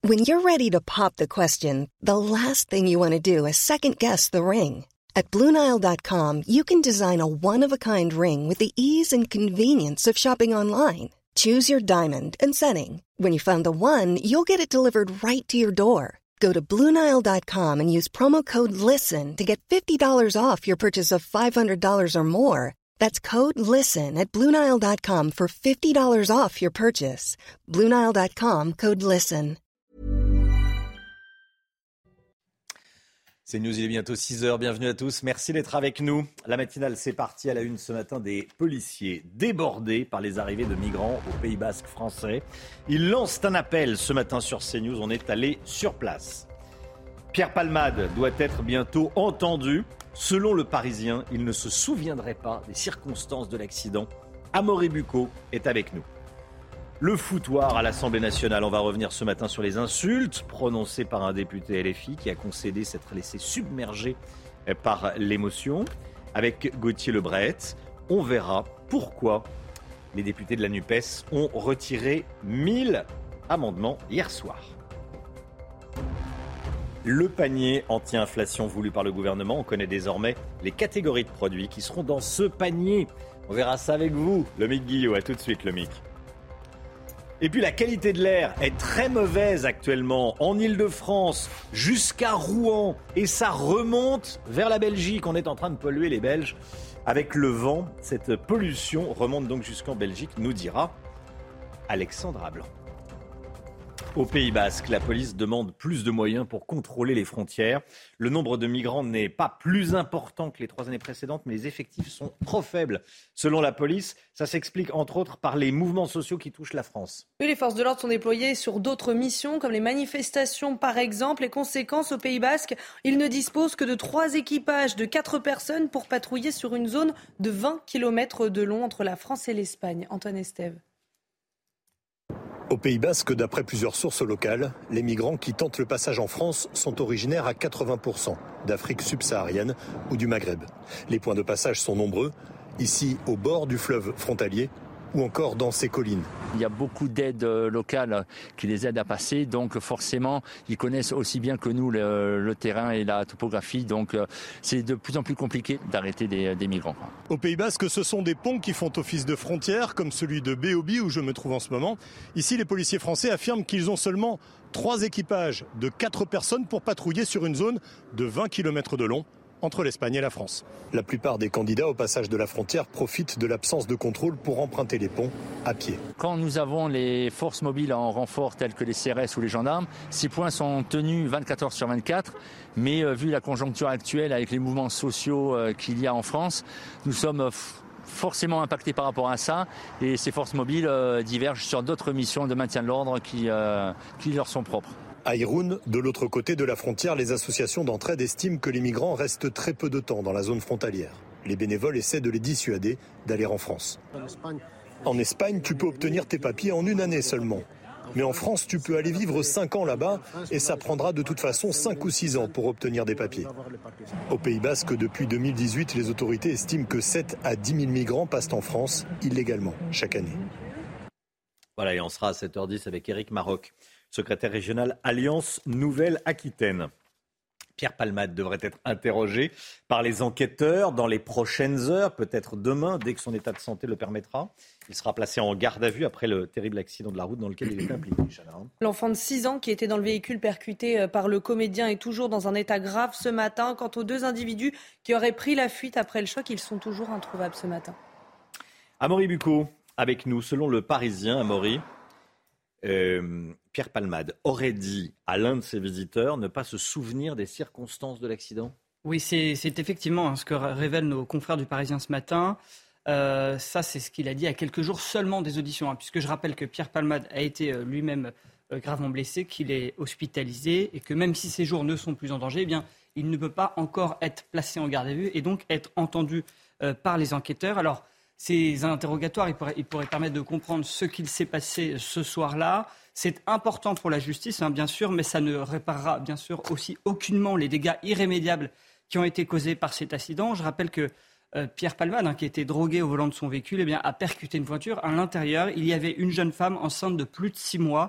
When you're ready to pop the question, the last thing you want to do is second-guess the ring. At BlueNile.com, you can design a one-of-a-kind ring with the ease and convenience of shopping online. Choose your diamond and setting. When you find the one, you'll get it delivered right to your door. Go to BlueNile.com and use promo code LISTEN to get $50 off your purchase of $500 or more. That's code LISTEN at BlueNile.com for $50 off your purchase. BlueNile.com, code LISTEN. C'est News, il est bientôt 6h, bienvenue à tous, merci d'être avec nous. La matinale, c'est parti. À la une ce matin, des policiers débordés par les arrivées de migrants au Pays Basque français. Ils lancent un appel ce matin sur CNews, on est allé sur place. Pierre Palmade doit être bientôt entendu. Selon le Parisien, il ne se souviendrait pas des circonstances de l'accident. Amaury Bucco est avec nous. Le foutoir à l'Assemblée nationale. On va revenir ce matin sur les insultes prononcées par un député LFI qui a concédé s'être laissé submerger par l'émotion. Avec Gauthier Lebret, on verra pourquoi les députés de la NUPES ont retiré 1000 amendements hier soir. Le panier anti-inflation voulu par le gouvernement. On connaît désormais les catégories de produits qui seront dans ce panier. On verra ça avec vous, Lomique Guillot. À tout de suite, Lomique. Et puis la qualité de l'air est très mauvaise actuellement en Île-de-France jusqu'à Rouen et ça remonte vers la Belgique. On est en train de polluer les Belges avec le vent. Cette pollution remonte donc jusqu'en Belgique, nous dira Alexandra Blanc. Au Pays Basque, la police demande plus de moyens pour contrôler les frontières. Le nombre de migrants n'est pas plus important que les 3 années précédentes, mais les effectifs sont trop faibles. Selon la police, ça s'explique entre autres par les mouvements sociaux qui touchent la France. Oui, les forces de l'ordre sont déployées sur d'autres missions, comme les manifestations par exemple. Les conséquences au Pays Basque, ils ne disposent que de 3 équipages de 4 personnes pour patrouiller sur une zone de 20 km de long entre la France et l'Espagne. Antoine Estève. Au Pays Basque, d'après plusieurs sources locales, les migrants qui tentent le passage en France sont originaires à 80% d'Afrique subsaharienne ou du Maghreb. Les points de passage sont nombreux, ici au bord du fleuve frontalier ou encore dans ces collines. Il y a beaucoup d'aides locales qui les aident à passer, donc forcément, ils connaissent aussi bien que nous le terrain et la topographie, donc c'est de plus en plus compliqué d'arrêter des migrants. Au Pays Basque, ce sont des ponts qui font office de frontière, comme celui de Béobi où je me trouve en ce moment. Ici, les policiers français affirment qu'ils ont seulement 3 équipages de 4 personnes pour patrouiller sur une zone de 20 km de long entre l'Espagne et la France. La plupart des candidats au passage de la frontière profitent de l'absence de contrôle pour emprunter les ponts à pied. Quand nous avons les forces mobiles en renfort telles que les CRS ou les gendarmes, ces points sont tenus 24 heures sur 24, mais vu la conjoncture actuelle avec les mouvements sociaux qu'il y a en France, nous sommes forcément impactés par rapport à ça et ces forces mobiles divergent sur d'autres missions de maintien de l'ordre qui leur sont propres. À Irún, de l'autre côté de la frontière, les associations d'entraide estiment que les migrants restent très peu de temps dans la zone frontalière. Les bénévoles essaient de les dissuader d'aller en France. En Espagne, tu peux obtenir tes papiers en 1 année seulement. Mais en France, tu peux aller vivre 5 ans là-bas et ça prendra de toute façon 5 ou 6 ans pour obtenir des papiers. Au Pays Basque, depuis 2018, les autorités estiment que 7 à 10 000 migrants passent en France illégalement chaque année. Voilà, et on sera à 7h10 avec Éric Maroc, secrétaire régional Alliance Nouvelle-Aquitaine. Pierre Palmade devrait être interrogé par les enquêteurs dans les prochaines heures, peut-être demain, dès que son état de santé le permettra. Il sera placé en garde à vue après le terrible accident de la route dans lequel il est impliqué. L'enfant de 6 ans qui était dans le véhicule percuté par le comédien est toujours dans un état grave ce matin. Quant aux 2 individus qui auraient pris la fuite après le choc, ils sont toujours introuvables ce matin. Amaury Bucco, avec nous. Selon le Parisien, Amaury, Pierre Palmade aurait dit à l'un de ses visiteurs ne pas se souvenir des circonstances de l'accident. Oui, c'est effectivement ce que révèlent nos confrères du Parisien ce matin. Ça, c'est ce qu'il a dit à quelques jours seulement des auditions, puisque je rappelle que Pierre Palmade a été lui-même gravement blessé, qu'il est hospitalisé et que même si ses jours ne sont plus en danger, eh bien, il ne peut pas encore être placé en garde à vue et donc être entendu par les enquêteurs. Alors, ces interrogatoires, ils pourraient permettre de comprendre ce qu'il s'est passé ce soir-là. C'est important pour la justice, bien sûr, mais ça ne réparera bien sûr aussi aucunement les dégâts irrémédiables qui ont été causés par cet accident. Je rappelle que Pierre Palmade, qui était drogué au volant de son véhicule, a percuté une voiture. À l'intérieur, il y avait une jeune femme enceinte de plus de 6 mois.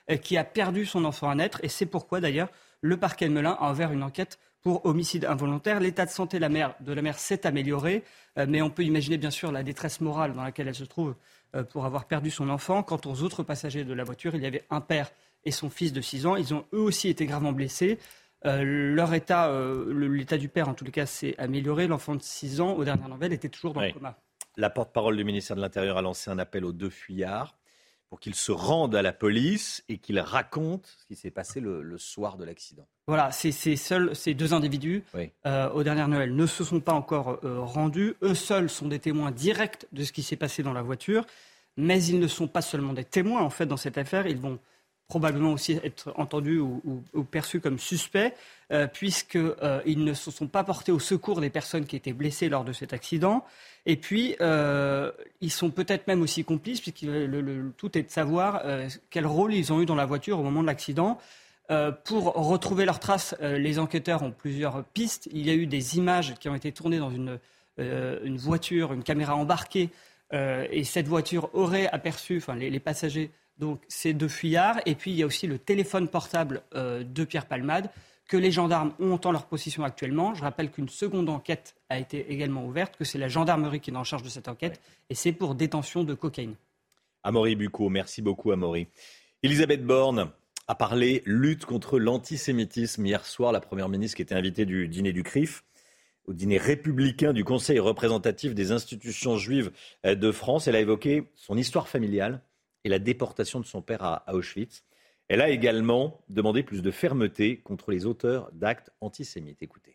qui a perdu son enfant à naître. Et c'est pourquoi, d'ailleurs, le parquet de Melun a ouvert une enquête pour homicide involontaire. L'état de santé de la mère s'est amélioré, mais on peut imaginer bien sûr la détresse morale dans laquelle elle se trouve pour avoir perdu son enfant. Quant aux autres passagers de la voiture, il y avait un père et son fils de 6 ans. Ils ont eux aussi été gravement blessés. Leur état, l'état du père en tout cas, s'est amélioré. L'enfant de 6 ans, aux dernières nouvelles, était toujours dans le coma. La porte-parole du ministère de l'Intérieur a lancé un appel aux 2 fuyards pour qu'ils se rendent à la police et qu'ils racontent ce qui s'est passé le soir de l'accident. Voilà, ces 2 individus, aux dernières nouvelles, ne se sont pas encore rendus. Eux seuls sont des témoins directs de ce qui s'est passé dans la voiture. Mais ils ne sont pas seulement des témoins, en fait, dans cette affaire. Ils vont probablement aussi être entendus ou perçus comme suspects, puisqu'ils ne se sont pas portés au secours des personnes qui étaient blessées lors de cet accident. Et puis, ils sont peut-être même aussi complices, puisque tout est de savoir quel rôle ils ont eu dans la voiture au moment de l'accident. Pour retrouver leurs traces, les enquêteurs ont plusieurs pistes. Il y a eu des images qui ont été tournées dans une voiture, une caméra embarquée, et cette voiture aurait aperçu les passagers, donc ces 2 fuyards. Et puis il y a aussi le téléphone portable de Pierre Palmade que les gendarmes ont en leur possession actuellement. Je rappelle qu'une seconde enquête a été également ouverte, que c'est la gendarmerie qui est en charge de cette enquête, et c'est pour détention de cocaïne. Amaury Bucco, merci beaucoup Amaury. Elisabeth Borne a parlé lutte contre l'antisémitisme. Hier soir, la Première ministre qui était invitée du dîner du CRIF, au dîner républicain du Conseil représentatif des institutions juives de France. Elle a évoqué son histoire familiale et la déportation de son père à Auschwitz. Elle a également demandé plus de fermeté contre les auteurs d'actes antisémites. Écoutez.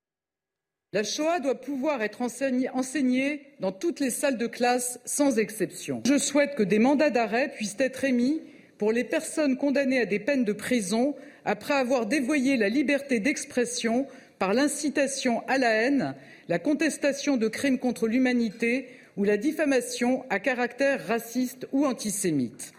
La Shoah doit pouvoir être enseignée dans toutes les salles de classe sans exception. Je souhaite que des mandats d'arrêt puissent être émis pour les personnes condamnées à des peines de prison après avoir dévoyé la liberté d'expression par l'incitation à la haine, la contestation de crimes contre l'humanité ou la diffamation à caractère raciste ou antisémite.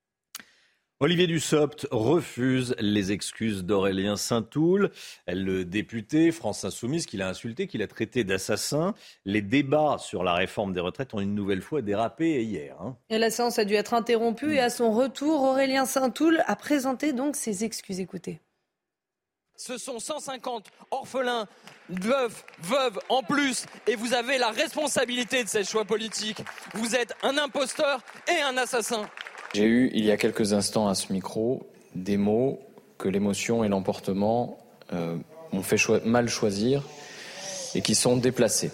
Olivier Dussopt refuse les excuses d'Aurélien Saint-Toul, le député France Insoumise qu'il a insulté, qu'il a traité d'assassin. Les débats sur la réforme des retraites ont une nouvelle fois dérapé hier. Et la séance a dû être interrompue et à son retour, Aurélien Saint-Toul a présenté donc ses excuses. Écoutez. Ce sont 150 orphelins, veuves en plus, et vous avez la responsabilité de ces choix politiques. Vous êtes un imposteur et un assassin. J'ai eu, il y a quelques instants à ce micro, des mots que l'émotion et l'emportement m'ont fait mal choisir et qui sont déplacés.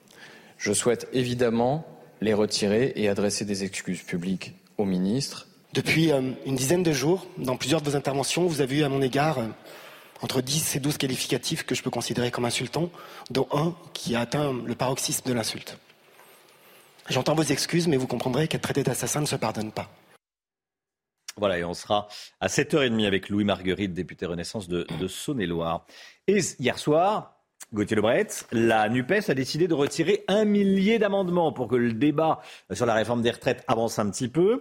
Je souhaite évidemment les retirer et adresser des excuses publiques au ministre. Depuis une dizaine de jours, dans plusieurs de vos interventions, vous avez eu à mon égard entre 10 et 12 qualificatifs que je peux considérer comme insultants, dont un qui a atteint le paroxysme de l'insulte. J'entends vos excuses, mais vous comprendrez qu'être traité d'assassin ne se pardonne pas. Voilà, et on sera à 7h30 avec Louis Marguerite, député Renaissance de Saône-et-Loire. Et hier soir, Gauthier Lebret, la NUPES a décidé de retirer 1 millier d'amendements pour que le débat sur la réforme des retraites avance un petit peu.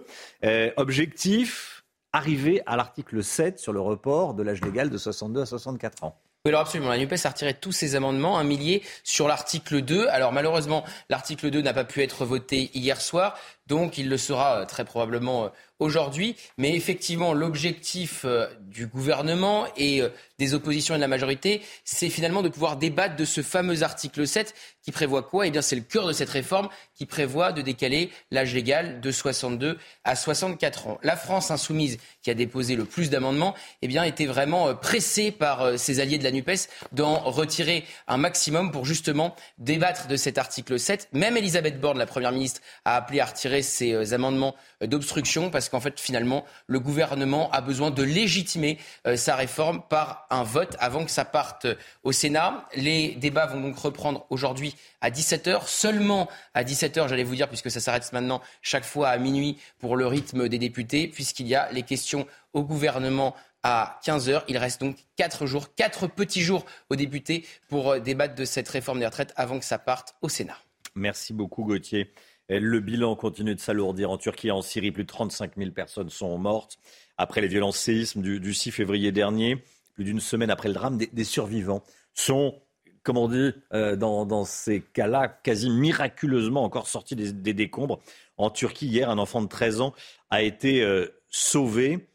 Objectif, arriver à l'article 7 sur le report de l'âge légal de 62 à 64 ans. Oui, alors absolument. La NUPES a retiré tous ses amendements, 1 millier sur l'article 2. Alors malheureusement, l'article 2 n'a pas pu être voté hier soir, donc il le sera très probablement aujourd'hui. Mais effectivement, l'objectif du gouvernement et des oppositions et de la majorité, c'est finalement de pouvoir débattre de ce fameux article 7 qui prévoit quoi ? Eh bien, c'est le cœur de cette réforme qui prévoit de décaler l'âge légal de 62 à 64 ans. La France insoumise, qui a déposé le plus d'amendements, eh bien, était vraiment pressée par ses alliés de la NUPES d'en retirer un maximum pour justement débattre de cet article 7. Même Elisabeth Borne, la Première ministre, a appelé à retirer ces amendements d'obstruction parce qu'en fait, finalement, le gouvernement a besoin de légitimer sa réforme par un vote avant que ça parte au Sénat. Les débats vont donc reprendre aujourd'hui à 17h, seulement à 17h, j'allais vous dire, puisque ça s'arrête maintenant chaque fois à minuit pour le rythme des députés, puisqu'il y a les questions au gouvernement à 15h. Il reste donc 4 jours, 4 petits jours aux députés pour débattre de cette réforme des retraites avant que ça parte au Sénat. Merci beaucoup Gauthier. Le bilan continue de s'alourdir. En Turquie et en Syrie, plus de 35 000 personnes sont mortes. Après les violents séismes du 6 février dernier, plus d'une semaine après le drame, des survivants sont, comme on dit, dans ces cas-là, quasi miraculeusement encore sortis des décombres. En Turquie, hier, un enfant de 13 ans a été sauvé.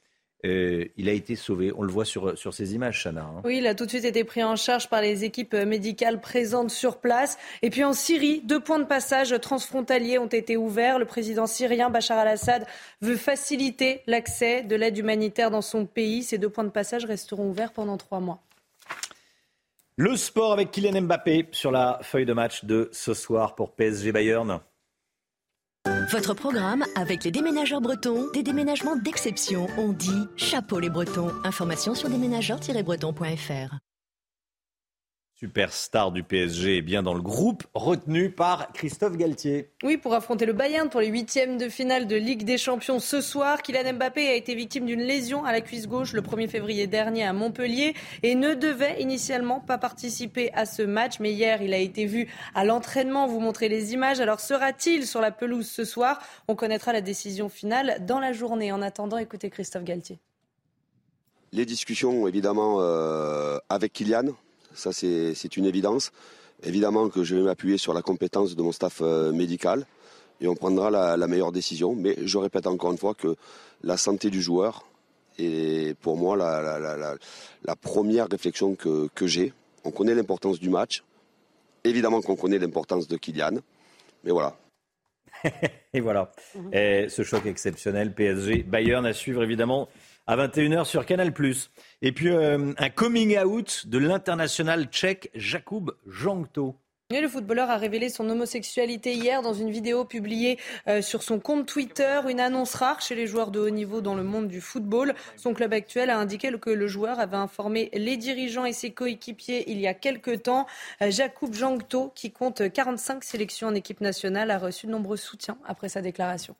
il a été sauvé. On le voit sur ces images, Chana. Oui, il a tout de suite été pris en charge par les équipes médicales présentes sur place. Et puis en Syrie, 2 points de passage transfrontaliers ont été ouverts. Le président syrien Bachar al-Assad veut faciliter l'accès de l'aide humanitaire dans son pays. Ces 2 points de passage resteront ouverts pendant 3 mois. Le sport avec Kylian Mbappé sur la feuille de match de ce soir pour PSG Bayern. Votre programme avec les déménageurs bretons, des déménagements d'exception. On dit chapeau les Bretons. Information sur déménageurs-bretons.fr. Superstar du PSG est bien dans le groupe retenu par Christophe Galtier. Oui, pour affronter le Bayern pour les 8e de finale de Ligue des Champions ce soir. Kylian Mbappé a été victime d'une lésion à la cuisse gauche le 1er février dernier à Montpellier et ne devait initialement pas participer à ce match. Mais hier, il a été vu à l'entraînement. Vous montrez les images. Alors sera-t-il sur la pelouse ce soir ? On connaîtra la décision finale dans la journée. En attendant, écoutez Christophe Galtier. Les discussions, évidemment, avec Kylian. Ça, c'est une évidence. Évidemment que je vais m'appuyer sur la compétence de mon staff médical et on prendra la meilleure décision. Mais je répète encore une fois que la santé du joueur est pour moi la première réflexion que j'ai. On connaît l'importance du match. Évidemment qu'on connaît l'importance de Kylian. Mais voilà. Et voilà. Et ce choc exceptionnel, PSG Bayern à suivre évidemment à 21h sur Canal+. Et puis un coming out de l'international tchèque Jakub Jankto. Et le footballeur a révélé son homosexualité hier dans une vidéo publiée sur son compte Twitter. Une annonce rare chez les joueurs de haut niveau dans le monde du football. Son club actuel a indiqué que le joueur avait informé les dirigeants et ses coéquipiers il y a quelques temps. Jakub Jankto, qui compte 45 sélections en équipe nationale, a reçu de nombreux soutiens après sa déclaration.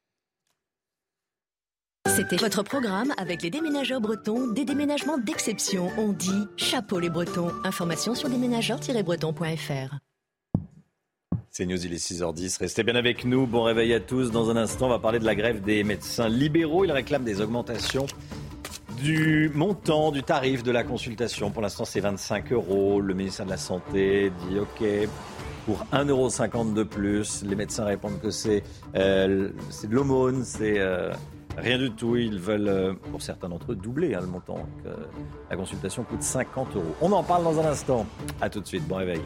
C'était votre programme avec les déménageurs bretons, des déménagements d'exception. On dit chapeau les Bretons. Information sur déménageurs-bretons.fr. C'est News, il est 6h10. Restez bien avec nous. Bon réveil à tous. Dans un instant, on va parler de la grève des médecins libéraux. Ils réclament des augmentations du montant, du tarif de la consultation. Pour l'instant, c'est 25 €. Le ministère de la Santé dit OK. Pour 1,50 € de plus. Les médecins répondent que c'est de l'aumône, c'est rien du tout. Ils veulent, pour certains d'entre eux, doubler le montant. La consultation coûte 50 €. On en parle dans un instant. A tout de suite. Bon réveil.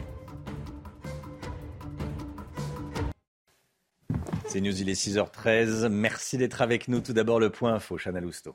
C'est News, il est 6h13. Merci d'être avec nous. Tout d'abord, le point info. Chana Lousteau.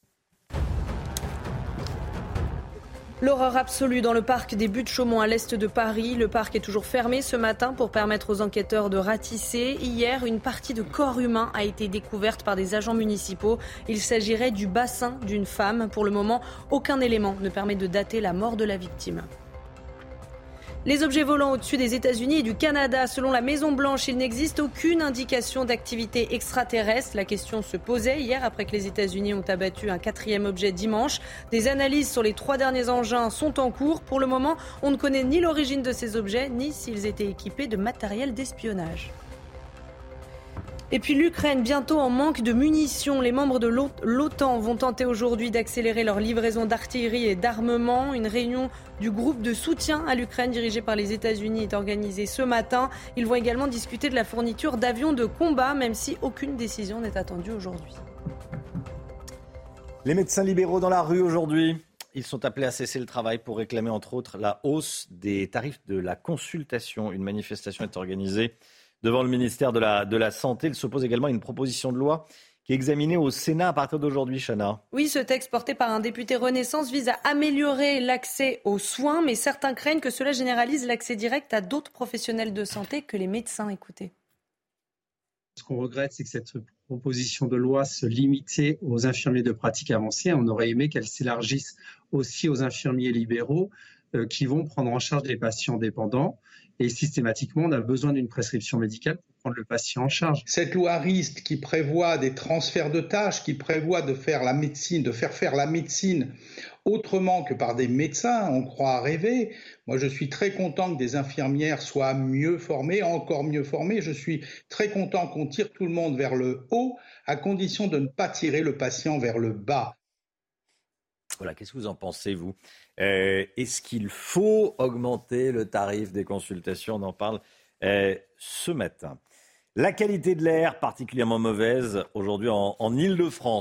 L'horreur absolue dans le parc des Buttes-Chaumont à l'est de Paris. Le parc est toujours fermé ce matin pour permettre aux enquêteurs de ratisser. Hier, une partie de corps humain a été découverte par des agents municipaux. Il s'agirait du bassin d'une femme. Pour le moment, aucun élément ne permet de dater la mort de la victime. Les objets volants au-dessus des États-Unis et du Canada. Selon la Maison-Blanche, il n'existe aucune indication d'activité extraterrestre. La question se posait hier après que les États-Unis ont abattu un 4e objet dimanche. Des analyses sur les 3 derniers engins sont en cours. Pour le moment, on ne connaît ni l'origine de ces objets, ni s'ils étaient équipés de matériel d'espionnage. Et puis l'Ukraine, bientôt en manque de munitions. Les membres de l'OTAN vont tenter aujourd'hui d'accélérer leur livraison d'artillerie et d'armement. Une réunion du groupe de soutien à l'Ukraine dirigé par les États-Unis est organisée ce matin. Ils vont également discuter de la fourniture d'avions de combat, même si aucune décision n'est attendue aujourd'hui. Les médecins libéraux dans la rue aujourd'hui. Ils sont appelés à cesser le travail pour réclamer entre autres la hausse des tarifs de la consultation. Une manifestation est organisée devant le ministère de la Santé. Il s'oppose également à une proposition de loi qui est examinée au Sénat à partir d'aujourd'hui, Chana. Oui, ce texte porté par un député Renaissance vise à améliorer l'accès aux soins, mais certains craignent que cela généralise l'accès direct à d'autres professionnels de santé que les médecins. Écoutez. Ce qu'on regrette, c'est que cette proposition de loi se limitait aux infirmiers de pratique avancée. On aurait aimé qu'elle s'élargisse aussi aux infirmiers libéraux qui vont prendre en charge les patients dépendants. Et systématiquement, on a besoin d'une prescription médicale pour prendre le patient en charge. Cette loi RIST qui prévoit des transferts de tâches, qui prévoit de faire faire la médecine autrement que par des médecins, on croit rêver. Moi, je suis très content que des infirmières soient mieux formées, encore mieux formées. Je suis très content qu'on tire tout le monde vers le haut, à condition de ne pas tirer le patient vers le bas. Voilà, qu'est-ce que vous en pensez, vous ? Est-ce qu'il faut augmenter le tarif des consultations ? On en parle ce matin. La qualité de l'air particulièrement mauvaise aujourd'hui en Ile-de-France.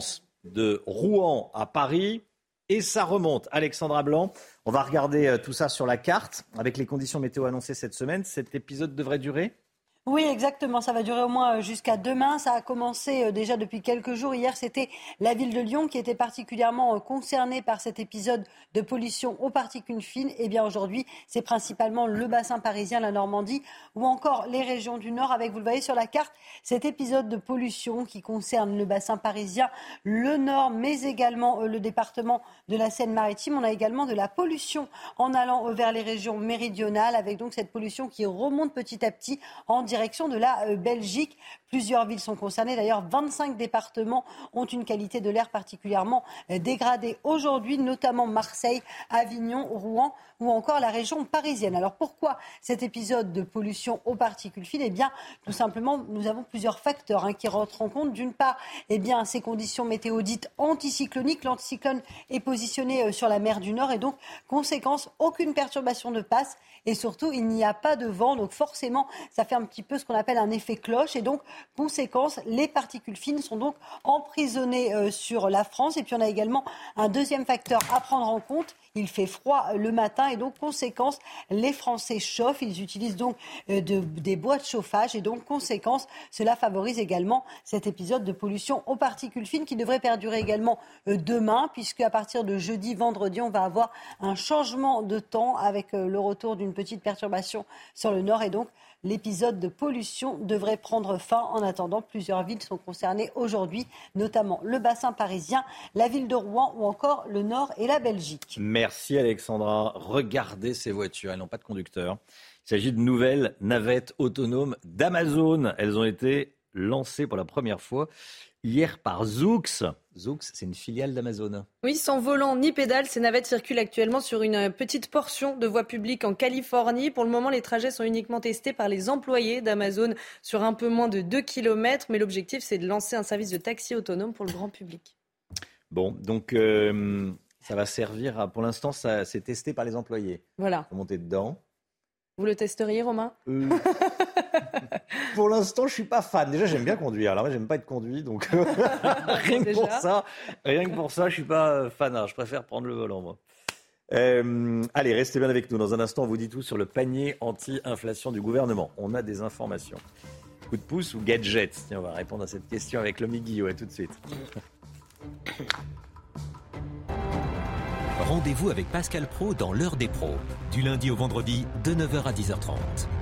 de Rouen à Paris. Et ça remonte. Alexandra Blanc, on va regarder tout ça sur la carte. Avec les conditions météo annoncées cette semaine, cet épisode devrait durer ? Oui, exactement. Ça va durer au moins jusqu'à demain. Ça a commencé déjà depuis quelques jours. Hier, c'était la ville de Lyon qui était particulièrement concernée par cet épisode de pollution aux particules fines. Et bien aujourd'hui, c'est principalement le bassin parisien, la Normandie ou encore les régions du Nord avec, vous le voyez sur la carte, cet épisode de pollution qui concerne le bassin parisien, le Nord, mais également le département de la Seine-Maritime. On a également de la pollution en allant vers les régions méridionales avec donc cette pollution qui remonte petit à petit en direction de la Belgique. Plusieurs villes sont concernées. D'ailleurs, 25 départements ont une qualité de l'air particulièrement dégradée aujourd'hui, notamment Marseille, Avignon, Rouen ou encore la région parisienne. Alors pourquoi cet épisode de pollution aux particules fines ? Eh bien, tout simplement, nous avons plusieurs facteurs qui rentrent en compte. D'une part, ces conditions météo dites anticycloniques. L'anticyclone est positionné sur la mer du Nord et donc, conséquence, aucune perturbation ne passe. Et surtout, il n'y a pas de vent. Donc forcément, ça fait un petit peu ce qu'on appelle un effet cloche. Et donc, conséquence, les particules fines sont donc emprisonnées sur la France. Et puis, on a également un deuxième facteur à prendre en compte. Il fait froid le matin et donc, conséquence, les Français chauffent. Ils utilisent donc des bois de chauffage. Et donc, conséquence, cela favorise également cet épisode de pollution aux particules fines qui devrait perdurer également demain, puisque à partir de jeudi, vendredi, on va avoir un changement de temps avec le retour d'une petite perturbation sur le nord et donc l'épisode de pollution devrait prendre fin. En attendant, plusieurs villes sont concernées aujourd'hui, notamment le bassin parisien, la ville de Rouen ou encore le Nord et la Belgique. Merci Alexandra. Regardez ces voitures, elles n'ont pas de conducteur. Il s'agit de nouvelles navettes autonomes d'Amazon. Elles ont été lancées pour la première fois hier par Zoox. Zoox, c'est une filiale d'Amazon. Oui, sans volant ni pédale, ces navettes circulent actuellement sur une petite portion de voie publique en Californie. Pour le moment, les trajets sont uniquement testés par les employés d'Amazon sur un peu moins de 2 km. Mais l'objectif, c'est de lancer un service de taxi autonome pour le grand public. Bon, donc ça va servir pour l'instant, c'est testé par les employés. Voilà. Faut monter dedans. Vous le testeriez, Romain ? Pour l'instant, je suis pas fan. Déjà, j'aime bien conduire. Alors moi, j'aime pas être conduit, donc rien que pour ça, je suis pas fan. Je préfère prendre le volant, moi. Allez, restez bien avec nous. Dans un instant, on vous dit tout sur le panier anti-inflation du gouvernement. On a des informations. Coup de pouce ou gadget ? Tiens, on va répondre à cette question avec Lomi Guillot. À tout de suite. Rendez-vous avec Pascal Praud dans l'heure des pros, du lundi au vendredi de 9h à 10h30.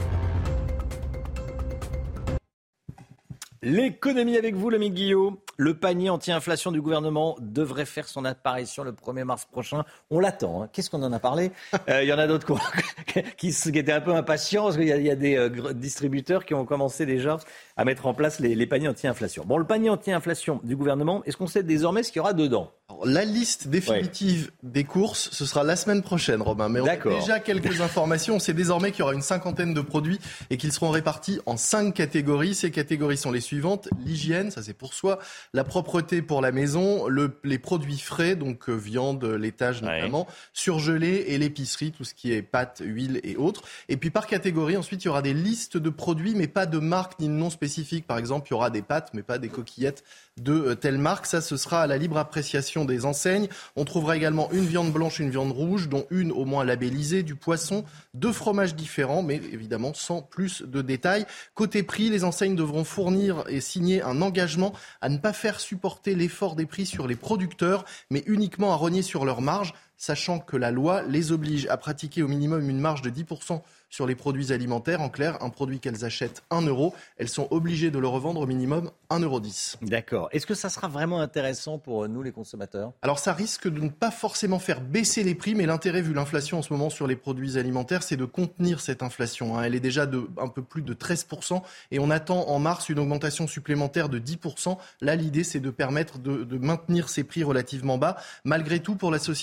L'économie avec vous, Lomi Guillot. Le panier anti-inflation du gouvernement devrait faire son apparition le 1er mars prochain. On l'attend. Qu'est-ce qu'on en a parlé ? Il y en a d'autres qui étaient un peu impatients parce qu'il y a des distributeurs qui ont commencé déjà à mettre en place les paniers anti-inflation. Bon, le panier anti-inflation du gouvernement, est-ce qu'on sait désormais ce qu'il y aura dedans ? Alors, la liste définitive des courses, ce sera la semaine prochaine, Robin. Mais on a déjà quelques informations. On sait désormais qu'il y aura une cinquantaine de produits et qu'ils seront répartis en 5 catégories. Ces catégories sont les suivantes. L'hygiène, ça c'est pour soi. La propreté pour la maison, les produits frais, donc viande, laitage notamment, surgelés et l'épicerie, tout ce qui est pâtes, huile et autres. Et puis par catégorie, ensuite, il y aura des listes de produits, mais pas de marque ni de nom spécifique. Par exemple, il y aura des pâtes, mais pas des coquillettes de telle marque. Ça, ce sera à la libre appréciation des enseignes. On trouvera également une viande blanche, une viande rouge, dont une au moins labellisée, du poisson, 2 fromages différents, mais évidemment sans plus de détails. Côté prix, les enseignes devront fournir et signer un engagement à ne pas faire supporter l'effort des prix sur les producteurs, mais uniquement à rogner sur leurs marges, sachant que la loi les oblige à pratiquer au minimum une marge de 10% sur les produits alimentaires. En clair, un produit qu'elles achètent 1 €, elles sont obligées de le revendre au minimum 1,10 €. D'accord. Est-ce que ça sera vraiment intéressant pour nous, les consommateurs ? Alors, ça risque de ne pas forcément faire baisser les prix, mais l'intérêt, vu l'inflation en ce moment sur les produits alimentaires, c'est de contenir cette inflation. Elle est déjà de un peu plus de 13% et on attend en mars une augmentation supplémentaire de 10%. Là, l'idée, c'est de permettre de maintenir ces prix relativement bas. Malgré tout, pour l'association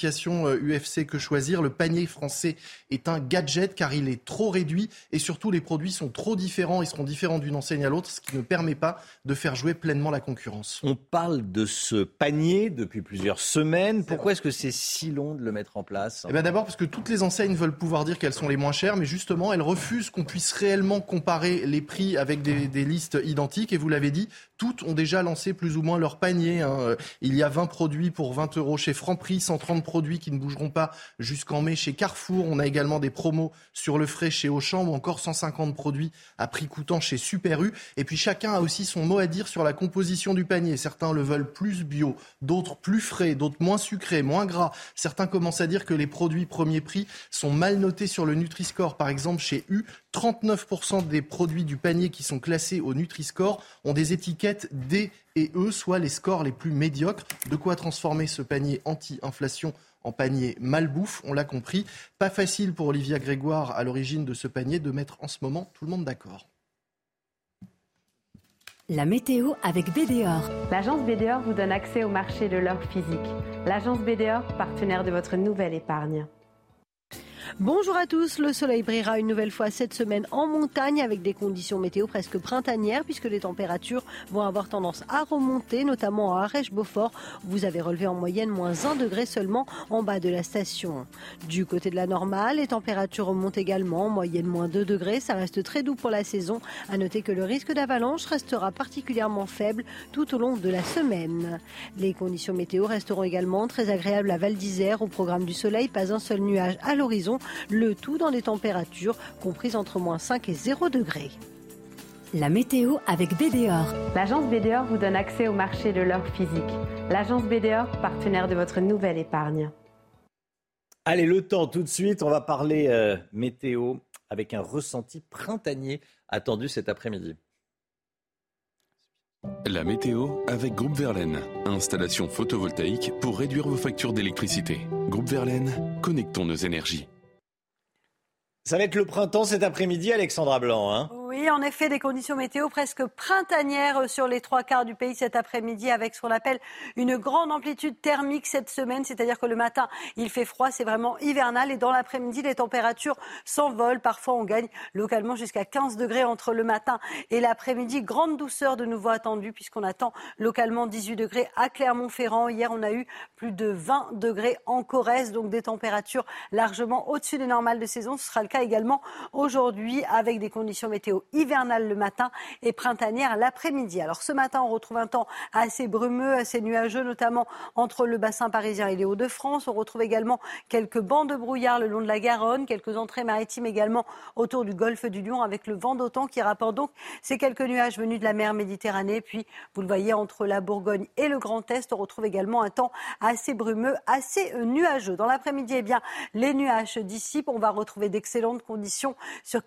question UFC Que Choisir. Le panier français est un gadget car il est trop réduit et surtout les produits sont trop différents et seront différents d'une enseigne à l'autre, ce qui ne permet pas de faire jouer pleinement la concurrence. On parle de ce panier depuis plusieurs semaines. Pourquoi est-ce que c'est si long de le mettre en place ? D'abord parce que toutes les enseignes veulent pouvoir dire qu'elles sont les moins chères, mais justement elles refusent qu'on puisse réellement comparer les prix avec des listes identiques. Et vous l'avez dit, toutes ont déjà lancé plus ou moins leur panier. Il y a 20 produits pour 20 € chez Franprix, 130 produits qui ne bougeront pas jusqu'en mai chez Carrefour. On a également des promos sur le frais chez Auchan ou encore 150 produits à prix coûtant chez Super U. Et puis chacun a aussi son mot à dire sur la composition du panier. Certains le veulent plus bio, d'autres plus frais, d'autres moins sucrés, moins gras. Certains commencent à dire que les produits premier prix sont mal notés sur le Nutri-Score. Par exemple, chez U, 39% des produits du panier qui sont classés au Nutri-Score ont des étiquettes D et E, soit les scores les plus médiocres. De quoi transformer ce panier anti-inflation en panier malbouffe, on l'a compris. Pas facile pour Olivia Grégoire, à l'origine de ce panier, de mettre en ce moment tout le monde d'accord. La météo avec BDOR. L'agence BDOR vous donne accès au marché de l'or physique. L'agence BDOR, partenaire de votre nouvelle épargne. Bonjour à tous, le soleil brillera une nouvelle fois cette semaine en montagne avec des conditions météo presque printanières puisque les températures vont avoir tendance à remonter, notamment à Arèche-Beaufort. Vous avez relevé en moyenne -1 degré seulement en bas de la station. Du côté de la normale, les températures remontent également, en moyenne -2 degrés. Ça reste très doux pour la saison. À noter que le risque d'avalanche restera particulièrement faible tout au long de la semaine. Les conditions météo resteront également très agréables à Val d'Isère. Au programme du soleil, pas un seul nuage à l'horizon. Le tout dans des températures comprises entre -5 et 0 degrés. La météo avec BDOR. L'agence BDOR vous donne accès au marché de l'or physique. L'agence BDOR, partenaire de votre nouvelle épargne. Allez, le temps tout de suite. On va parler météo avec un ressenti printanier attendu cet après-midi. La météo avec Groupe Verlaine. Installation photovoltaïque pour réduire vos factures d'électricité. Groupe Verlaine, connectons nos énergies. Ça va être le printemps cet après-midi, Alexandra Blanc, hein ? Oui, en effet, des conditions météo presque printanières sur les 3/4 du pays cet après-midi avec ce qu'on appelle une grande amplitude thermique cette semaine. C'est-à-dire que le matin, il fait froid, c'est vraiment hivernal. Et dans l'après-midi, les températures s'envolent. Parfois, on gagne localement jusqu'à 15 degrés entre le matin et l'après-midi. Grande douceur de nouveau attendue puisqu'on attend localement 18 degrés à Clermont-Ferrand. Hier, on a eu plus de 20 degrés en Corrèze. Donc des températures largement au-dessus des normales de saison. Ce sera le cas également aujourd'hui avec des conditions météo hivernale le matin et printanière l'après-midi. Alors ce matin, on retrouve un temps assez brumeux, assez nuageux, notamment entre le bassin parisien et les Hauts-de-France. On retrouve également quelques bancs de brouillard le long de la Garonne, quelques entrées maritimes également autour du golfe du Lion avec le vent d'OTAN qui rapporte donc ces quelques nuages venus de la mer Méditerranée. Puis, vous le voyez, entre la Bourgogne et le Grand Est, on retrouve également un temps assez brumeux, assez nuageux. Dans l'après-midi, eh bien, les nuages se dissipent. On va retrouver d'excellentes conditions sur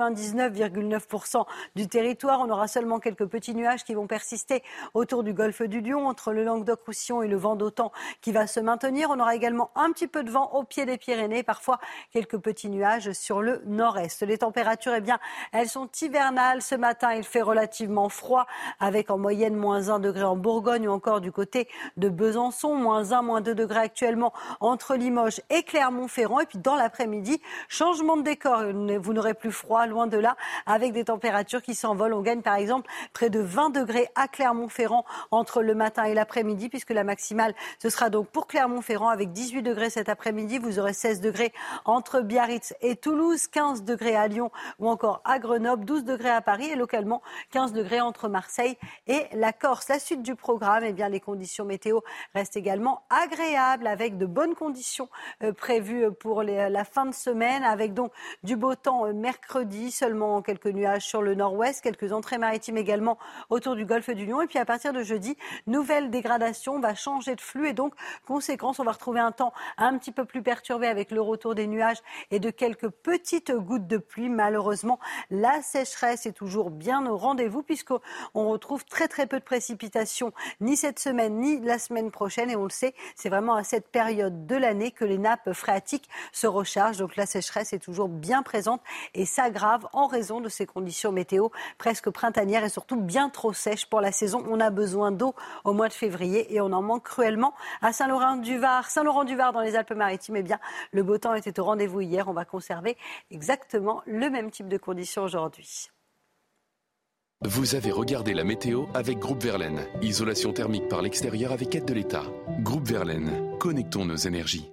99,9% du territoire. On aura seulement quelques petits nuages qui vont persister autour du golfe du Lion, entre le Languedoc-Roussillon et le vent d'OTAN qui va se maintenir. On aura également un petit peu de vent au pied des Pyrénées, parfois quelques petits nuages sur le nord-est. Les températures, eh bien, elles sont hivernales. Ce matin, il fait relativement froid avec en moyenne -1 degré en Bourgogne ou encore du côté de Besançon, -1, -2 degrés actuellement entre Limoges et Clermont-Ferrand. Et puis dans l'après-midi, changement de décor. Vous n'aurez plus froid, loin de là, avec des températures qui s'envolent. On gagne par exemple près de 20 degrés à Clermont-Ferrand entre le matin et l'après-midi, puisque la maximale, ce sera donc pour Clermont-Ferrand avec 18 degrés cet après-midi. Vous aurez 16 degrés entre Biarritz et Toulouse, 15 degrés à Lyon ou encore à Grenoble, 12 degrés à Paris et localement 15 degrés entre Marseille et la Corse. La suite du programme, eh bien, les conditions météo restent également agréables avec de bonnes conditions prévues pour la fin de semaine, avec donc du beau temps mercredi, seulement quelques nuages sur le nord-ouest, quelques entrées maritimes également autour du golfe du Lion. Et puis à partir de jeudi, nouvelle dégradation, on va changer de flux et donc, conséquence, on va retrouver un temps un petit peu plus perturbé avec le retour des nuages et de quelques petites gouttes de pluie. Malheureusement, la sécheresse est toujours bien au rendez-vous puisqu'on retrouve très très peu de précipitations ni cette semaine ni la semaine prochaine. Et on le sait, c'est vraiment à cette période de l'année que les nappes phréatiques se rechargent. Donc la sécheresse est toujours bien présente et s'aggrave en raison de ces conditions météo presque printanières et surtout bien trop sèches pour la saison. On a besoin d'eau au mois de février et on en manque cruellement à Saint-Laurent-du-Var. Saint-Laurent-du-Var dans les Alpes-Maritimes, eh bien, le beau temps était au rendez-vous hier. On va conserver exactement le même type de conditions aujourd'hui. Vous avez regardé la météo avec Groupe Verlaine. Isolation thermique par l'extérieur avec aide de l'État. Groupe Verlaine, connectons nos énergies.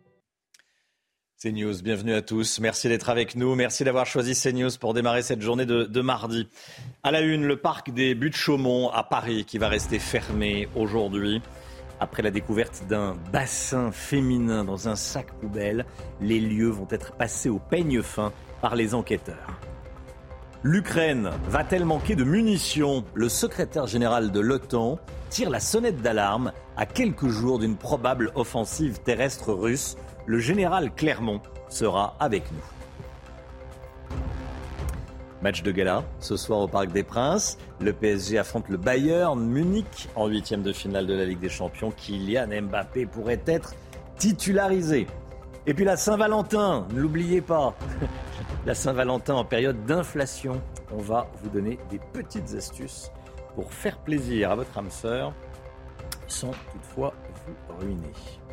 CNews, bienvenue à tous. Merci d'être avec nous. Merci d'avoir choisi CNews pour démarrer cette journée de mardi. À la une, le parc des Buttes-Chaumont à Paris qui va rester fermé aujourd'hui. Après la découverte d'un bassin féminin dans un sac poubelle, les lieux vont être passés au peigne fin par les enquêteurs. L'Ukraine va-t-elle manquer de munitions ? Le secrétaire général de l'OTAN tire la sonnette d'alarme à quelques jours d'une probable offensive terrestre russe. Le général Clermont sera avec nous. Match de gala ce soir au Parc des Princes. Le PSG affronte le Bayern Munich en 8e de finale de la Ligue des Champions. Kylian Mbappé pourrait être titularisé. Et puis la Saint-Valentin, ne l'oubliez pas. La Saint-Valentin en période d'inflation. On va vous donner des petites astuces pour faire plaisir à votre âme sœur sans toutefois vous ruiner.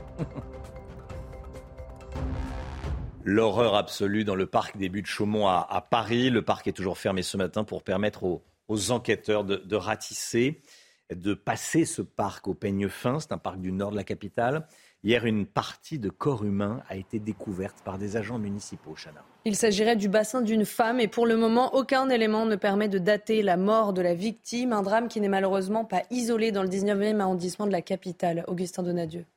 L'horreur absolue dans le parc des Buttes-Chaumont à Paris. Le parc est toujours fermé ce matin pour permettre aux enquêteurs de ratisser, de passer ce parc au peigne fin. C'est un parc du nord de la capitale. Hier, une partie de corps humain a été découverte par des agents municipaux. Chana. Il s'agirait du bassin d'une femme et pour le moment, aucun élément ne permet de dater la mort de la victime. Un drame qui n'est malheureusement pas isolé dans le 19e arrondissement de la capitale. Augustin Donadieu.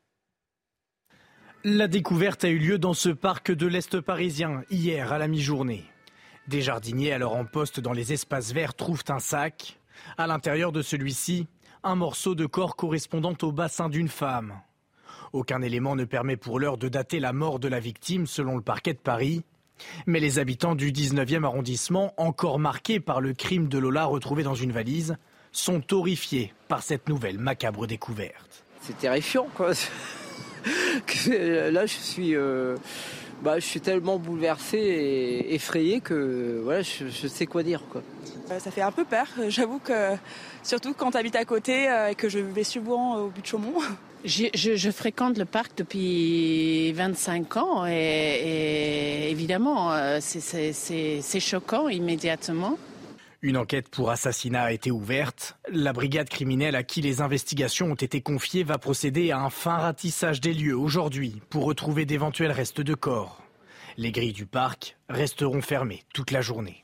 La découverte a eu lieu dans ce parc de l'Est parisien, hier à la mi-journée. Des jardiniers alors en poste dans les espaces verts trouvent un sac. À l'intérieur de celui-ci, un morceau de corps correspondant au bassin d'une femme. Aucun élément ne permet pour l'heure de dater la mort de la victime selon le parquet de Paris. Mais les habitants du 19e arrondissement, encore marqués par le crime de Lola retrouvé dans une valise, sont horrifiés par cette nouvelle macabre découverte. C'est terrifiant, quoi. Là, je suis tellement bouleversé et effrayé que voilà, je sais quoi dire, quoi. Ça fait un peu peur. J'avoue que, surtout quand tu habites à côté et que je vais souvent au Buttes-Chaumont. Je fréquente le parc depuis 25 ans et évidemment, c'est choquant immédiatement. Une enquête pour assassinat a été ouverte. La brigade criminelle à qui les investigations ont été confiées va procéder à un fin ratissage des lieux aujourd'hui pour retrouver d'éventuels restes de corps. Les grilles du parc resteront fermées toute la journée.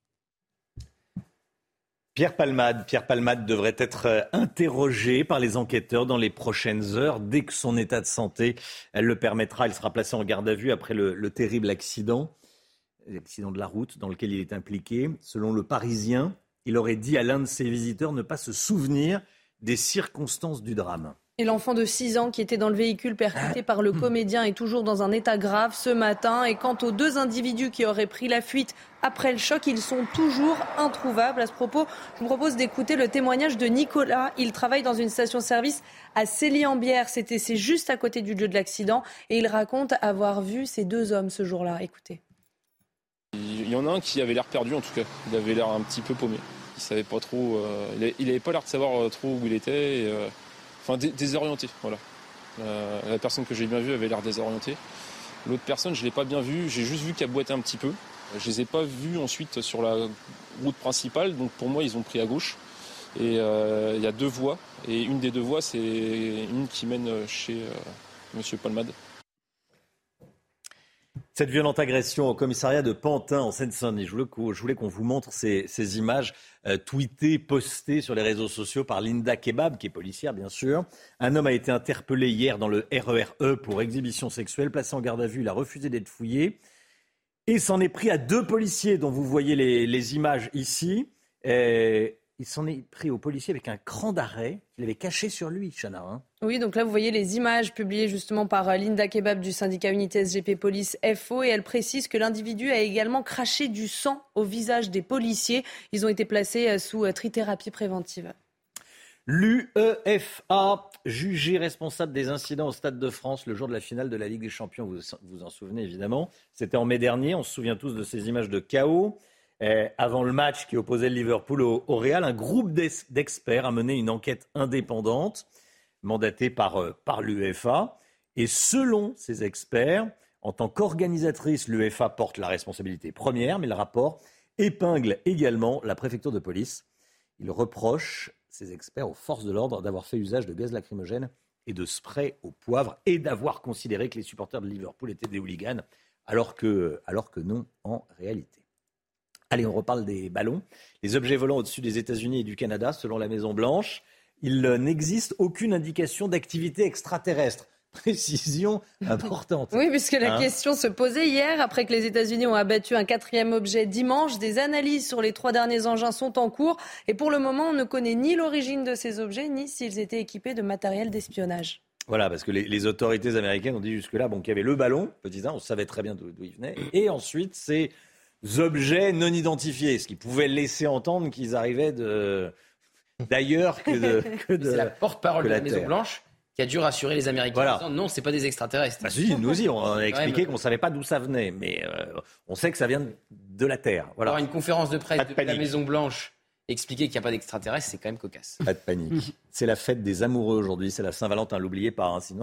Pierre Palmade devrait être interrogé par les enquêteurs dans les prochaines heures. Dès que son état de santé le permettra, il sera placé en garde à vue après le terrible accident de la route dans lequel il est impliqué. Selon le Parisien, il aurait dit à l'un de ses visiteurs ne pas se souvenir des circonstances du drame. Et l'enfant de 6 ans qui était dans le véhicule percuté par le comédien est toujours dans un état grave ce matin. Et quant aux 2 individus qui auraient pris la fuite après le choc, ils sont toujours introuvables. À ce propos, je vous propose d'écouter le témoignage de Nicolas. Il travaille dans une station-service à Célie-en-Bière. C'est juste à côté du lieu de l'accident. Et il raconte avoir vu ces 2 hommes ce jour-là. Écoutez. Il y en a un qui avait l'air perdu en tout cas. Il avait l'air un petit peu paumé. Il savait pas trop. Il avait pas l'air de savoir trop où il était. Désorienté, voilà. La personne que j'ai bien vue avait l'air désorientée. L'autre personne, je ne l'ai pas bien vue, j'ai juste vu qu'elle boitait un petit peu. Je ne les ai pas vus ensuite sur la route principale, donc pour moi, ils ont pris à gauche. Et il y a 2 voies, et une des 2 voies, c'est une qui mène chez M. Palmade. Cette violente agression au commissariat de Pantin en Seine-Saint-Denis, je voulais qu'on vous montre ces images tweetées, postées sur les réseaux sociaux par Linda Kebab, qui est policière bien sûr. Un homme a été interpellé hier dans le RER pour exhibition sexuelle, placé en garde à vue, il a refusé d'être fouillé et s'en est pris à 2 policiers dont vous voyez les images ici. Il s'en est pris aux policiers avec un cran d'arrêt qu'il avait caché sur lui, Chana. Oui, donc là, vous voyez les images publiées justement par Linda Kebab du syndicat Unité SGP Police FO. Et elle précise que l'individu a également craché du sang au visage des policiers. Ils ont été placés sous trithérapie préventive. L'UEFA, jugé responsable des incidents au Stade de France le jour de la finale de la Ligue des Champions. Vous vous en souvenez évidemment. C'était en mai dernier. On se souvient tous de ces images de chaos. avant le match qui opposait le Liverpool au Real, un groupe d'experts a mené une enquête indépendante mandatée par l'UEFA. Et selon ces experts, en tant qu'organisatrice, l'UEFA porte la responsabilité première, mais le rapport épingle également la préfecture de police. Il reproche, ces experts, aux forces de l'ordre d'avoir fait usage de gaz lacrymogène et de spray au poivre et d'avoir considéré que les supporters de Liverpool étaient des hooligans, alors que non en réalité. Allez, on reparle des ballons. Les objets volants au-dessus des États-Unis et du Canada, selon la Maison-Blanche, il n'existe aucune indication d'activité extraterrestre. Précision importante. Oui, puisque la question se posait hier, après que les États-Unis ont abattu un 4e objet dimanche. Des analyses sur les 3 derniers engins sont en cours. Et pour le moment, on ne connaît ni l'origine de ces objets, ni s'ils étaient équipés de matériel d'espionnage. Voilà, parce que les autorités américaines ont dit jusque-là qu'il y avait le ballon, petit 1, on savait très bien d'où il venait. Et ensuite, ces objets non identifiés, ce qui pouvait laisser entendre qu'ils arrivaient d'ailleurs que de C'est la porte-parole de la Maison-Blanche qui a dû rassurer les Américains en disant non, c'est pas des extraterrestres. Si, nous aussi, on a expliqué qu'on ne savait pas d'où ça venait, mais on sait que ça vient de la Terre. Voilà. Alors, une conférence de presse de la Maison-Blanche expliquer qu'il n'y a pas d'extraterrestres, c'est quand même cocasse. Pas de panique. C'est la fête des amoureux aujourd'hui, c'est la Saint-Valentin, l'oubliez pas, sinon...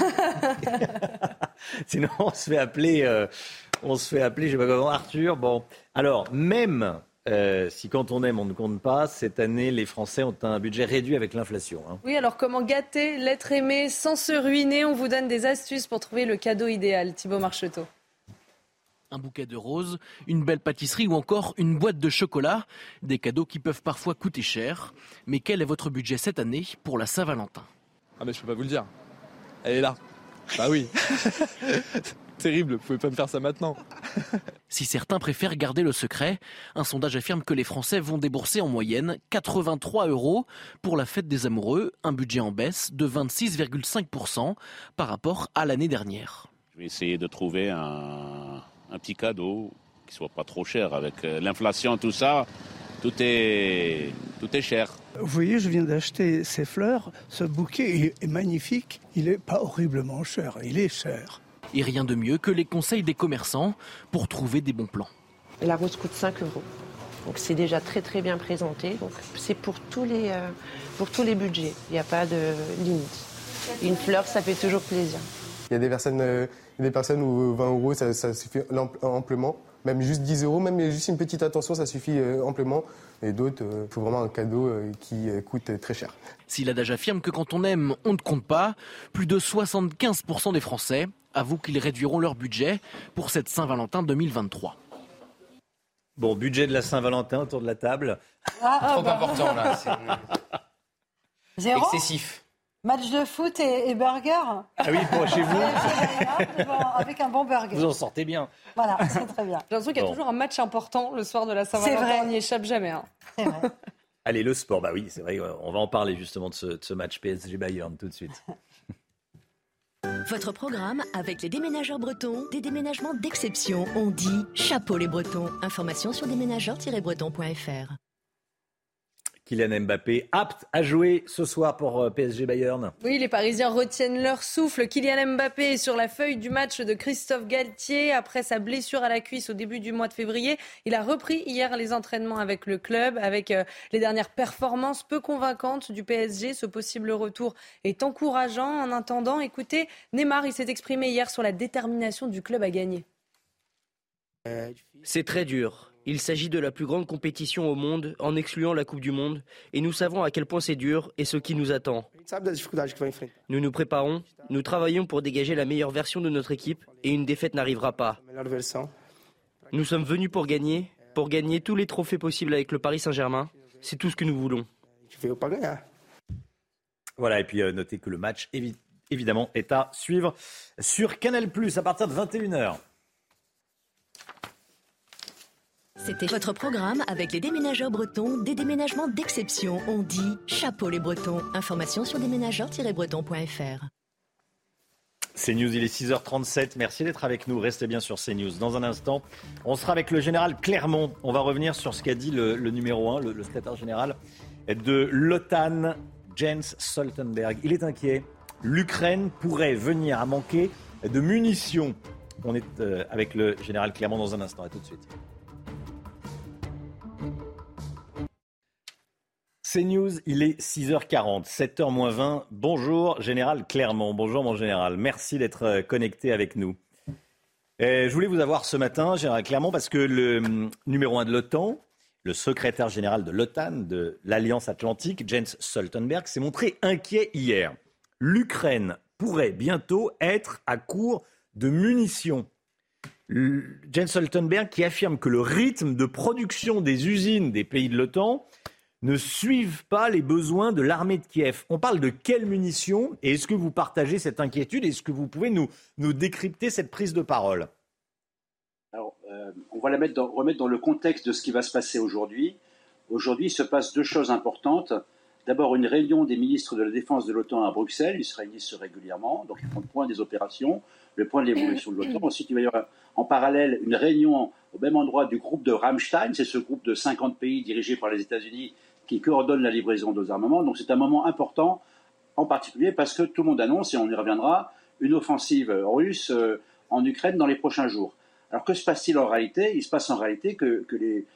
sinon on se fait appeler, je sais pas comment, Arthur. Bon, alors, même... si quand on aime, on ne compte pas, cette année, les Français ont un budget réduit avec l'inflation. Oui, alors comment gâter l'être aimé sans se ruiner ? On vous donne des astuces pour trouver le cadeau idéal. Thibaut Marcheteau. Un bouquet de roses, une belle pâtisserie ou encore une boîte de chocolat. Des cadeaux qui peuvent parfois coûter cher. Mais quel est votre budget cette année pour la Saint-Valentin ? Ah mais je peux pas vous le dire. Elle est là. Bah oui. Terrible, vous pouvez pas me faire ça maintenant. Si certains préfèrent garder le secret, un sondage affirme que les Français vont débourser en moyenne 83 € pour la fête des amoureux, un budget en baisse de 26,5% par rapport à l'année dernière. Je vais essayer de trouver un petit cadeau qui soit pas trop cher. Avec l'inflation, tout ça, tout est cher. Vous voyez, je viens d'acheter ces fleurs. Ce bouquet est magnifique. Il n'est pas horriblement cher, il est cher. Et rien de mieux que les conseils des commerçants pour trouver des bons plans. La rose coûte 5 €. Donc c'est déjà très très bien présenté. Donc c'est pour tous les budgets. Il n'y a pas de limite. Une fleur, ça fait toujours plaisir. Il y a des personnes où 20 € ça suffit amplement. Même juste 10 €, même juste une petite attention, ça suffit amplement. Et d'autres, il faut vraiment un cadeau qui coûte très cher. Si l'adage affirme que quand on aime, on ne compte pas, plus de 75% des Français avouent qu'ils réduiront leur budget pour cette Saint-Valentin 2023. Bon, budget de la Saint-Valentin autour de la table. Trop important là, c'est 0 excessif. Match de foot et burger. Ah oui, pour chez vous. Avec un bon burger. Vous en sortez bien. Voilà, c'est très bien. J'ai l'impression qu'il y a toujours un match important le soir de la Saint-Valentin. C'est vrai. On n'y échappe jamais. C'est vrai. Allez, le sport, bah oui, c'est vrai, on va en parler justement de ce match PSG-Bayern tout de suite. Votre programme avec les déménageurs bretons, des déménagements d'exception. On dit chapeau les Bretons. Information sur déménageurs-bretons.fr. Kylian Mbappé, apte à jouer ce soir pour PSG Bayern. Oui, les Parisiens retiennent leur souffle. Kylian Mbappé est sur la feuille du match de Christophe Galtier. Après sa blessure à la cuisse au début du mois de février, il a repris hier les entraînements avec le club, avec les dernières performances peu convaincantes du PSG. Ce possible retour est encourageant. En attendant, écoutez, Neymar, il s'est exprimé hier sur la détermination du club à gagner. C'est très dur. Il s'agit de la plus grande compétition au monde, en excluant la Coupe du Monde. Et nous savons à quel point c'est dur et ce qui nous attend. Nous nous préparons, nous travaillons pour dégager la meilleure version de notre équipe et une défaite n'arrivera pas. Nous sommes venus pour gagner tous les trophées possibles avec le Paris Saint-Germain. C'est tout ce que nous voulons. Voilà, et puis notez que le match, évidemment, est à suivre sur Canal+, à partir de 21h. C'était votre programme avec les déménageurs bretons, des déménagements d'exception. On dit chapeau les Bretons. Information sur déménageurs-bretons.fr. CNews, il est 6h37. Merci d'être avec nous. Restez bien sur CNews. Dans un instant, on sera avec le général Clermont. On va revenir sur ce qu'a dit le numéro 1, le secrétaire général de l'OTAN, Jens Stoltenberg. Il est inquiet. L'Ukraine pourrait venir à manquer de munitions. On est avec le général Clermont dans un instant. À tout de suite. CNews, il est 6h40, 7h-20. Bonjour, Général Clermont. Bonjour, mon général. Merci d'être connecté avec nous. Je voulais vous avoir ce matin, Général Clermont, parce que le numéro 1 de l'OTAN, le secrétaire général de l'OTAN, de l'Alliance Atlantique, Jens Stoltenberg, s'est montré inquiet hier. L'Ukraine pourrait bientôt être à court de munitions. Jens Stoltenberg qui affirme que le rythme de production des usines des pays de l'OTAN ne suivent pas les besoins de l'armée de Kiev. On parle de quelles munitions et est-ce que vous partagez cette inquiétude? Est-ce que vous pouvez nous décrypter cette prise de parole? Alors, on va remettre dans le contexte de ce qui va se passer aujourd'hui. Aujourd'hui, il se passe deux choses importantes. D'abord, une réunion des ministres de la Défense de l'OTAN à Bruxelles. Ils se réunissent régulièrement, donc ils font le point des opérations, le point de l'évolution de l'OTAN. Ensuite, il va y avoir en parallèle une réunion au même endroit du groupe de Rammstein. C'est ce groupe de 50 pays dirigé par les États-Unis qui coordonne la livraison des armements. Donc c'est un moment important, en particulier parce que tout le monde annonce, et on y reviendra, une offensive russe en Ukraine dans les prochains jours. Alors que se passe-t-il en réalité? Il se passe en réalité que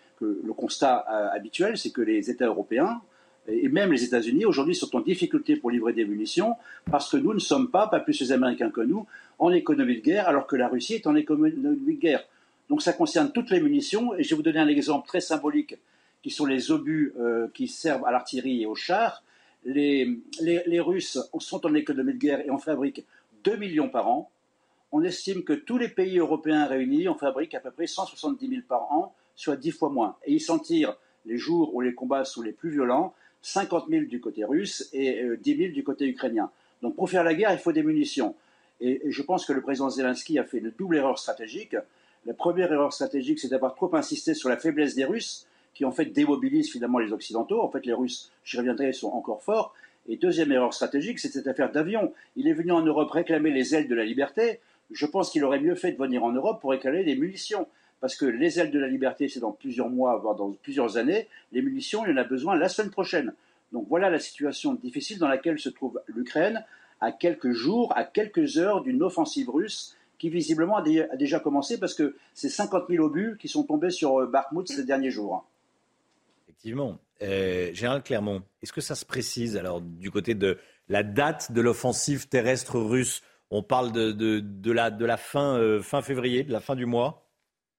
le constat habituel, c'est que les États européens, et même les États-Unis, aujourd'hui, sont en difficulté pour livrer des munitions, parce que nous ne sommes pas plus les Américains que nous, en économie de guerre, alors que la Russie est en économie de guerre. Donc ça concerne toutes les munitions, et je vais vous donner un exemple très symbolique, qui sont les obus qui servent à l'artillerie et aux chars. Les Russes sont en économie de guerre et en fabriquent 2 millions par an. On estime que tous les pays européens réunis en fabriquent à peu près 170 000 par an, soit 10 fois moins. Et ils s'en tirent les jours où les combats sont les plus violents, 50 000 du côté russe et 10 000 du côté ukrainien. Donc pour faire la guerre, il faut des munitions. Et je pense que le président Zelensky a fait une double erreur stratégique. La première erreur stratégique, c'est d'avoir trop insisté sur la faiblesse des Russes, qui en fait démobilisent finalement les Occidentaux. En fait, les Russes, j'y reviendrai, sont encore forts. Et deuxième erreur stratégique, c'est cette affaire d'avion. Il est venu en Europe réclamer les ailes de la liberté. Je pense qu'il aurait mieux fait de venir en Europe pour réclamer des munitions. Parce que les ailes de la liberté, c'est dans plusieurs mois, voire dans plusieurs années. Les munitions, il y en a besoin la semaine prochaine. Donc voilà la situation difficile dans laquelle se trouve l'Ukraine, à quelques jours, à quelques heures d'une offensive russe qui visiblement a déjà commencé, parce que c'est 50 000 obus qui sont tombés sur Bakhmout ces derniers jours. Effectivement. Général Clermont, est-ce que ça se précise alors du côté de la date de l'offensive terrestre russe? On parle de la fin février, de la fin du mois?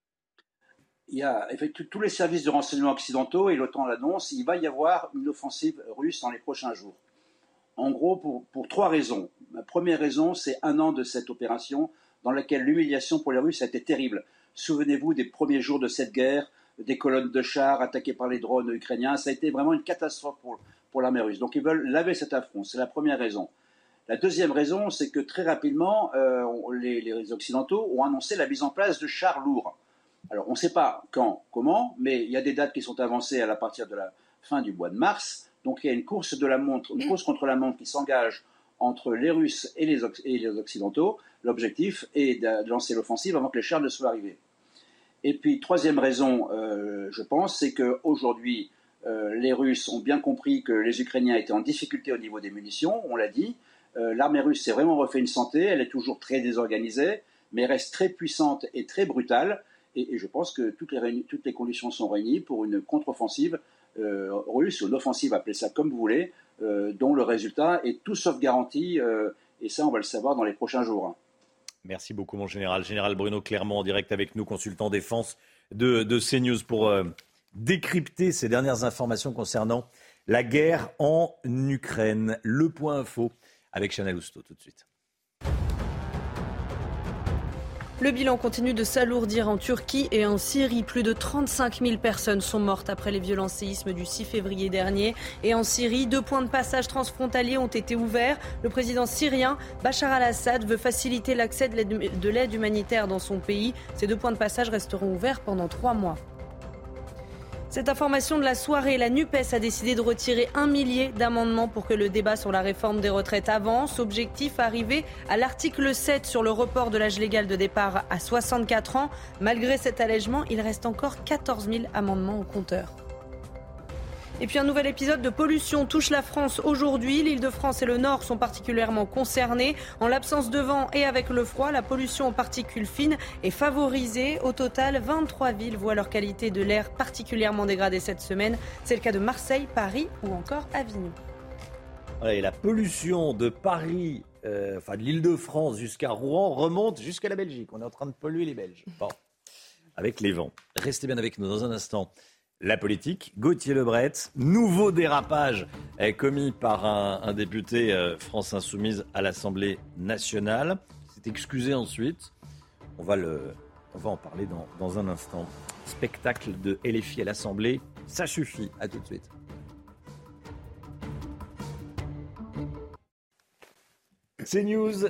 Il y a effectivement tous les services de renseignement occidentaux et l'OTAN l'annonce, il va y avoir une offensive russe dans les prochains jours. En gros, pour trois raisons. La première raison, c'est 1 an de cette opération dans laquelle l'humiliation pour les Russes a été terrible. Souvenez-vous des premiers jours de cette guerre, des colonnes de chars attaquées par les drones ukrainiens. Ça a été vraiment une catastrophe pour l'armée russe. Donc ils veulent laver cet affront. C'est la première raison. La deuxième raison, c'est que très rapidement, les Occidentaux ont annoncé la mise en place de chars lourds. Alors on ne sait pas quand, comment, mais il y a des dates qui sont avancées à partir de la fin du mois de mars. Donc il y a une course contre la montre qui s'engage entre les Russes et les Occidentaux. L'objectif est de lancer l'offensive avant que les chars ne soient arrivés. Et puis, troisième raison, je pense, c'est qu'aujourd'hui, les Russes ont bien compris que les Ukrainiens étaient en difficulté au niveau des munitions, on l'a dit. L'armée russe s'est vraiment refait une santé, elle est toujours très désorganisée, mais reste très puissante et très brutale. Et je pense que toutes les conditions sont réunies pour une contre-offensive russe, ou une offensive, appelez ça comme vous voulez, dont le résultat est tout sauf garanti, et ça, on va le savoir dans les prochains jours. Merci beaucoup, mon général. Général Bruno Clermont, en direct avec nous, consultant défense de CNews, pour décrypter ces dernières informations concernant la guerre en Ukraine. Le point info avec Chanel Housteau, tout de suite. Le bilan continue de s'alourdir en Turquie et en Syrie. Plus de 35 000 personnes sont mortes après les violents séismes du 6 février dernier. Et en Syrie, 2 points de passage transfrontaliers ont été ouverts. Le président syrien Bachar al-Assad veut faciliter l'accès de l'aide humanitaire dans son pays. Ces 2 points de passage resteront ouverts pendant 3 mois. Cette information de la soirée, la NUPES a décidé de retirer 1 millier d'amendements pour que le débat sur la réforme des retraites avance. Objectif, arriver à l'article 7 sur le report de l'âge légal de départ à 64 ans. Malgré cet allègement, il reste encore 14 000 amendements au compteur. Et puis un nouvel épisode de pollution touche la France aujourd'hui. L'Île-de-France et le Nord sont particulièrement concernés. En l'absence de vent et avec le froid, la pollution aux particules fines est favorisée. Au total, 23 villes voient leur qualité de l'air particulièrement dégradée cette semaine. C'est le cas de Marseille, Paris ou encore Avignon. Voilà, et la pollution de Paris, de l'Île-de-France jusqu'à Rouen remonte jusqu'à la Belgique. On est en train de polluer les Belges. Bon, avec les vents. Restez bien avec nous dans un instant. La politique, Gauthier Lebret, nouveau dérapage commis par un député France Insoumise à l'Assemblée nationale. C'est excusé ensuite. On va en parler dans un instant. Spectacle de LFI à l'Assemblée, ça suffit. À tout de suite. C'est News,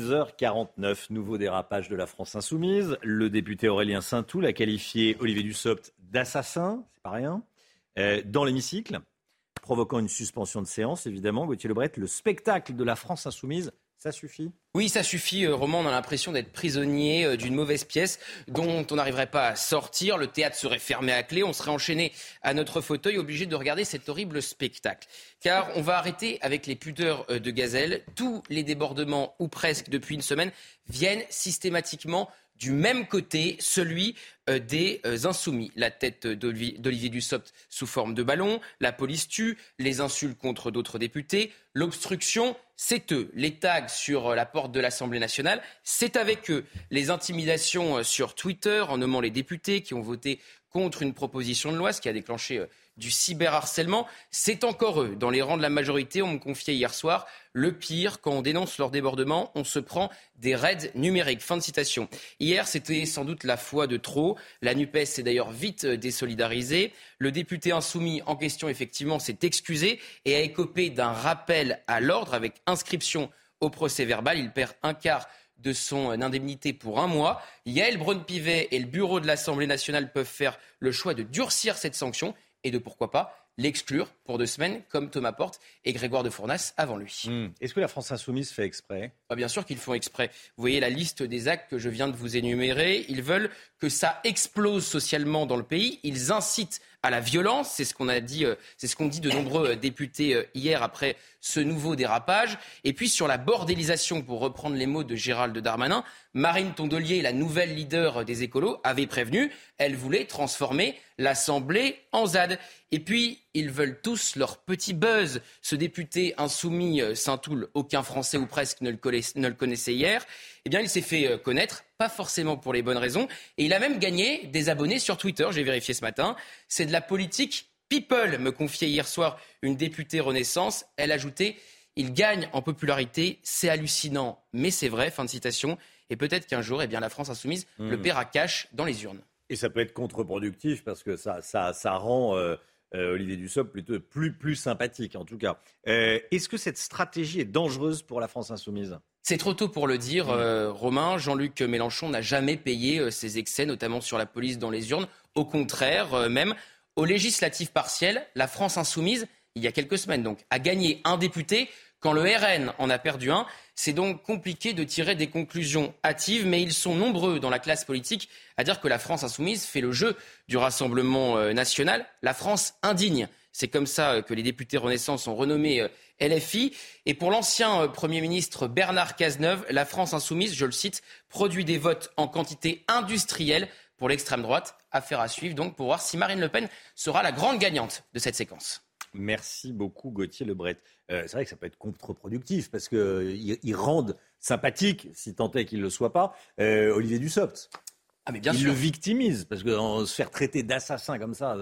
6h49, nouveau dérapage de la France Insoumise. Le député Aurélien Saintoul a qualifié Olivier Dussopt d'assassin, c'est pas rien, dans l'hémicycle, provoquant une suspension de séance, évidemment. Gauthier Lebret, le spectacle de la France Insoumise, ça suffit ? Oui, ça suffit, Romain. On a l'impression d'être prisonnier d'une mauvaise pièce dont on n'arriverait pas à sortir. Le théâtre serait fermé à clé. On serait enchaîné à notre fauteuil, obligé de regarder cet horrible spectacle. Car on va arrêter avec les pudeurs de gazelle. Tous les débordements, ou presque depuis une semaine, viennent systématiquement du même côté, celui des insoumis. La tête d'Olivier Dussopt sous forme de ballon, la police tue, les insultes contre d'autres députés, l'obstruction, c'est eux. Les tags sur la porte de l'Assemblée nationale, c'est avec eux. Les intimidations sur Twitter en nommant les députés qui ont voté contre une proposition de loi, ce qui a déclenché du cyberharcèlement, c'est encore eux. Dans les rangs de la majorité, on me confiait hier soir, le pire, quand on dénonce leur débordement, on se prend des raids numériques. Fin de citation. Hier, c'était sans doute la fois de trop. La NUPES s'est d'ailleurs vite désolidarisée. Le député insoumis en question, effectivement, s'est excusé et a écopé d'un rappel à l'ordre avec inscription au procès-verbal. Il perd un quart de son indemnité pour un mois. Yaël Braun-Pivet et le bureau de l'Assemblée nationale peuvent faire le choix de durcir cette sanction et de, pourquoi pas, l'exclure pour 2 semaines, comme Thomas Porte et Grégoire de Fournas avant lui. Est-ce que la France Insoumise fait exprès ? Bien sûr qu'ils font exprès. Vous voyez la liste des actes que je viens de vous énumérer. Ils veulent que ça explose socialement dans le pays. Ils incitent à la violence. C'est ce qu'on a dit, c'est ce qu'ont dit de nombreux députés hier après ce nouveau dérapage. Et puis sur la bordélisation, pour reprendre les mots de Gérald Darmanin, Marine Tondelier, la nouvelle leader des écolos, avait prévenu. Elle voulait transformer l'Assemblée en ZAD. Et puis, ils veulent tous leur petit buzz. Ce député insoumis Saintoul, aucun Français ou presque ne le connaissait hier. Eh bien, il s'est fait connaître, pas forcément pour les bonnes raisons. Et il a même gagné des abonnés sur Twitter, j'ai vérifié ce matin. C'est de la politique people, me confiait hier soir une députée Renaissance. Elle ajoutait, il gagne en popularité, c'est hallucinant, mais c'est vrai, fin de citation. Et peut-être qu'un jour, eh bien, la France Insoumise le paiera cash dans les urnes. Et ça peut être contre-productif parce que ça rend Olivier Dussopt plutôt plus sympathique, en tout cas. Est-ce que cette stratégie est dangereuse pour la France Insoumise ? C'est trop tôt pour le dire, Romain. Jean-Luc Mélenchon n'a jamais payé ses excès, notamment sur la police dans les urnes. Au contraire, même aux législatives partielles, la France Insoumise, il y a quelques semaines donc, a gagné un député quand le RN en a perdu un. C'est donc compliqué de tirer des conclusions hâtives, mais ils sont nombreux dans la classe politique à dire que la France Insoumise fait le jeu du Rassemblement national, la France indigne. C'est comme ça que les députés Renaissance ont renommé LFI. Et pour l'ancien Premier ministre Bernard Cazeneuve, la France Insoumise, je le cite, produit des votes en quantité industrielle pour l'extrême droite. Affaire à suivre donc pour voir si Marine Le Pen sera la grande gagnante de cette séquence. Merci beaucoup Gauthier Lebret. C'est vrai que ça peut être contre-productif parce qu'ils rendent sympathique, si tant est qu'il ne le soit pas, Olivier Dussopt. Ah mais bien sûr. Il le victimise parce que se faire traiter d'assassin comme ça,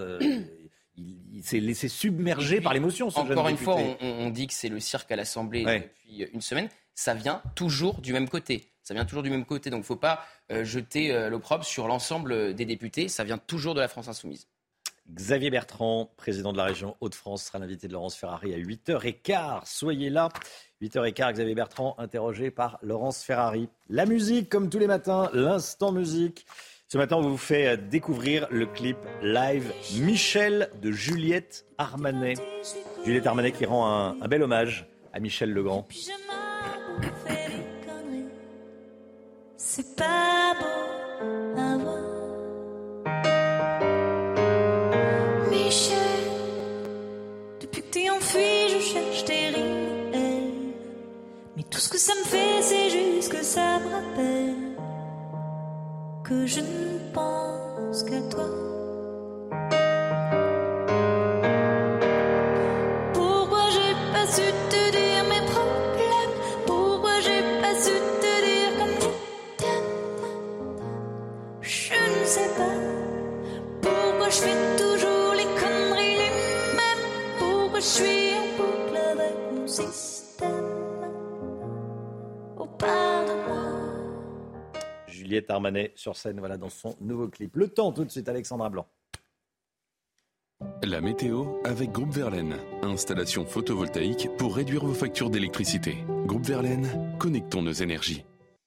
il s'est laissé submerger par l'émotion. Encore une fois, on dit que c'est le cirque à l'Assemblée depuis une semaine. Ça vient toujours du même côté. Donc il ne faut pas jeter l'opprobre sur l'ensemble des députés. Ça vient toujours de la France Insoumise. Xavier Bertrand, président de la région Hauts-de-France, sera l'invité de Laurence Ferrari à 8h15. Soyez là. 8h15, Xavier Bertrand, interrogé par Laurence Ferrari. La musique, comme tous les matins, l'instant musique. Ce matin, on vous fait découvrir le clip live Michel de Juliette Armanet. Juliette Armanet qui rend un bel hommage à Michel Legrand. C'est pas beau à voir. Michel, que je ne pense qu'à toi. Pourquoi j'ai pas su te dire mes problèmes? Pourquoi j'ai pas su te dire comme je t'aime? Je ne sais pas. Pourquoi je fais toujours les conneries les mêmes? Pourquoi je suis en boucle avec mon système? Oh, pardonne-moi. Juliette Armanet sur scène, voilà, dans son nouveau clip. Le temps, tout de suite, Alexandra Blanc. La météo avec Groupe Verlaine. Installation photovoltaïque pour réduire vos factures d'électricité. Groupe Verlaine, connectons nos énergies.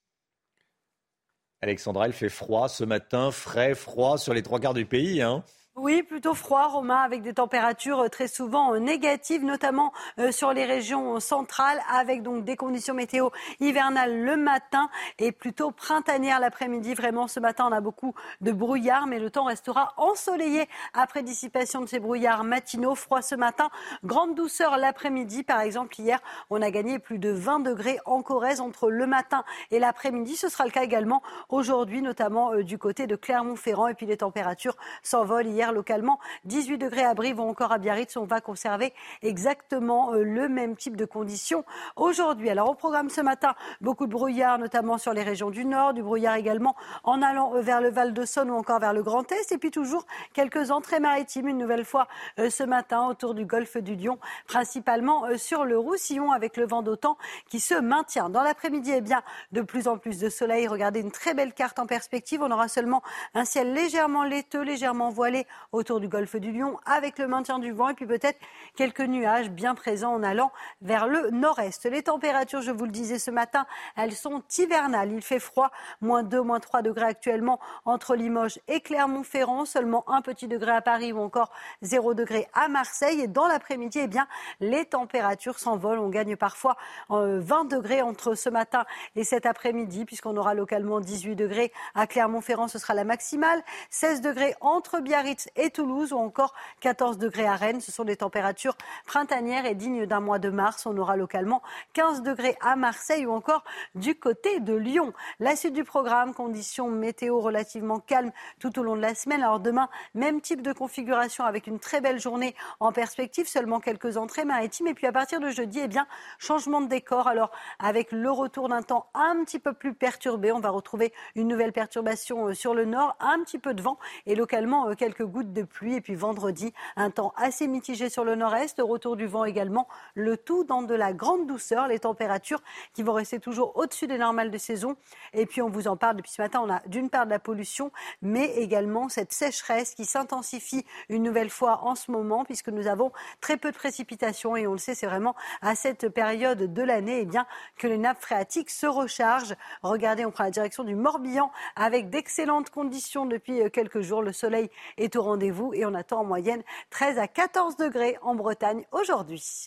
Alexandra, il fait froid ce matin, froid sur les 3/4 du pays, hein. Oui, plutôt froid, Romain, avec des températures très souvent négatives, notamment sur les régions centrales, avec donc des conditions météo hivernales le matin et plutôt printanières l'après-midi. Vraiment, ce matin, on a beaucoup de brouillard, mais le temps restera ensoleillé après dissipation de ces brouillards matinaux. Froid ce matin, grande douceur l'après-midi. Par exemple, hier, on a gagné plus de 20 degrés en Corrèze entre le matin et l'après-midi. Ce sera le cas également aujourd'hui, notamment du côté de Clermont-Ferrand. Et puis les températures s'envolent. Hier, localement, 18 degrés à Brive ou encore à Biarritz. On va conserver exactement le même type de conditions aujourd'hui. Alors au programme ce matin, beaucoup de brouillard, notamment sur les régions du Nord, du brouillard également en allant vers le Val-de-Saône ou encore vers le Grand Est. Et puis toujours quelques entrées maritimes, une nouvelle fois ce matin autour du golfe du Lion, principalement sur le Roussillon avec le vent d'OTAN qui se maintient. Dans l'après-midi, eh bien, de plus en plus de soleil. Regardez une très belle carte en perspective. On aura seulement un ciel légèrement laiteux, légèrement voilé autour du golfe du Lion avec le maintien du vent et puis peut-être quelques nuages bien présents en allant vers le nord-est. Les températures, je vous le disais ce matin, elles sont hivernales. Il fait froid, -2, -3 degrés actuellement entre Limoges et Clermont-Ferrand, seulement 1 petit degré à Paris ou encore 0 degré à Marseille. Et dans l'après-midi, eh bien, les températures s'envolent. On gagne parfois 20 degrés entre ce matin et cet après-midi puisqu'on aura localement 18 degrés à Clermont-Ferrand, ce sera la maximale, 16 degrés entre Biarritz et Toulouse ou encore 14 degrés à Rennes. Ce sont des températures printanières et dignes d'un mois de mars. On aura localement 15 degrés à Marseille ou encore du côté de Lyon. La suite du programme, conditions météo relativement calmes tout au long de la semaine. Alors demain, même type de configuration avec une très belle journée en perspective, seulement quelques entrées maritimes. Et puis à partir de jeudi, eh bien, changement de décor. Alors avec le retour d'un temps un petit peu plus perturbé, on va retrouver une nouvelle perturbation sur le nord, un petit peu de vent et localement quelques gouttes de pluie. Et puis vendredi, un temps assez mitigé sur le nord-est, retour du vent également, le tout dans de la grande douceur, les températures qui vont rester toujours au-dessus des normales de saison. Et puis on vous en parle depuis ce matin, on a d'une part de la pollution, mais également cette sécheresse qui s'intensifie une nouvelle fois en ce moment, puisque nous avons très peu de précipitations et on le sait, c'est vraiment à cette période de l'année eh bien, que les nappes phréatiques se rechargent. Regardez, on prend la direction du Morbihan avec d'excellentes conditions depuis quelques jours. Le soleil est au rendez-vous et on attend en moyenne 13 à 14 degrés en Bretagne aujourd'hui.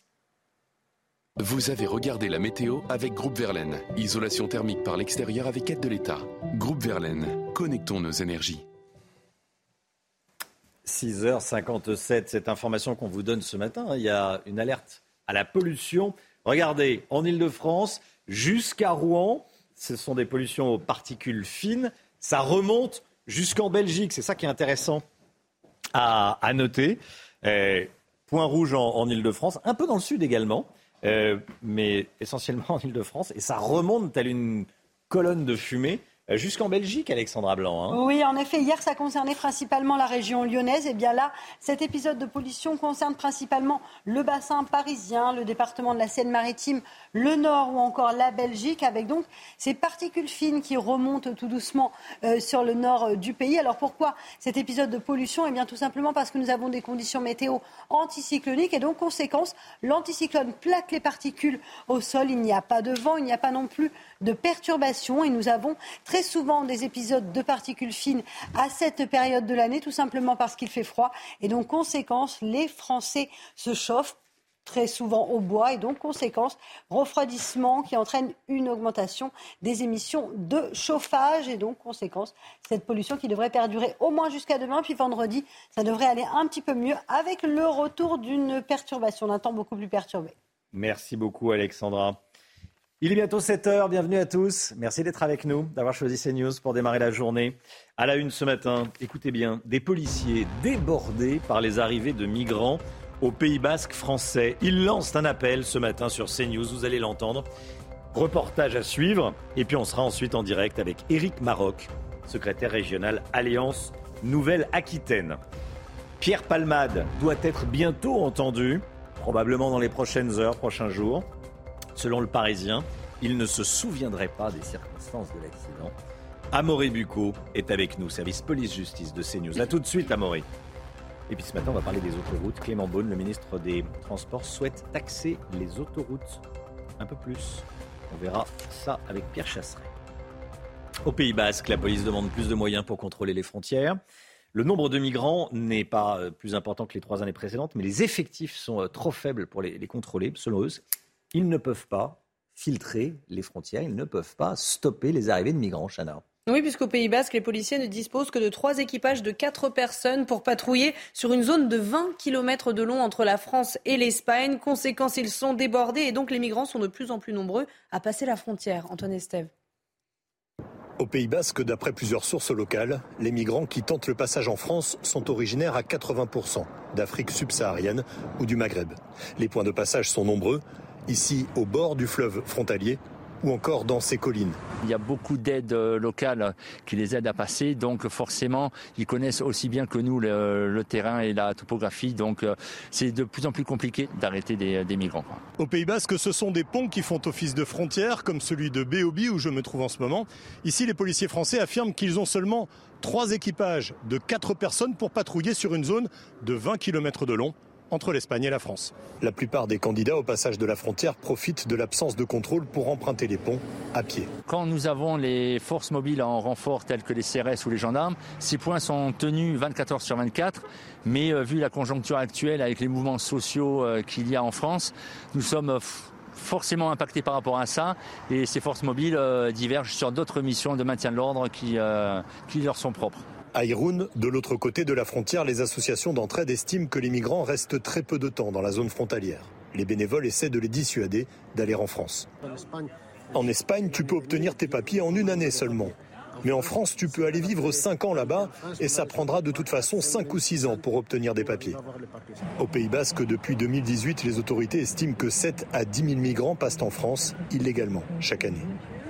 Vous avez regardé la météo avec Groupe Verlaine. Isolation thermique par l'extérieur avec aide de l'État. Groupe Verlaine, connectons nos énergies. 6h57, cette information qu'on vous donne ce matin, il y a une alerte à la pollution. Regardez, en Ile-de-France, jusqu'à Rouen, ce sont des pollutions aux particules fines. Ça remonte jusqu'en Belgique, c'est ça qui est intéressant à noter. Point rouge en Ile-de-France, un peu dans le sud également, mais essentiellement en Ile-de-France. Et ça remonte telle une colonne de fumée jusqu'en Belgique, Alexandra Blanc. Hein. Oui, en effet, hier, ça concernait principalement la région lyonnaise. Et bien là, cet épisode de pollution concerne principalement le bassin parisien, le département de la Seine-Maritime, le Nord ou encore la Belgique, avec donc ces particules fines qui remontent tout doucement sur le nord du pays. Alors pourquoi cet épisode de pollution ? Eh bien tout simplement parce que nous avons des conditions météo anticycloniques et donc conséquence, l'anticyclone plaque les particules au sol. Il n'y a pas de vent, il n'y a pas non plus de perturbations et nous avons très souvent des épisodes de particules fines à cette période de l'année, tout simplement parce qu'il fait froid. Et donc, conséquence, les Français se chauffent très souvent au bois et donc, conséquence, refroidissement qui entraîne une augmentation des émissions de chauffage et donc, conséquence, cette pollution qui devrait perdurer au moins jusqu'à demain. Puis vendredi, ça devrait aller un petit peu mieux avec le retour d'une perturbation, d'un temps beaucoup plus perturbé. Merci beaucoup, Alexandra. Il est bientôt 7h, bienvenue à tous. Merci d'être avec nous, d'avoir choisi CNews pour démarrer la journée. À la une ce matin, écoutez bien, des policiers débordés par les arrivées de migrants au Pays Basque français. Ils lancent un appel ce matin sur CNews, vous allez l'entendre. Reportage à suivre, et puis on sera ensuite en direct avec Éric Maroc, secrétaire régional Alliance Nouvelle-Aquitaine. Pierre Palmade doit être bientôt entendu, probablement dans les prochaines heures, prochains jours. Selon le Parisien, il ne se souviendrait pas des circonstances de l'accident. Amaury Bucco est avec nous, service police-justice de CNews. A tout de suite, Amaury. Et puis ce matin, on va parler des autoroutes. Clément Beaune, le ministre des Transports, souhaite taxer les autoroutes un peu plus. On verra ça avec Pierre Chasseret. Au Pays Basque, la police demande plus de moyens pour contrôler les frontières. Le nombre de migrants n'est pas plus important que les 3 années précédentes, mais les effectifs sont trop faibles pour les contrôler. Selon eux, ils ne peuvent pas filtrer les frontières, ils ne peuvent pas stopper les arrivées de migrants, Chana. Oui, puisqu'au Pays Basque, les policiers ne disposent que de 3 équipages de 4 personnes pour patrouiller sur une zone de 20 km de long entre la France et l'Espagne. Conséquence, ils sont débordés et donc les migrants sont de plus en plus nombreux à passer la frontière. Antoine Estève. Au Pays Basque, d'après plusieurs sources locales, les migrants qui tentent le passage en France sont originaires à 80% d'Afrique subsaharienne ou du Maghreb. Les points de passage sont nombreux, ici au bord du fleuve frontalier ou encore dans ces collines. Il y a beaucoup d'aides locales qui les aident à passer, donc forcément ils connaissent aussi bien que nous le terrain et la topographie, donc c'est de plus en plus compliqué d'arrêter des migrants. Au Pays Basque, ce sont des ponts qui font office de frontière, comme celui de Béobi où je me trouve en ce moment. Ici, les policiers français affirment qu'ils ont seulement 3 équipages de 4 personnes pour patrouiller sur une zone de 20 km de long entre l'Espagne et la France. La plupart des candidats au passage de la frontière profitent de l'absence de contrôle pour emprunter les ponts à pied. Quand nous avons les forces mobiles en renfort telles que les CRS ou les gendarmes, ces points sont tenus 24 heures sur 24, mais vu la conjoncture actuelle avec les mouvements sociaux qu'il y a en France, nous sommes forcément impactés par rapport à ça et ces forces mobiles divergent sur d'autres missions de maintien de l'ordre qui leur sont propres. À Irún, de l'autre côté de la frontière, les associations d'entraide estiment que les migrants restent très peu de temps dans la zone frontalière. Les bénévoles essaient de les dissuader d'aller en France. En Espagne, tu peux obtenir tes papiers en 1 année seulement. Mais en France, tu peux aller vivre 5 ans là-bas et ça prendra de toute façon 5 ou 6 ans pour obtenir des papiers. Au Pays Basque, depuis 2018, les autorités estiment que 7 à 10 000 migrants passent en France illégalement chaque année.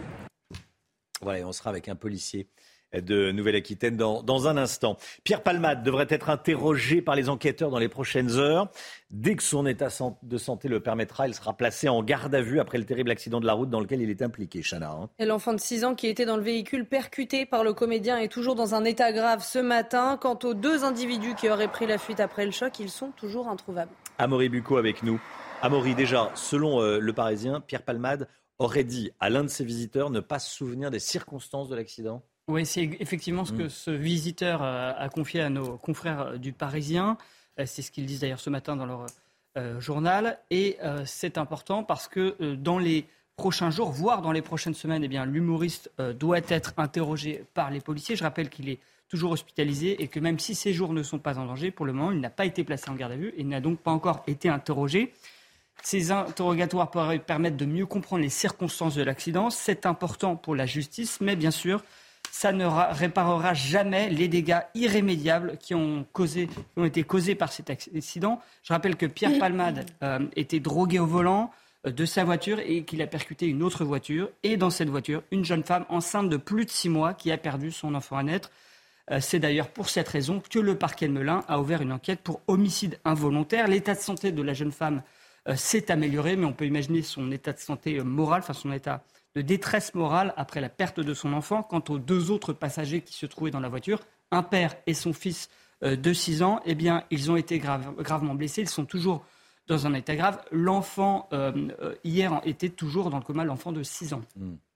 Voilà, et on sera avec un policier de Nouvelle-Aquitaine dans un instant. Pierre Palmade devrait être interrogé par les enquêteurs dans les prochaines heures. Dès que son état de santé le permettra, il sera placé en garde à vue après le terrible accident de la route dans lequel il est impliqué, Chana. Et l'enfant de 6 ans qui était dans le véhicule percuté par le comédien est toujours dans un état grave ce matin. Quant aux 2 individus qui auraient pris la fuite après le choc, ils sont toujours introuvables. Amaury Bucco avec nous. Amaury, déjà, selon Le Parisien, Pierre Palmade aurait dit à l'un de ses visiteurs ne pas se souvenir des circonstances de l'accident. Oui, c'est effectivement ce que ce visiteur a confié à nos confrères du Parisien. C'est ce qu'ils disent d'ailleurs ce matin dans leur journal. Et c'est important parce que dans les prochains jours, voire dans les prochaines semaines, eh bien, l'humoriste doit être interrogé par les policiers. Je rappelle qu'il est toujours hospitalisé et que même si ses jours ne sont pas en danger, pour le moment, il n'a pas été placé en garde à vue et n'a donc pas encore été interrogé. Ces interrogatoires pourraient permettre de mieux comprendre les circonstances de l'accident. C'est important pour la justice, mais bien sûr, ça ne réparera jamais les dégâts irrémédiables qui ont été causés par cet accident. Je rappelle que Pierre Palmade était drogué au volant de sa voiture et qu'il a percuté une autre voiture. Et dans cette voiture, une jeune femme enceinte de plus de 6 mois qui a perdu son enfant à naître. C'est d'ailleurs pour cette raison que le parquet de Melun a ouvert une enquête pour homicide involontaire. L'état de santé de la jeune femme s'est amélioré, mais on peut imaginer son état de santé morale, enfin son état de détresse morale après la perte de son enfant. Quant aux 2 autres passagers qui se trouvaient dans la voiture, un père et son fils de 6 ans, eh bien, ils ont été gravement blessés. Ils sont toujours dans un état grave. L'enfant, hier, était toujours dans le coma, l'enfant de 6 ans.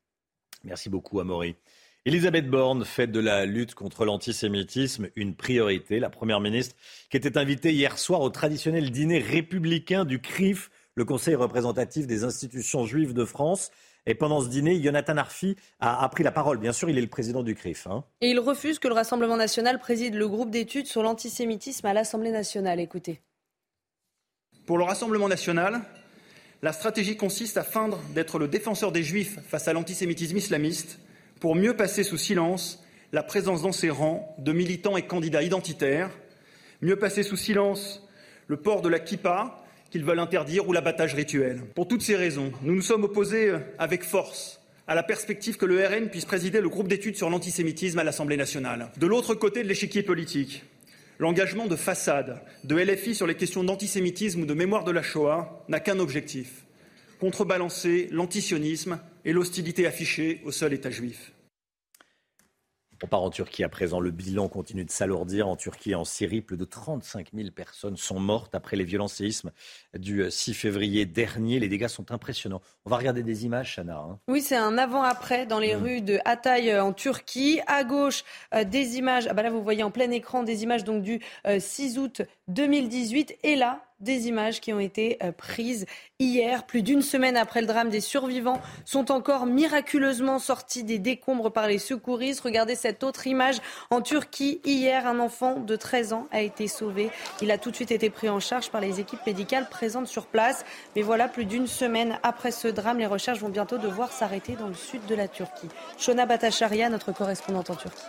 Merci beaucoup, Amaury. Elisabeth Borne fait de la lutte contre l'antisémitisme une priorité. La Première ministre, qui était invitée hier soir au traditionnel dîner républicain du CRIF, le Conseil représentatif des institutions juives de France. Et pendant ce dîner, Jonathan Arfi a pris la parole. Bien sûr, il est le président du CRIF. Et il refuse que le Rassemblement national préside le groupe d'études sur l'antisémitisme à l'Assemblée nationale. Écoutez. Pour le Rassemblement national, La stratégie consiste à feindre d'être le défenseur des Juifs face à l'antisémitisme islamiste pour mieux passer sous silence la présence dans ses rangs de militants et candidats identitaires, mieux passer sous silence le port de la kippa qu'ils veulent interdire ou l'abattage rituel. Pour toutes ces raisons, nous nous sommes opposés avec force à la perspective que le RN puisse présider le groupe d'études sur l'antisémitisme à l'Assemblée nationale. De l'autre côté de l'échiquier politique, l'engagement de façade de LFI sur les questions d'antisémitisme ou de mémoire de la Shoah n'a qu'un objectif, contrebalancer l'antisionisme et l'hostilité affichée au seul État juif. On part en Turquie à présent. Le bilan continue de s'alourdir. En Turquie et en Syrie, plus de 35 000 personnes sont mortes après les violents séismes du 6 février dernier. Les dégâts sont impressionnants. On va regarder des images, Chana. Oui, c'est un avant-après dans les rues de Hatay en Turquie. À gauche, des images. Là, vous voyez en plein écran des images donc, du 6 août 2018. Et là, des images qui ont été prises hier, plus d'une semaine après le drame. Des survivants sont encore miraculeusement sortis des décombres par les secouristes. Regardez cette autre image en Turquie. Hier, un enfant de 13 ans a été sauvé. Il a tout de suite été pris en charge par les équipes médicales présentes sur place. Mais voilà, plus d'une semaine après ce drame, les recherches vont bientôt devoir s'arrêter dans le sud de la Turquie. Shona Batacharia, notre correspondante en Turquie.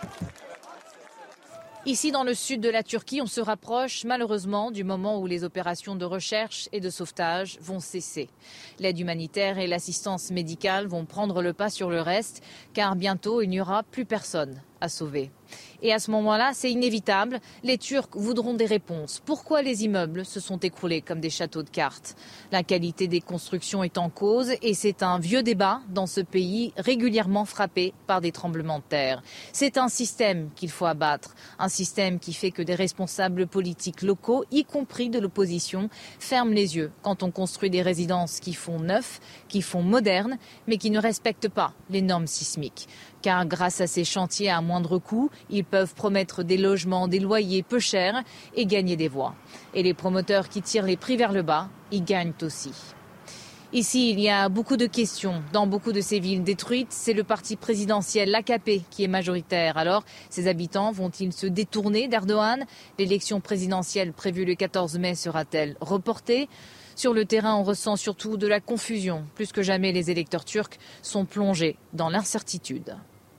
Ici, dans le sud de la Turquie, on se rapproche malheureusement du moment où les opérations de recherche et de sauvetage vont cesser. L'aide humanitaire et l'assistance médicale vont prendre le pas sur le reste, car bientôt il n'y aura plus personne à sauver. Et à ce moment-là, c'est inévitable, les Turcs voudront des réponses. Pourquoi les immeubles se sont écroulés comme des châteaux de cartes ? La qualité des constructions est en cause et c'est un vieux débat dans ce pays régulièrement frappé par des tremblements de terre. C'est un système qu'il faut abattre, un système qui fait que des responsables politiques locaux, y compris de l'opposition, ferment les yeux quand on construit des résidences qui font neuf, qui font modernes, mais qui ne respectent pas les normes sismiques. Car grâce à ces chantiers à moindre coût, ils peuvent promettre des logements, des loyers peu chers et gagner des voix. Et les promoteurs qui tirent les prix vers le bas, y gagnent aussi. Ici, il y a beaucoup de questions. Dans beaucoup de ces villes détruites, c'est le parti présidentiel, l'AKP, qui est majoritaire. Alors, ces habitants vont-ils se détourner d'Erdogan ? L'élection présidentielle prévue le 14 mai sera-t-elle reportée ? Sur le terrain, on ressent surtout de la confusion. Plus que jamais, les électeurs turcs sont plongés dans l'incertitude.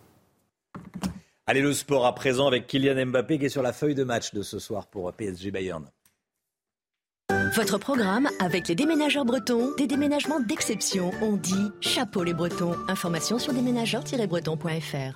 Allez, le sport à présent avec Kylian Mbappé qui est sur la feuille de match de ce soir pour PSG Bayern. Votre programme avec les déménageurs bretons, des déménagements d'exception. On dit chapeau les bretons. Information sur déménageurs-bretons.fr.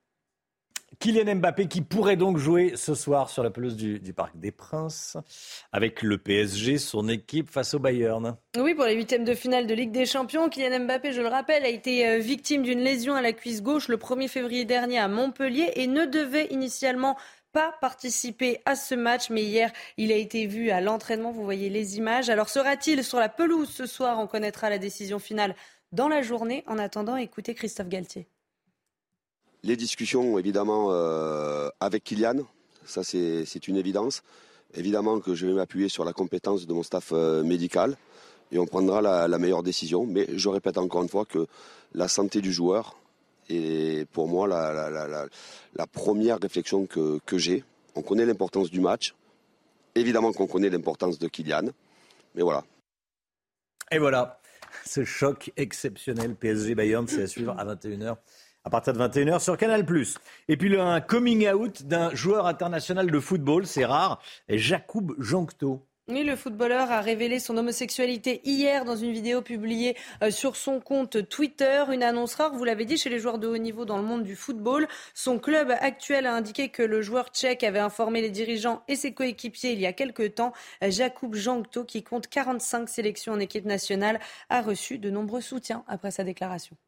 Kylian Mbappé qui pourrait donc jouer ce soir sur la pelouse du Parc des Princes avec le PSG, son équipe face au Bayern. Oui, pour les huitièmes de finale de Ligue des Champions, Kylian Mbappé, je le rappelle, a été victime d'une lésion à la cuisse gauche le 1er février dernier à Montpellier et ne devait initialement pas participer à ce match, mais hier, il a été vu à l'entraînement, vous voyez les images. Alors sera-t-il sur la pelouse ce soir ? On connaîtra la décision finale dans la journée. En attendant, écoutez Christophe Galtier. Les discussions, évidemment, avec Kylian, ça c'est une évidence. Évidemment que je vais m'appuyer sur la compétence de mon staff médical et on prendra la meilleure décision. Mais je répète encore une fois que la santé du joueur est pour moi la première réflexion que j'ai. On connaît l'importance du match. Évidemment qu'on connaît l'importance de Kylian. Mais voilà. Et voilà, ce choc exceptionnel PSG-Bayern, c'est à suivre à 21h. À partir de 21h sur Canal+. Et puis un coming out d'un joueur international de football, c'est rare, Jakub Jankto. Oui, le footballeur a révélé son homosexualité hier dans une vidéo publiée sur son compte Twitter. Une annonce rare, vous l'avez dit, chez les joueurs de haut niveau dans le monde du football. Son club actuel a indiqué que le joueur tchèque avait informé les dirigeants et ses coéquipiers il y a quelques temps. Jakub Jankto, qui compte 45 sélections en équipe nationale, a reçu de nombreux soutiens après sa déclaration.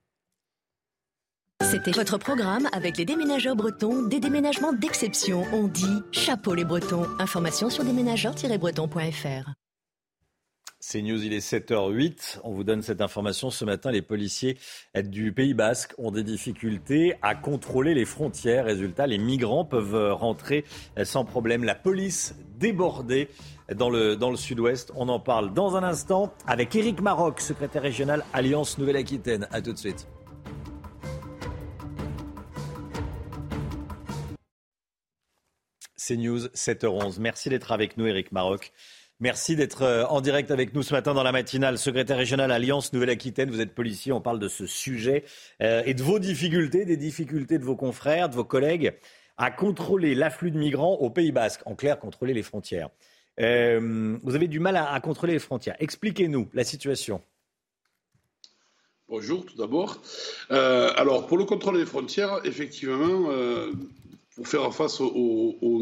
C'était votre programme avec les déménageurs bretons, des déménagements d'exception. On dit chapeau les bretons. Information sur déménageurs-bretons.fr. C'est News, il est 7h08. On vous donne cette information. Ce matin, les policiers du Pays Basque ont des difficultés à contrôler les frontières. Résultat, les migrants peuvent rentrer sans problème. La police débordée dans le sud-ouest. On en parle dans un instant avec Éric Maroc, secrétaire régional Alliance Nouvelle-Aquitaine. A tout de suite. C'est News, 7h11. Merci d'être avec nous, Éric Maroc. Merci d'être en direct avec nous ce matin dans la matinale. Secrétaire régional Alliance Nouvelle-Aquitaine, vous êtes policier, on parle de ce sujet et de vos difficultés, des difficultés de vos confrères, de vos collègues à contrôler l'afflux de migrants au Pays Basque. En clair, contrôler les frontières. Vous avez du mal à contrôler les frontières. Expliquez-nous la situation. Bonjour, tout d'abord. Alors, pour le contrôle des frontières, effectivement, pour faire face au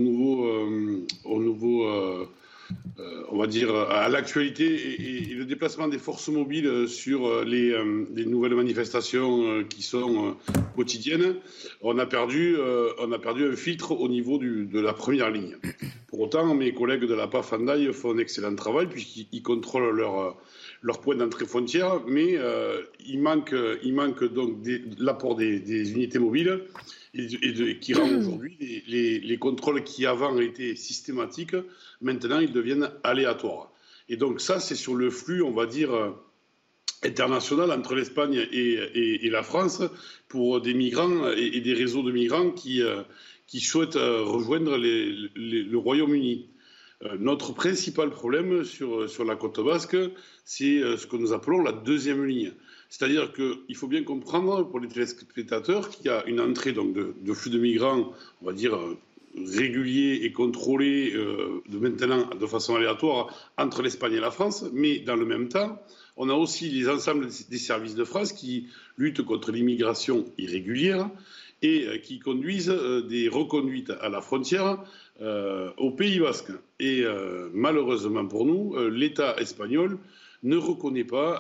nouveau on va dire, à l'actualité et le déplacement des forces mobiles sur les nouvelles manifestations qui sont quotidiennes, on a perdu un filtre au niveau de la première ligne. Pour autant, mes collègues de la PAF Hendaye font un excellent travail puisqu'ils contrôlent leur point d'entrée frontière, mais il manque donc l'apport des unités mobiles et qui rend aujourd'hui les contrôles qui avant étaient systématiques, maintenant ils deviennent aléatoires. Et donc ça, c'est sur le flux, on va dire, international entre l'Espagne et la France pour des migrants et des réseaux de migrants qui souhaitent rejoindre le Royaume-Uni. Notre principal problème sur la côte basque, c'est ce que nous appelons la deuxième ligne. C'est-à-dire qu'il faut bien comprendre pour les téléspectateurs qu'il y a une entrée donc, de flux de migrants, on va dire, réguliers et contrôlés maintenant de façon aléatoire entre l'Espagne et la France, mais dans le même temps, on a aussi les ensembles des services de France qui luttent contre l'immigration irrégulière et qui conduisent des reconduites à la frontière au Pays Basque. Et malheureusement pour nous, l'État espagnol ne reconnaît pas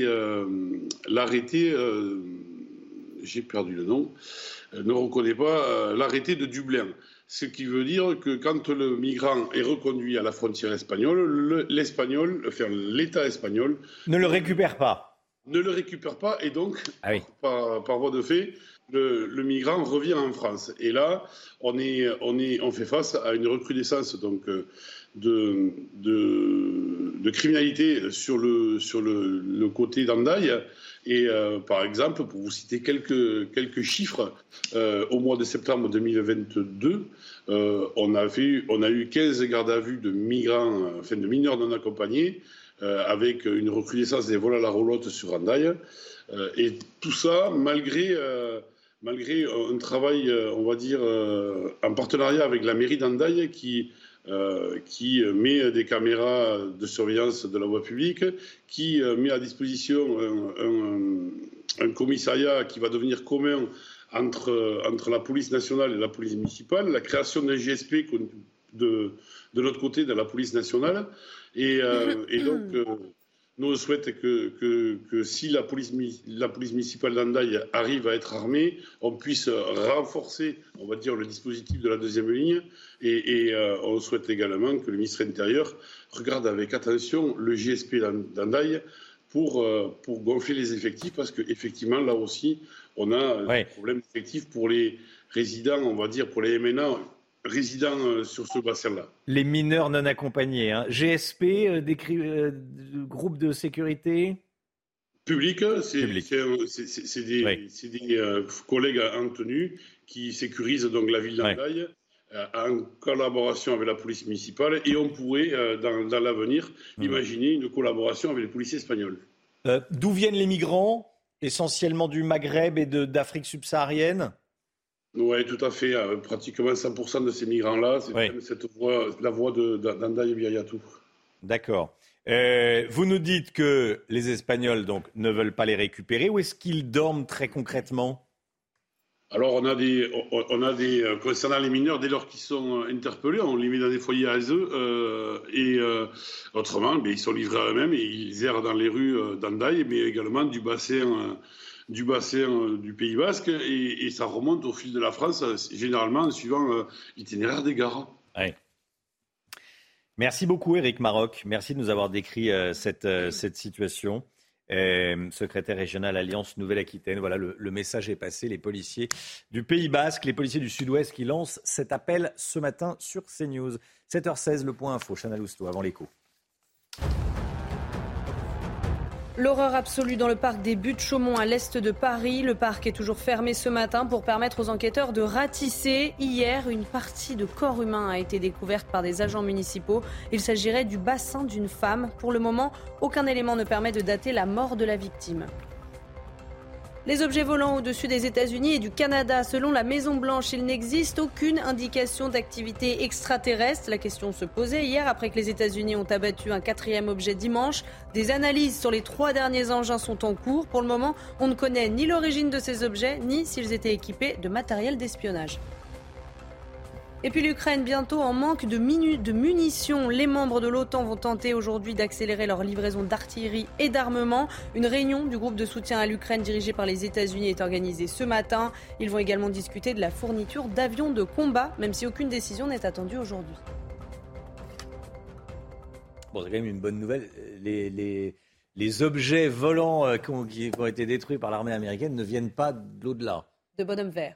l'arrêté, j'ai perdu le nom, ne reconnaît pas l'arrêté de Dublin. Ce qui veut dire que quand le migrant est reconduit à la frontière espagnole, l'État espagnol ne le récupère pas. Ne le récupère pas et donc, par voie de fait, le migrant revient en France. Et là, on fait face à une recrudescence donc de criminalité sur le côté d'Hendaye. Et par exemple, pour vous citer quelques chiffres, au mois de septembre 2022, on a eu 15 gardes à vue de migrants, enfin de mineurs non accompagnés, avec une recrudescence des vols à la roulotte sur Hendaye. Et tout ça, malgré un travail, on va dire, en partenariat avec la mairie d'Hendaye qui met des caméras de surveillance de la voie publique, qui met à disposition un commissariat qui va devenir commun entre la police nationale et la police municipale, la création d'un GSP de l'autre côté de la police nationale. Et donc, nous on souhaite que si la police municipale d'Hendaye arrive à être armée, on puisse renforcer, on va dire, le dispositif de la deuxième ligne. Et on souhaite également que le ministre de l'Intérieur regarde avec attention le GSP d'Hendaye pour gonfler les effectifs, parce qu'effectivement, là aussi, on a un problème d'effectifs pour les résidents, on va dire, pour les MNA résidents sur ce bassin-là. Les mineurs non accompagnés, hein. GSP, groupe de sécurité public, c'est des collègues en tenue qui sécurisent donc la ville d'Hendaye en collaboration avec la police municipale, et on pourrait, dans l'avenir, imaginer une collaboration avec les policiers espagnols. D'où viennent les migrants? Essentiellement du Maghreb et d'Afrique subsaharienne? Oui, tout à fait. Pratiquement 100% de ces migrants-là, c'est même la voie d'Hendaye et Biriatou. D'accord. Vous nous dites que les Espagnols donc, ne veulent pas les récupérer. Où est-ce qu'ils dorment très concrètement? Alors, on a des concernant les mineurs, dès lors qu'ils sont interpellés, on les met dans des foyers à eux, et autrement, ils sont livrés à eux-mêmes et ils errent dans les rues d'Hendaye, mais également du bassin du Pays Basque, et ça remonte au fil de la France, généralement en suivant l'itinéraire des gares. Ouais. Merci beaucoup Éric Maroc, merci de nous avoir décrit cette situation. Secrétaire régional Alliance Nouvelle-Aquitaine. Voilà, le message est passé. Les policiers du Pays Basque, les policiers du Sud-Ouest qui lancent cet appel ce matin sur CNews. 7h16, le point info. Chana Lousteau, avant l'écho. L'horreur absolue dans le parc des Buttes-Chaumont à l'est de Paris. Le parc est toujours fermé ce matin pour permettre aux enquêteurs de ratisser. Hier, une partie de corps humain a été découverte par des agents municipaux. Il s'agirait du bassin d'une femme. Pour le moment, aucun élément ne permet de dater la mort de la victime. Les objets volants au-dessus des États-Unis et du Canada. Selon la Maison-Blanche, il n'existe aucune indication d'activité extraterrestre. La question se posait hier après que les États-Unis ont abattu un 4e objet dimanche. Des analyses sur les 3 derniers engins sont en cours. Pour le moment, on ne connaît ni l'origine de ces objets, ni s'ils étaient équipés de matériel d'espionnage. Et puis l'Ukraine, bientôt en manque de munitions. Les membres de l'OTAN vont tenter aujourd'hui d'accélérer leur livraison d'artillerie et d'armement. Une réunion du groupe de soutien à l'Ukraine dirigé par les États-Unis est organisée ce matin. Ils vont également discuter de la fourniture d'avions de combat, même si aucune décision n'est attendue aujourd'hui. Bon, c'est quand même une bonne nouvelle. Les objets volants qui ont été détruits par l'armée américaine ne viennent pas de l'au-delà. De bonhommes verts.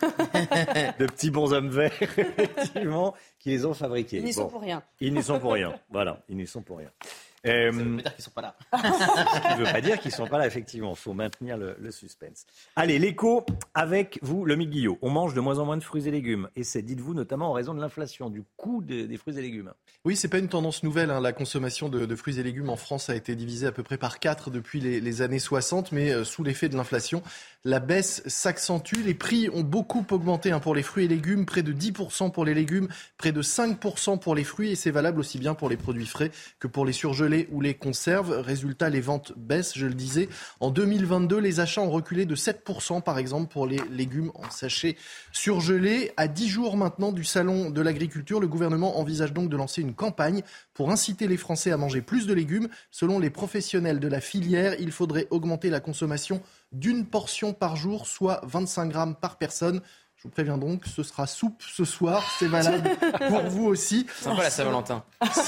De petits bonshommes verts, effectivement, qui les ont fabriqués. Ils n'y sont pour rien. Ils n'y sont pour rien. Voilà, ils n'y sont pour rien. Ça veut pas dire qu'ils ne sont pas là. Ce qui ne veut pas dire qu'ils ne sont pas là, effectivement. Il faut maintenir le suspense. Allez, l'écho avec vous, Lomique Guillot. On mange de moins en moins de fruits et légumes. Et c'est, dites-vous, notamment en raison de l'inflation, du coût des fruits et légumes. Oui, c'est pas une tendance nouvelle. La consommation de fruits et légumes en France a été divisée à peu près par 4 depuis les années 60. Mais sous l'effet de l'inflation, la baisse s'accentue. Les prix ont beaucoup augmenté pour les fruits et légumes. Près de 10% pour les légumes, près de 5% pour les fruits. Et c'est valable aussi bien pour les produits frais que pour les surgelés ou les conserves. Résultat, les ventes baissent, je le disais. En 2022, les achats ont reculé de 7%, par exemple, pour les légumes en sachet surgelés. À 10 jours maintenant du Salon de l'agriculture, le gouvernement envisage donc de lancer une campagne pour inciter les Français à manger plus de légumes. Selon les professionnels de la filière, il faudrait augmenter la consommation d'une portion par jour, soit 25 grammes par personne. Je vous préviens donc, ce sera soupe ce soir, c'est valable pour vous aussi. Sympa la Saint-Valentin.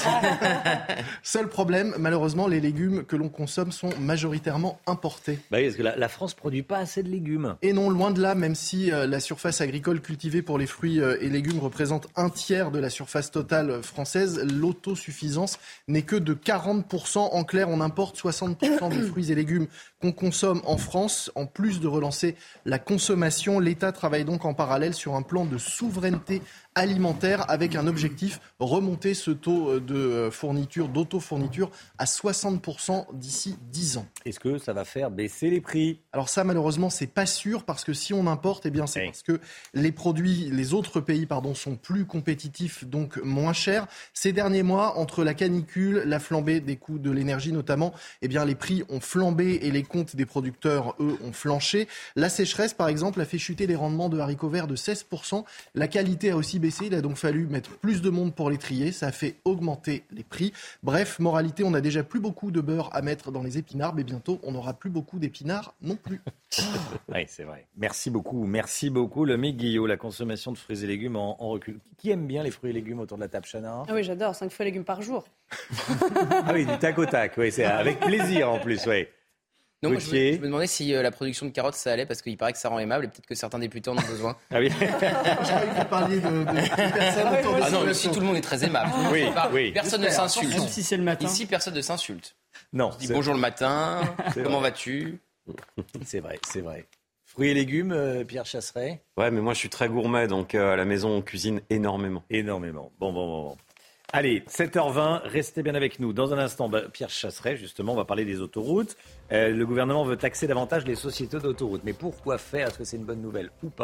Seul problème, malheureusement, les légumes que l'on consomme sont majoritairement importés. Bah oui, parce que la France ne produit pas assez de légumes. Et non, loin de là, même si la surface agricole cultivée pour les fruits et légumes représente 1/3 de la surface totale française, l'autosuffisance n'est que de 40%. En clair, on importe 60% des fruits et légumes qu'on consomme en France. En plus de relancer la consommation, l'État travaille donc en parallèle sur un plan de souveraineté alimentaire avec un objectif, remonter ce taux de fourniture, d'autofourniture à 60% d'ici 10 ans. Est-ce que ça va faire baisser les prix ? Alors ça, malheureusement, c'est pas sûr parce que si on importe, c'est parce que les autres pays, sont plus compétitifs, donc moins chers. Ces derniers mois, entre la canicule, la flambée des coûts de l'énergie notamment, les prix ont flambé et les comptes des producteurs, eux, ont flanché. La sécheresse, par exemple, a fait chuter les rendements de haricots verts de 16%. La qualité a aussi baissé. Il a donc fallu mettre plus de monde pour les trier. Ça a fait augmenter les prix. Bref, moralité, on n'a déjà plus beaucoup de beurre à mettre dans les épinards, mais bientôt, on n'aura plus beaucoup d'épinards non plus. Oui, c'est vrai. Merci beaucoup, Lomique Guillot. La consommation de fruits et légumes en recul. Qui aime bien les fruits et légumes autour de la table, Chana ? Ah oui, j'adore. 5 fruits et légumes par jour. Ah oui, du tac au tac. Oui, c'est avec plaisir en plus, oui. Non, moi, je me demandais si la production de carottes, ça allait, parce qu'il paraît que ça rend aimable et peut-être que certains députés en ont besoin. Ah oui. Je croyais que vous parliez de personnes autour de Ah non, ici tout le monde est très aimable. Oui. Personne ne s'insulte. Même si c'est le matin. Ici, personne ne s'insulte. Non. On se dit bonjour le matin, comment vas-tu ? C'est vrai. Fruits et légumes, Pierre Chasseret ? Ouais, mais moi je suis très gourmet, donc à la maison on cuisine énormément. Bon. Allez, 7h20, restez bien avec nous. Dans un instant, Pierre Chasseret, justement, on va parler des autoroutes. Le gouvernement veut taxer davantage les sociétés d'autoroutes. Mais pourquoi faire ? Est-ce que c'est une bonne nouvelle ou pas ?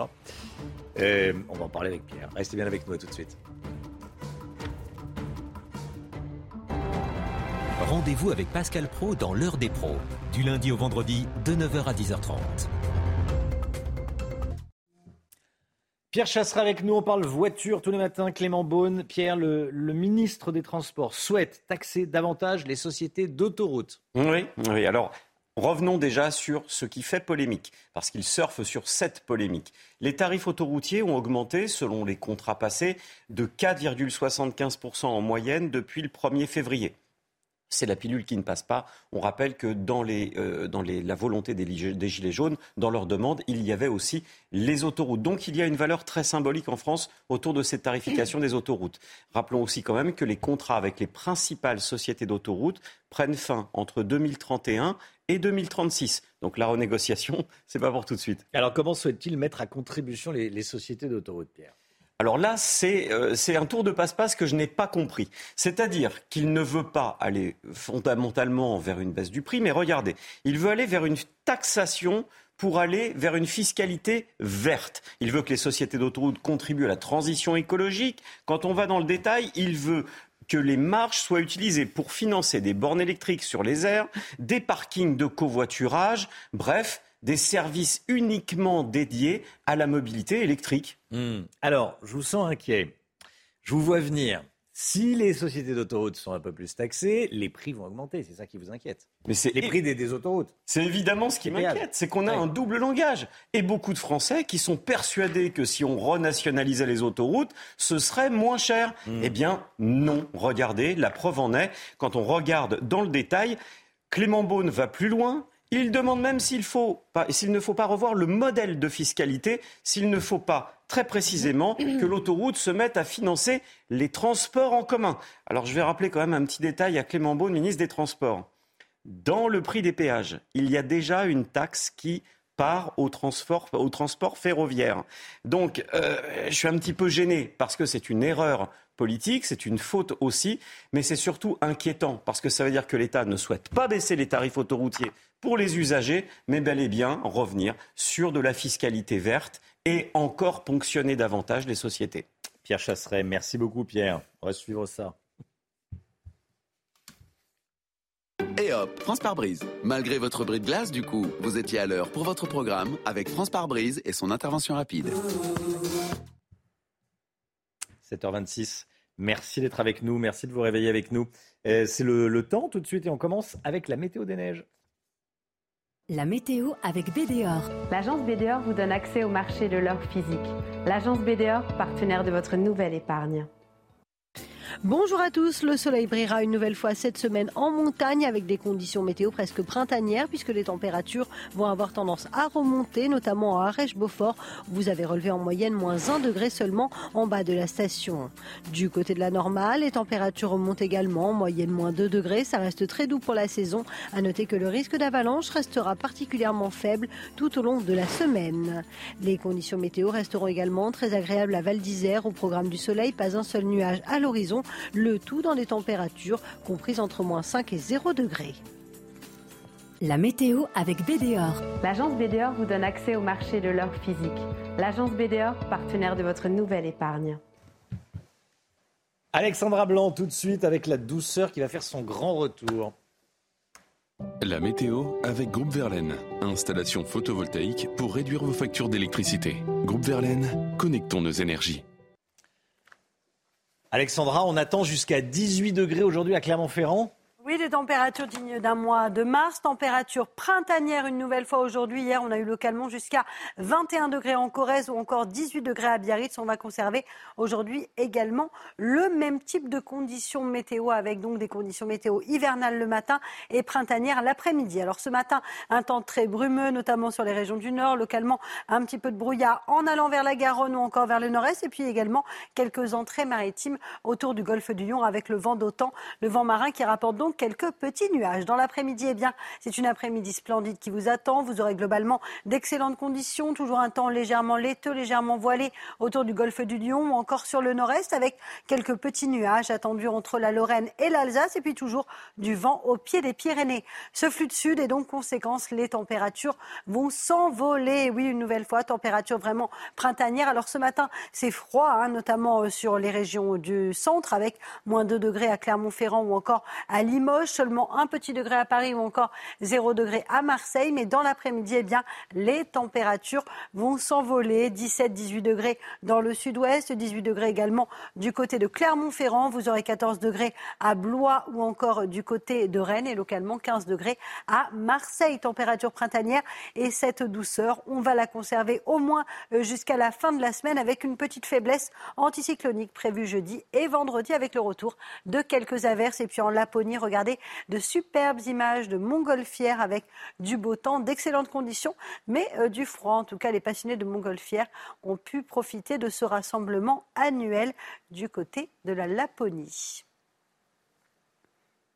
On va en parler avec Pierre. Restez bien avec nous, à tout de suite. Rendez-vous avec Pascal Praud dans l'heure des pros, du lundi au vendredi, de 9h à 10h30. Pierre Chasseret avec nous, on parle voiture tous les matins. Clément Beaune. Pierre, le ministre des Transports souhaite taxer davantage les sociétés d'autoroutes. Oui, alors revenons déjà sur ce qui fait polémique, parce qu'il surfe sur cette polémique. Les tarifs autoroutiers ont augmenté, selon les contrats passés, de 4,75% en moyenne depuis le 1er février. C'est la pilule qui ne passe pas. On rappelle que dans la volonté des Gilets jaunes, dans leur demande, il y avait aussi les autoroutes. Donc il y a une valeur très symbolique en France autour de cette tarification des autoroutes. Rappelons aussi quand même que les contrats avec les principales sociétés d'autoroutes prennent fin entre 2031 et 2036. Donc la renégociation, c'est pas pour tout de suite. Alors comment souhaite-t-il mettre à contribution les sociétés d'autoroutes, Pierre ? Alors là, c'est un tour de passe-passe que je n'ai pas compris. C'est-à-dire qu'il ne veut pas aller fondamentalement vers une baisse du prix, mais regardez, il veut aller vers une taxation pour aller vers une fiscalité verte. Il veut que les sociétés d'autoroutes contribuent à la transition écologique. Quand on va dans le détail, il veut que les marges soient utilisées pour financer des bornes électriques sur les aires, des parkings de covoiturage, bref, des services uniquement dédiés à la mobilité électrique. Alors, je vous sens inquiet. Je vous vois venir. Si les sociétés d'autoroutes sont un peu plus taxées, les prix vont augmenter. C'est ça qui vous inquiète. Mais c'est les prix des autoroutes. C'est évidemment ce qui m'inquiète. C'est qu'on a un double langage. Et beaucoup de Français qui sont persuadés que si on renationalisait les autoroutes, ce serait moins cher. Eh bien, non. Regardez, la preuve en est, quand on regarde dans le détail, Clément Beaune va plus loin. Il demande même s'il ne faut pas revoir le modèle de fiscalité, s'il ne faut pas très précisément que l'autoroute se mette à financer les transports en commun. Alors je vais rappeler quand même un petit détail à Clément Beaune, ministre des Transports. Dans le prix des péages, il y a déjà une taxe qui part au transport ferroviaire. Donc je suis un petit peu gêné parce que c'est une erreur politique, c'est une faute aussi, mais c'est surtout inquiétant parce que ça veut dire que l'État ne souhaite pas baisser les tarifs autoroutiers pour les usagers, mais bel et bien revenir sur de la fiscalité verte et encore ponctionner davantage les sociétés. Pierre Chasseret, merci beaucoup Pierre. On va suivre ça. Et hop, France par brise. Malgré votre bris de glace, du coup, vous étiez à l'heure pour votre programme avec France par brise et son intervention rapide. 7h26. Merci d'être avec nous. Merci de vous réveiller avec nous. C'est le temps tout de suite et on commence avec la météo des neiges. La météo avec BDOR. L'agence BDOR vous donne accès au marché de l'or physique. L'agence BDOR, partenaire de votre nouvelle épargne. Bonjour à tous, le soleil brillera une nouvelle fois cette semaine en montagne avec des conditions météo presque printanières puisque les températures vont avoir tendance à remonter, notamment à Arèche-Beaufort. Vous avez relevé en moyenne -1 degré seulement en bas de la station. Du côté de la normale, les températures remontent également, en moyenne -2 degrés. Ça reste très doux pour la saison. À noter que le risque d'avalanche restera particulièrement faible tout au long de la semaine. Les conditions météo resteront également très agréables à Val d'Isère. Au programme du soleil, pas un seul nuage à l'horizon. Le tout dans des températures comprises entre -5 et 0 degrés. La météo avec BDOR. L'agence BDOR vous donne accès au marché de l'or physique. L'agence BDOR, partenaire de votre nouvelle épargne. Alexandra Blanc, tout de suite, avec la douceur qui va faire son grand retour. La météo avec Groupe Verlaine. Installation photovoltaïque pour réduire vos factures d'électricité. Groupe Verlaine, connectons nos énergies. Alexandra, on attend jusqu'à 18 degrés aujourd'hui à Clermont-Ferrand. Oui, des températures dignes d'un mois de mars, température printanière une nouvelle fois aujourd'hui. Hier, on a eu localement jusqu'à 21 degrés en Corrèze ou encore 18 degrés à Biarritz. On va conserver aujourd'hui également le même type de conditions météo avec donc des conditions météo hivernales le matin et printanières l'après-midi. Alors ce matin, un temps très brumeux, notamment sur les régions du nord. Localement, un petit peu de brouillard en allant vers la Garonne ou encore vers le nord-est. Et puis également quelques entrées maritimes autour du golfe du Lion avec le vent d'OTAN, le vent marin qui rapporte donc quelques petits nuages. Dans l'après-midi, eh bien, c'est une après-midi splendide qui vous attend. Vous aurez globalement d'excellentes conditions. Toujours un temps légèrement laiteux, légèrement voilé autour du golfe du Lion ou encore sur le nord-est avec quelques petits nuages attendus entre la Lorraine et l'Alsace et puis toujours du vent au pied des Pyrénées. Ce flux de sud et donc conséquence, les températures vont s'envoler. Oui, une nouvelle fois, température vraiment printanière. Alors ce matin, c'est froid, notamment sur les régions du centre avec -2 degrés à Clermont-Ferrand ou encore à Limoges. Seulement 1 petit degré à Paris ou encore 0 degré à Marseille. Mais dans l'après-midi, eh bien, les températures vont s'envoler. 17-18 degrés dans le sud-ouest, 18 degrés également du côté de Clermont-Ferrand. Vous aurez 14 degrés à Blois ou encore du côté de Rennes et localement 15 degrés à Marseille. Température printanière et cette douceur, on va la conserver au moins jusqu'à la fin de la semaine avec une petite faiblesse anticyclonique prévue jeudi et vendredi avec le retour de quelques averses. Et puis en Laponie, regardez de superbes images de montgolfières avec du beau temps, d'excellentes conditions, mais du froid. En tout cas, les passionnés de montgolfières ont pu profiter de ce rassemblement annuel du côté de la Laponie.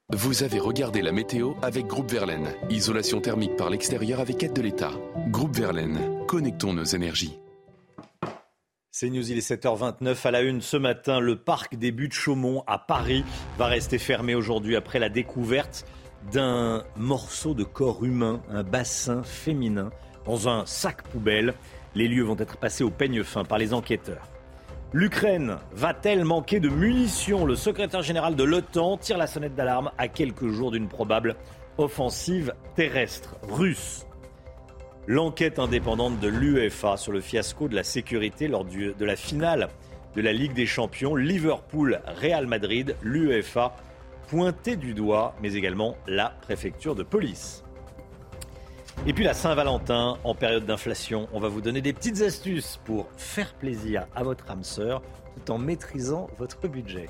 Vous avez regardé la météo avec Groupe Verlaine. Isolation thermique par l'extérieur avec aide de l'État. Groupe Verlaine, connectons nos énergies. C'est News, il est 7h29 à la une. Ce matin, le parc des Buttes-Chaumont à Paris va rester fermé aujourd'hui après la découverte d'un morceau de corps humain, un bassin féminin, dans un sac poubelle. Les lieux vont être passés au peigne fin par les enquêteurs. L'Ukraine va-t-elle manquer de munitions ? Le secrétaire général de l'OTAN tire la sonnette d'alarme à quelques jours d'une probable offensive terrestre russe. L'enquête indépendante de l'UEFA sur le fiasco de la sécurité lors de la finale de la Ligue des Champions, Liverpool-Real Madrid, l'UEFA pointé du doigt, mais également la préfecture de police. Et puis la Saint-Valentin, en période d'inflation, on va vous donner des petites astuces pour faire plaisir à votre âme sœur tout en maîtrisant votre budget.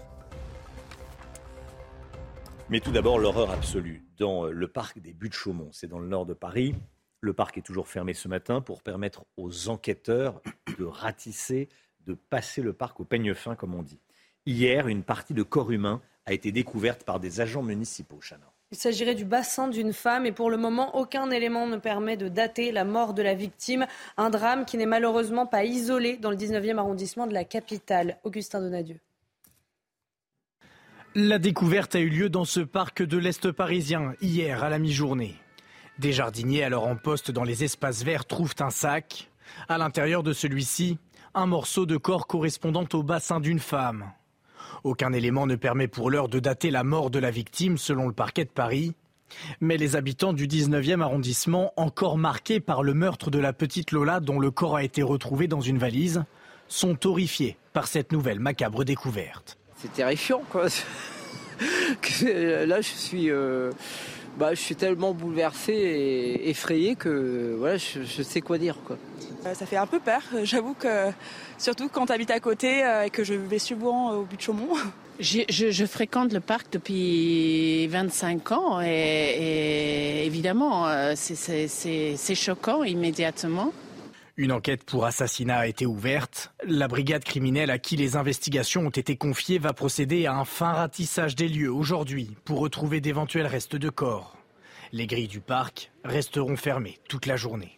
Mais tout d'abord, l'horreur absolue dans le parc des Buttes-Chaumont, c'est dans le nord de Paris. Le parc est toujours fermé ce matin pour permettre aux enquêteurs de ratisser, de passer le parc au peigne fin, comme on dit. Hier, une partie de corps humain a été découverte par des agents municipaux. Chana. Il s'agirait du bassin d'une femme et pour le moment, aucun élément ne permet de dater la mort de la victime. Un drame qui n'est malheureusement pas isolé dans le 19e arrondissement de la capitale. Augustin Donadieu. La découverte a eu lieu dans ce parc de l'Est parisien, hier à la mi-journée. Des jardiniers alors en poste dans les espaces verts trouvent un sac. À l'intérieur de celui-ci, un morceau de corps correspondant au bassin d'une femme. Aucun élément ne permet pour l'heure de dater la mort de la victime selon le parquet de Paris. Mais les habitants du 19e arrondissement, encore marqués par le meurtre de la petite Lola dont le corps a été retrouvé dans une valise, sont horrifiés par cette nouvelle macabre découverte. C'est terrifiant, quoi. Là, je suis tellement bouleversé et effrayé que voilà, je sais quoi dire, quoi. Ça fait un peu peur, j'avoue que surtout quand tu habites à côté et que je vais souvent au Buttes-Chaumont. Je fréquente le parc depuis 25 ans et évidemment c'est choquant immédiatement. Une enquête pour assassinat a été ouverte. La brigade criminelle à qui les investigations ont été confiées va procéder à un fin ratissage des lieux aujourd'hui pour retrouver d'éventuels restes de corps. Les grilles du parc resteront fermées toute la journée.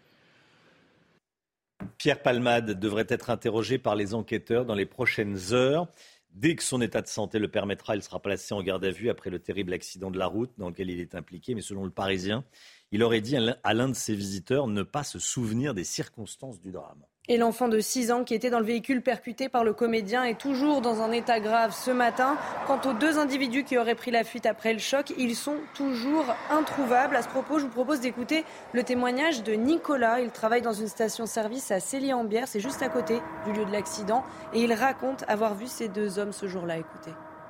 Pierre Palmade devrait être interrogé par les enquêteurs dans les prochaines heures. Dès que son état de santé le permettra, il sera placé en garde à vue après le terrible accident de la route dans lequel il est impliqué. Mais selon le Parisien, il aurait dit à l'un de ses visiteurs ne pas se souvenir des circonstances du drame. Et l'enfant de 6 ans qui était dans le véhicule percuté par le comédien est toujours dans un état grave ce matin. Quant aux 2 individus qui auraient pris la fuite après le choc, ils sont toujours introuvables. À ce propos, je vous propose d'écouter le témoignage de Nicolas. Il travaille dans une station-service à Célie-en-Bière, c'est juste à côté du lieu de l'accident. Et il raconte avoir vu ces 2 hommes ce jour-là. Écoutez.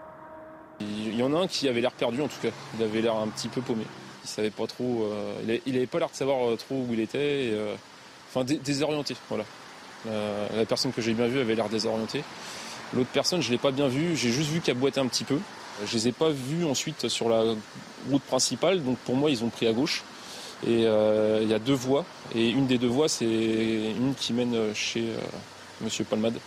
Il y en a un qui avait l'air perdu en tout cas. Il avait l'air un petit peu paumé. Il savait pas trop. Il avait pas l'air de savoir trop où il était. Désorienté. Voilà. La personne que j'ai bien vue avait l'air désorientée. L'autre personne, je l'ai pas bien vue. J'ai juste vu qu'elle boitait un petit peu. Je les ai pas vus ensuite sur la route principale. Donc pour moi, ils ont pris à gauche. Et il y a 2 voies. Et une des 2 voies, c'est une qui mène chez Monsieur Palmade.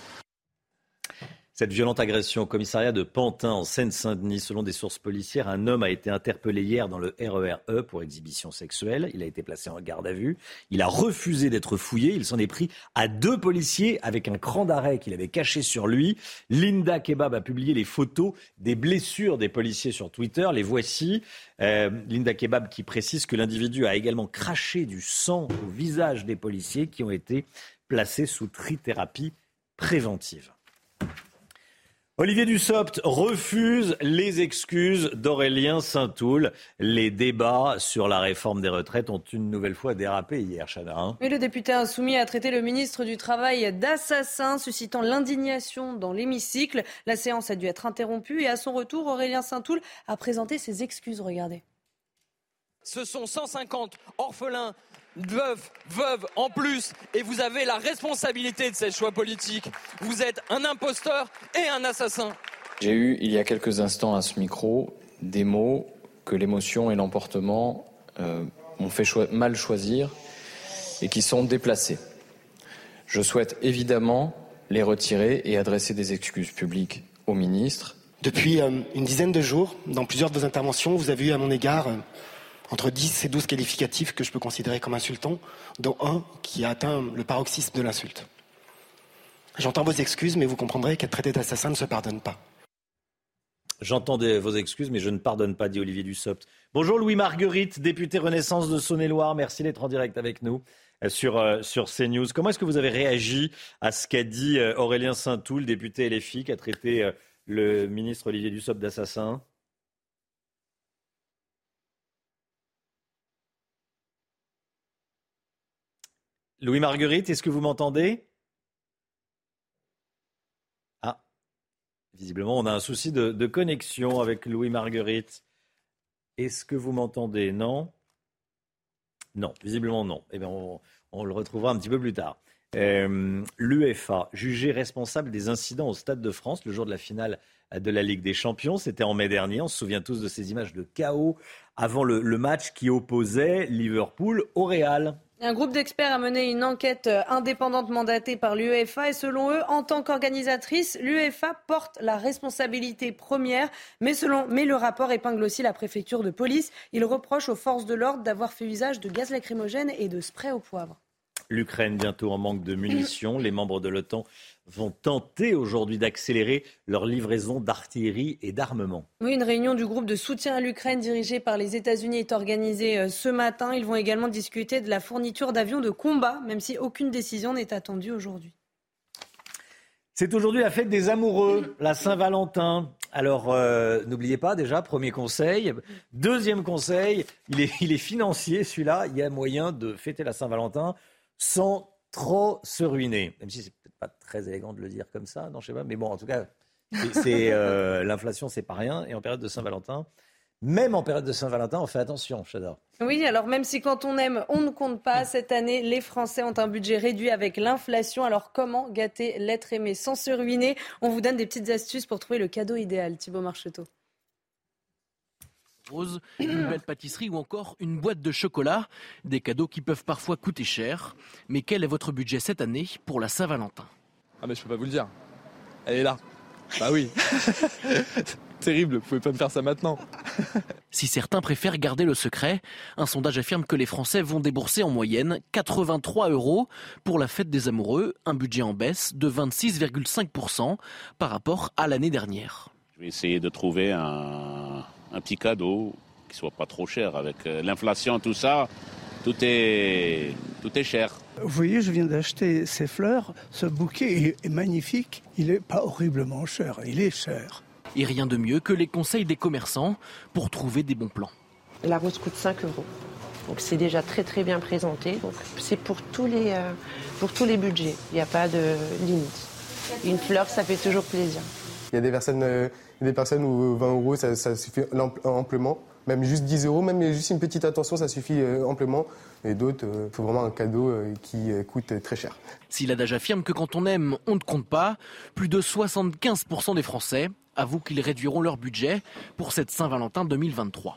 Cette violente agression au commissariat de Pantin en Seine-Saint-Denis, selon des sources policières, un homme a été interpellé hier dans le RER E pour exhibition sexuelle. Il a été placé en garde à vue. Il a refusé d'être fouillé. Il s'en est pris à 2 policiers avec un cran d'arrêt qu'il avait caché sur lui. Linda Kebab a publié les photos des blessures des policiers sur Twitter. Les voici. Linda Kebab qui précise que l'individu a également craché du sang au visage des policiers qui ont été placés sous trithérapie préventive. Olivier Dussopt refuse les excuses d'Aurélien Saint-Toul. Les débats sur la réforme des retraites ont une nouvelle fois dérapé hier, Chana. Mais le député insoumis a traité le ministre du Travail d'assassin, suscitant l'indignation dans l'hémicycle. La séance a dû être interrompue et à son retour, Aurélien Saint-Toul a présenté ses excuses. Regardez. Ce sont 150 orphelins, veuves en plus, et vous avez la responsabilité de ces choix politiques. Vous êtes un imposteur et un assassin. J'ai eu, il y a quelques instants à ce micro, des mots que l'émotion et l'emportement m'ont fait mal choisir et qui sont déplacés. Je souhaite évidemment les retirer et adresser des excuses publiques au ministre Depuis une dizaine de jours, dans plusieurs de vos interventions, vous avez eu à mon égard entre 10 et 12 qualificatifs que je peux considérer comme insultants, dont un qui a atteint le paroxysme de l'insulte. J'entends vos excuses, mais vous comprendrez qu'être traité d'assassin ne se pardonne pas. J'entends vos excuses, mais je ne pardonne pas, dit Olivier Dussopt. Bonjour Louis Marguerite, député Renaissance de Saône-et-Loire. Merci d'être en direct avec nous sur CNews. Comment est-ce que vous avez réagi à ce qu'a dit Aurélien Saint-Toul, député LFI, qui a traité le ministre Olivier Dussopt d'assassin ? Louis Marguerite, est-ce que vous m'entendez ? Ah, visiblement, on a un souci de connexion avec Louis Marguerite. Est-ce que vous m'entendez ? Non ? Non, visiblement non. Eh bien, on le retrouvera un petit peu plus tard. L'UEFA, jugé responsable des incidents au Stade de France le jour de la finale de la Ligue des Champions. C'était en mai dernier. On se souvient tous de ces images de chaos avant le match qui opposait Liverpool au Real. Un groupe d'experts a mené une enquête indépendante mandatée par l'UEFA et selon eux, en tant qu'organisatrice, l'UEFA porte la responsabilité première. Mais le rapport épingle aussi la préfecture de police. Il reproche aux forces de l'ordre d'avoir fait usage de gaz lacrymogène et de spray au poivre. L'Ukraine bientôt en manque de munitions. Les membres de l'OTAN vont tenter aujourd'hui d'accélérer leur livraison d'artillerie et d'armement. Oui, une réunion du groupe de soutien à l'Ukraine dirigée par les États-Unis est organisée ce matin. Ils vont également discuter de la fourniture d'avions de combat, même si aucune décision n'est attendue aujourd'hui. C'est aujourd'hui la fête des amoureux, la Saint-Valentin. Alors, n'oubliez pas déjà, premier conseil. Deuxième conseil, il est financier celui-là. Il y a moyen de fêter la Saint-Valentin sans trop se ruiner. Même si c'est peut-être pas très élégant de le dire comme ça, non, je sais pas. Mais bon, en tout cas, l'inflation, c'est pas rien. Et en période de Saint-Valentin, même en période de Saint-Valentin, on fait attention, j'adore. Oui, alors même si quand on aime, on ne compte pas, cette année, les Français ont un budget réduit avec l'inflation. Alors comment gâter l'être aimé sans se ruiner ? On vous donne des petites astuces pour trouver le cadeau idéal. Thibaut Marcheteau. Rose, une belle pâtisserie ou encore une boîte de chocolat. Des cadeaux qui peuvent parfois coûter cher. Mais quel est votre budget cette année pour la Saint-Valentin ? Ah mais je peux pas vous le dire. Elle est là. Bah oui. Terrible, vous pouvez pas me faire ça maintenant. Si certains préfèrent garder le secret, un sondage affirme que les Français vont débourser en moyenne 83 € pour la fête des amoureux, un budget en baisse de 26,5% par rapport à l'année dernière. Je vais essayer de trouver un petit cadeau qui soit pas trop cher. Avec l'inflation, tout ça, tout est cher. Vous voyez, je viens d'acheter ces fleurs. Ce bouquet est magnifique. Il n'est pas horriblement cher. Il est cher. Et rien de mieux que les conseils des commerçants pour trouver des bons plans. La rose coûte 5 €. Donc c'est déjà très très bien présenté. Donc c'est pour tous les budgets. Il n'y a pas de limite. Une fleur, ça fait toujours plaisir. Il y a des personnes où 20 € ça suffit amplement. Même juste 10 €, même juste une petite attention, ça suffit amplement. Et d'autres, il faut vraiment un cadeau qui coûte très cher. Si l'adage affirme que quand on aime, on ne compte pas, plus de 75% des Français avouent qu'ils réduiront leur budget pour cette Saint-Valentin 2023.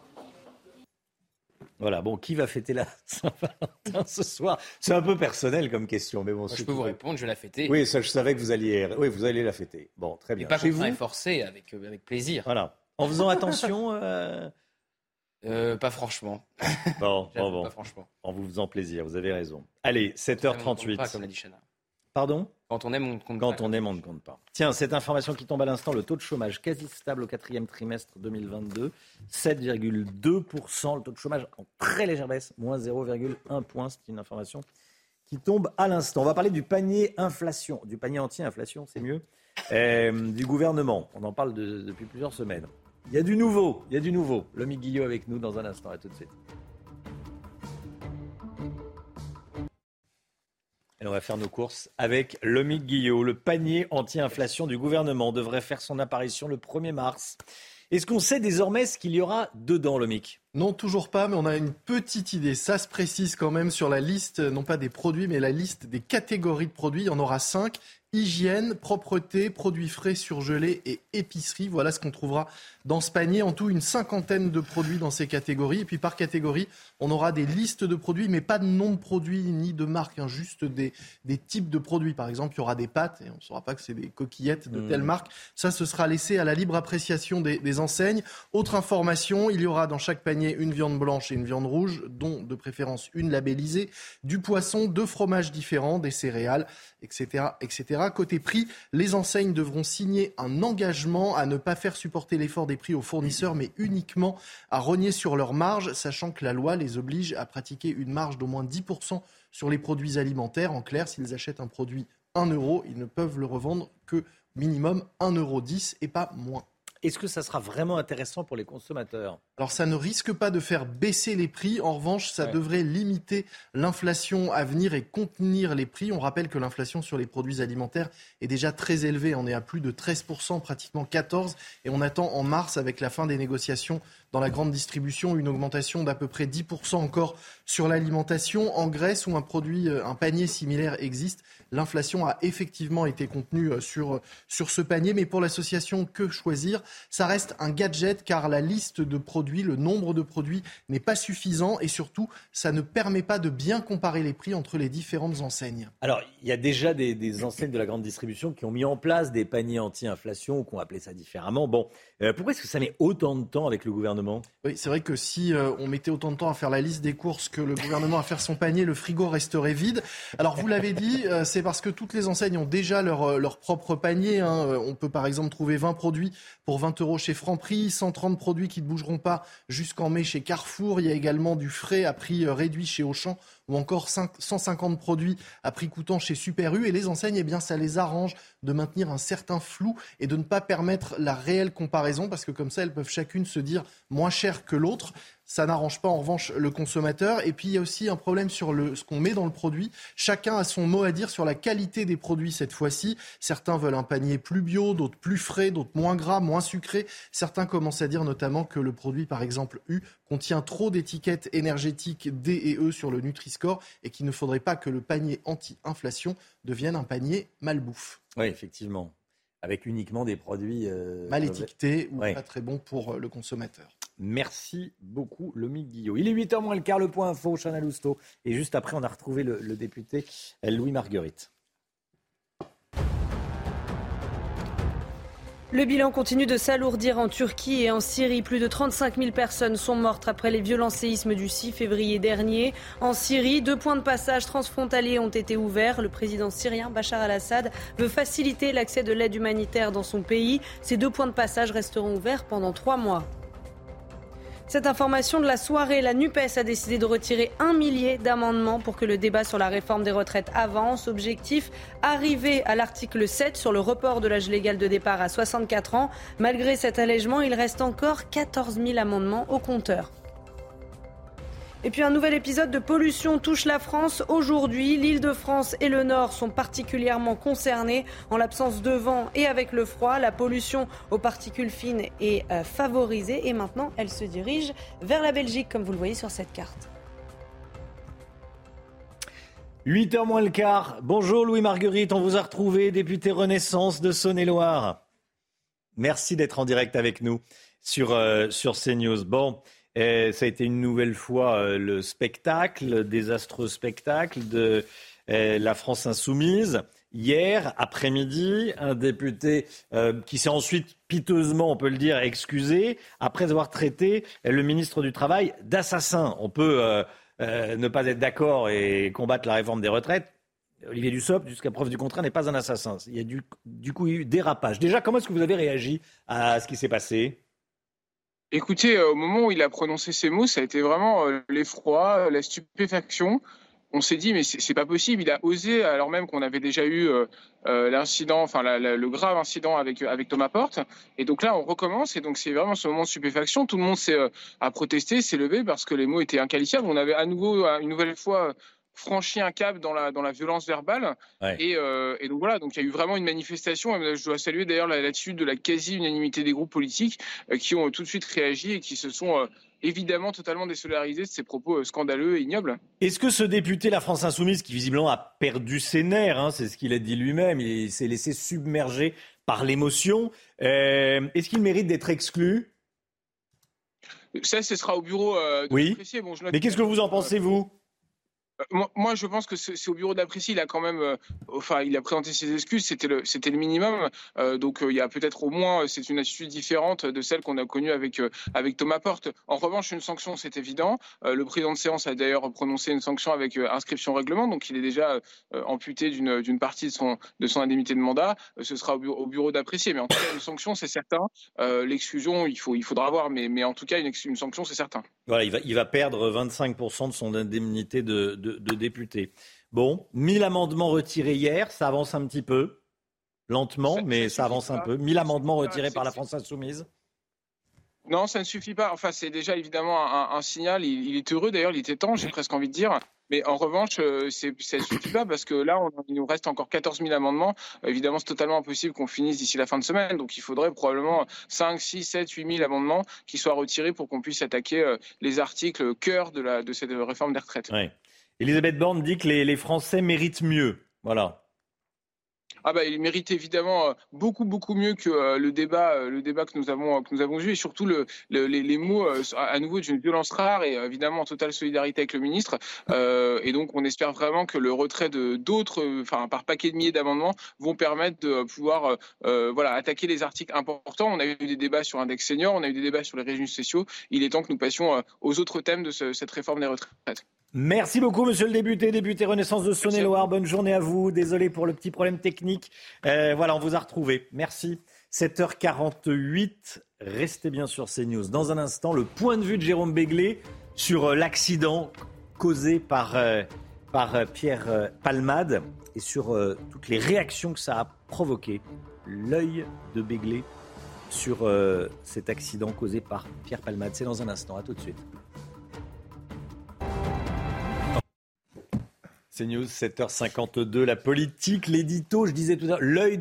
Voilà, bon, qui va fêter la Saint-Valentin ce soir ? C'est un peu personnel comme question, mais bon. Moi, je peux vous répondre, je vais la fêter. Oui, ça, je savais que vous alliez la fêter. Bon, très bien. Et pas contraint et forcé, avec plaisir. Voilà. En faisant attention Pas franchement. Bon. Pas franchement. En vous faisant plaisir, vous avez raison. Allez, 7h38. Pas, comme l'a dit Chana. Pardon ? Quand on aime, on ne compte pas. Quand on aime, on ne compte pas. Tiens, cette information qui tombe à l'instant, le taux de chômage quasi stable au 4e trimestre 2022, 7,2%. Le taux de chômage en très légère baisse, moins 0,1 point. C'est une information qui tombe à l'instant. On va parler du panier inflation, du panier anti-inflation, c'est mieux, du gouvernement. On en parle depuis plusieurs semaines. Il y a du nouveau. Lomi Guillot avec nous dans un instant. À tout de suite. Et on va faire nos courses avec Lomique Guillot. Le panier anti-inflation du gouvernement devrait faire son apparition le 1er mars. Est-ce qu'on sait désormais ce qu'il y aura dedans, Lomique ? Non, toujours pas, mais on a une petite idée. Ça se précise quand même sur la liste, non pas des produits, mais la liste des catégories de produits. Il y en aura 5. hygiène, propreté, produits frais, surgelés et épicerie. Voilà ce qu'on trouvera dans ce panier. En tout, une 50aine de produits dans ces catégories. Et puis par catégorie, on aura des listes de produits, mais pas de nom de produits ni de marque, juste des types de produits. Par exemple, il y aura des pâtes et on ne saura pas que c'est des coquillettes de telle marque. Ça, ce sera laissé à la libre appréciation des enseignes. Autre information, il y aura dans chaque panier une viande blanche et une viande rouge, dont de préférence une labellisée, du poisson, 2 fromages différents, des céréales, etc., etc. Côté prix, les enseignes devront signer un engagement à ne pas faire supporter l'effort des prix aux fournisseurs, mais uniquement à rogner sur leur marge, sachant que la loi les oblige à pratiquer une marge d'au moins 10% sur les produits alimentaires. En clair, s'ils achètent un produit 1 €, ils ne peuvent le revendre que minimum 1,10 € et pas moins. Est-ce que ça sera vraiment intéressant pour les consommateurs ? Alors ça ne risque pas de faire baisser les prix. En revanche, ça devrait limiter l'inflation à venir et contenir les prix. On rappelle que l'inflation sur les produits alimentaires est déjà très élevée. On est à plus de 13%, pratiquement 14%. Et on attend en mars, avec la fin des négociations dans la grande distribution, une augmentation d'à peu près 10% encore sur l'alimentation. En Grèce, où un panier similaire existe, l'inflation a effectivement été contenue sur ce panier. Mais pour l'association Que Choisir, ça reste un gadget car la liste de produits, le nombre de produits n'est pas suffisant et surtout, ça ne permet pas de bien comparer les prix entre les différentes enseignes. Alors, il y a déjà des enseignes de la grande distribution qui ont mis en place des paniers anti-inflation ou qui ont appelé ça différemment. Bon, pourquoi est-ce que ça met autant de temps avec le gouvernement ? Oui, c'est vrai que si on mettait autant de temps à faire la liste des courses que le gouvernement à faire son panier, le frigo resterait vide. Alors, vous l'avez dit, c'est parce que toutes les enseignes ont déjà leur propre panier. On peut par exemple trouver 20 produits pour 20 € chez Franprix, 130 produits qui ne bougeront pas jusqu'en mai chez Carrefour. Il y a également du frais à prix réduit chez Auchan ou encore 150 produits à prix coûtant chez Super U. Et les enseignes, eh bien, ça les arrange de maintenir un certain flou et de ne pas permettre la réelle comparaison parce que comme ça, elles peuvent chacune se dire moins cher que l'autre. Ça n'arrange pas en revanche le consommateur. Et puis il y a aussi un problème sur ce qu'on met dans le produit. Chacun a son mot à dire sur la qualité des produits cette fois-ci. Certains veulent un panier plus bio, d'autres plus frais, d'autres moins gras, moins sucré. Certains commencent à dire notamment que le produit, par exemple U, contient trop d'étiquettes énergétiques D et E sur le Nutri-Score et qu'il ne faudrait pas que le panier anti-inflation devienne un panier malbouffe. Oui, effectivement. Avec uniquement des produits mal étiquetés ou pas très bons pour le consommateur. Merci beaucoup, Lomique Guillot. Il est 8h moins le quart, le point info, Chana Lousteau. Et juste après, on a retrouvé le député Louis Marguerite. Le bilan continue de s'alourdir en Turquie et en Syrie. Plus de 35 000 personnes sont mortes après les violents séismes du 6 février dernier. En Syrie, 2 points de passage transfrontaliers ont été ouverts. Le président syrien Bachar al-Assad veut faciliter l'accès de l'aide humanitaire dans son pays. Ces 2 points de passage resteront ouverts pendant 3 mois. Cette information de la soirée, la NUPES a décidé de retirer 1 millier d'amendements pour que le débat sur la réforme des retraites avance. Objectif, arriver à l'article 7 sur le report de l'âge légal de départ à 64 ans. Malgré cet allègement, il reste encore 14 000 amendements au compteur. Et puis un nouvel épisode de pollution touche la France aujourd'hui. L'Île-de-France et le Nord sont particulièrement concernés. En l'absence de vent et avec le froid, la pollution aux particules fines est favorisée. Et maintenant, elle se dirige vers la Belgique, comme vous le voyez sur cette carte. 8h moins le quart. Bonjour Louis Marguerite, on vous a retrouvé, député Renaissance de Saône-et-Loire. Merci d'être en direct avec nous sur CNews. Bon... ça a été une nouvelle fois le désastreux spectacle de la France Insoumise. Hier après-midi, un député qui s'est ensuite piteusement, on peut le dire, excusé après avoir traité le ministre du Travail d'assassin. On peut ne pas être d'accord et combattre la réforme des retraites. Olivier Dussopt, jusqu'à preuve du contraire, n'est pas un assassin. Il y a du coup eu dérapage. Déjà, comment est-ce que vous avez réagi à ce qui s'est passé ? Écoutez, au moment où il a prononcé ces mots, ça a été vraiment l'effroi, la stupéfaction. On s'est dit, mais c'est pas possible. Il a osé, alors même qu'on avait déjà eu l'incident, enfin le grave incident avec Thomas Porte. Et donc là, on recommence. Et donc c'est vraiment ce moment de stupéfaction. Tout le monde a protesté, s'est levé parce que les mots étaient inqualifiables. On avait à nouveau, une nouvelle fois, franchi un cap dans la violence verbale. Ouais. Et donc voilà, donc il y a eu vraiment une manifestation. Je dois saluer d'ailleurs l'attitude de la quasi-unanimité des groupes politiques qui ont tout de suite réagi et qui se sont évidemment totalement désolidarisé de ces propos scandaleux et ignobles. Est-ce que ce député La France Insoumise, qui visiblement a perdu ses nerfs, c'est ce qu'il a dit lui-même, il s'est laissé submerger par l'émotion, est-ce qu'il mérite d'être exclu ? Ça, ce sera au bureau d'apprécier. Bon, mais qu'est-ce que vous en pensez, vous ? Moi, je pense que c'est au bureau d'apprécier. Il a quand même, il a présenté ses excuses. C'était le minimum. Donc, il y a peut-être au moins, c'est une attitude différente de celle qu'on a connue avec Thomas Porte. En revanche, une sanction, c'est évident. Le président de séance a d'ailleurs prononcé une sanction avec inscription au règlement. Donc, il est déjà amputé d'une partie de son indemnité de mandat. Ce sera au bureau d'apprécier. Mais en tout cas, une sanction, c'est certain. L'exclusion, il faudra voir. Mais en tout cas, une sanction, c'est certain. Voilà, il va perdre 25% de son indemnité de député. Bon, 1000 amendements retirés hier, ça avance un petit peu, lentement, mais ça avance un peu. 1000 amendements retirés par la France Insoumise. Non, ça ne suffit pas. Enfin, c'est déjà évidemment un signal. Il est heureux d'ailleurs, il était temps, j'ai presque envie de dire. Mais en revanche, ça ne suffit pas parce que là, il nous reste encore 14 000 amendements. Évidemment, c'est totalement impossible qu'on finisse d'ici la fin de semaine. Donc, il faudrait probablement 5, 6, 7, 8 000 amendements qui soient retirés pour qu'on puisse attaquer les articles cœur de cette réforme des retraites. Ouais. Elisabeth Borne dit que les Français méritent mieux. Voilà. Il mérite évidemment beaucoup mieux que le débat que nous avons vu, et surtout les mots à nouveau d'une violence rare et évidemment en totale solidarité avec le ministre. Et donc on espère vraiment que le retrait d'autres, par paquet de milliers d'amendements, vont permettre de pouvoir attaquer les articles importants. On a eu des débats sur l'index senior, on a eu des débats sur les régimes spéciaux. Il est temps que nous passions aux autres thèmes de cette réforme des retraites. Merci beaucoup, monsieur le député Renaissance de Saône-et-Loire. Bonne journée à vous. Désolé pour le petit problème technique. On vous a retrouvé. Merci. 7h48. Restez bien sur CNews. Dans un instant, le point de vue de Jérôme Béglé sur l'accident causé par Pierre Palmade et sur toutes les réactions que ça a provoqué. L'œil de Béglé sur cet accident causé par Pierre Palmade. C'est dans un instant. À tout de suite. C'est News, 7h52, la politique, l'édito, je disais tout à l'heure, l'œil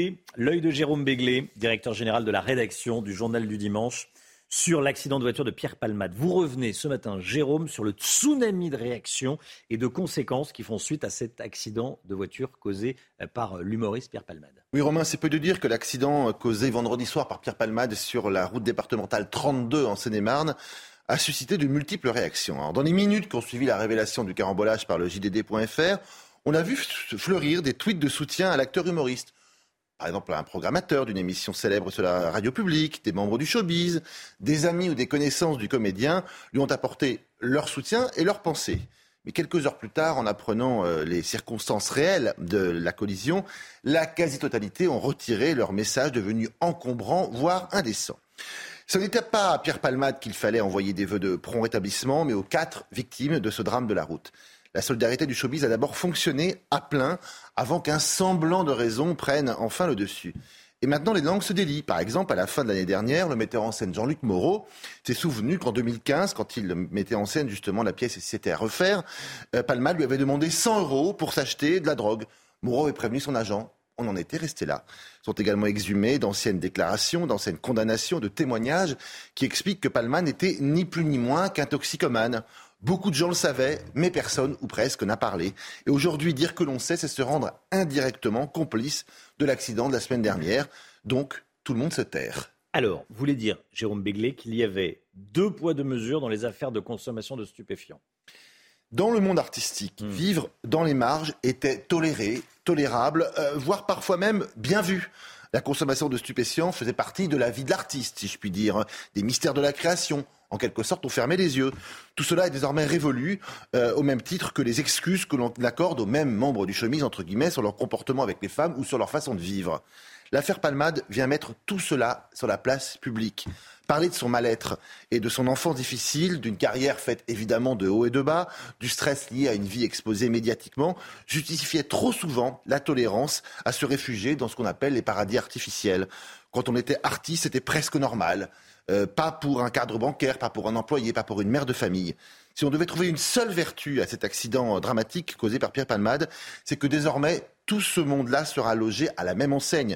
de Jérôme Béglé, directeur général de la rédaction du Journal du Dimanche, sur l'accident de voiture de Pierre Palmade. Vous revenez ce matin, Jérôme, sur le tsunami de réactions et de conséquences qui font suite à cet accident de voiture causé par l'humoriste Pierre Palmade. Oui, Romain, c'est peu de dire que l'accident causé vendredi soir par Pierre Palmade sur la route départementale 32 en Seine-et-Marne a suscité de multiples réactions. Alors, dans les minutes qui ont suivi la révélation du carambolage par le JDD.fr, on a vu fleurir des tweets de soutien à l'acteur humoriste. Par exemple, un programmateur d'une émission célèbre sur la radio publique, des membres du showbiz, des amis ou des connaissances du comédien lui ont apporté leur soutien et leur pensée. Mais quelques heures plus tard, en apprenant les circonstances réelles de la collision, la quasi-totalité ont retiré leur message devenu encombrant, voire indécent. Ce n'était pas à Pierre Palmade qu'il fallait envoyer des vœux de prompt rétablissement, mais aux 4 victimes de ce drame de la route. La solidarité du showbiz a d'abord fonctionné à plein avant qu'un semblant de raison prenne enfin le dessus. Et maintenant, les langues se délient. Par exemple, à la fin de l'année dernière, le metteur en scène Jean-Luc Moreau s'est souvenu qu'en 2015, quand il mettait en scène justement la pièce et c'était à refaire, Palmade lui avait demandé 100 € pour s'acheter de la drogue. Moreau avait prévenu son agent. On en était resté là. Sont également exhumées d'anciennes déclarations, d'anciennes condamnations, de témoignages qui expliquent que Palmade n'était ni plus ni moins qu'un toxicomane. Beaucoup de gens le savaient, mais personne, ou presque, n'a parlé. Et aujourd'hui, dire que l'on sait, c'est se rendre indirectement complice de l'accident de la semaine dernière. Donc, tout le monde se terre. Alors, vous voulez dire, Jérôme Béglé, qu'il y avait 2 poids 2 mesures dans les affaires de consommation de stupéfiants ? Dans le monde artistique, vivre dans les marges était toléré, tolérable, voire parfois même bien vu. La consommation de stupéfiants faisait partie de la vie de l'artiste, si je puis dire, des mystères de la création. En quelque sorte, on fermait les yeux. Tout cela est désormais révolu, au même titre que les excuses que l'on accorde aux mêmes membres du showbiz, entre guillemets, sur leur comportement avec les femmes ou sur leur façon de vivre. L'affaire Palmade vient mettre tout cela sur la place publique. Parler de son mal-être et de son enfance difficile, d'une carrière faite évidemment de haut et de bas, du stress lié à une vie exposée médiatiquement, justifiait trop souvent la tolérance à se réfugier dans ce qu'on appelle les paradis artificiels. Quand on était artiste, c'était presque normal. Pas pour un cadre bancaire, pas pour un employé, pas pour une mère de famille. Si on devait trouver une seule vertu à cet accident dramatique causé par Pierre Palmade, c'est que désormais, tout ce monde-là sera logé à la même enseigne.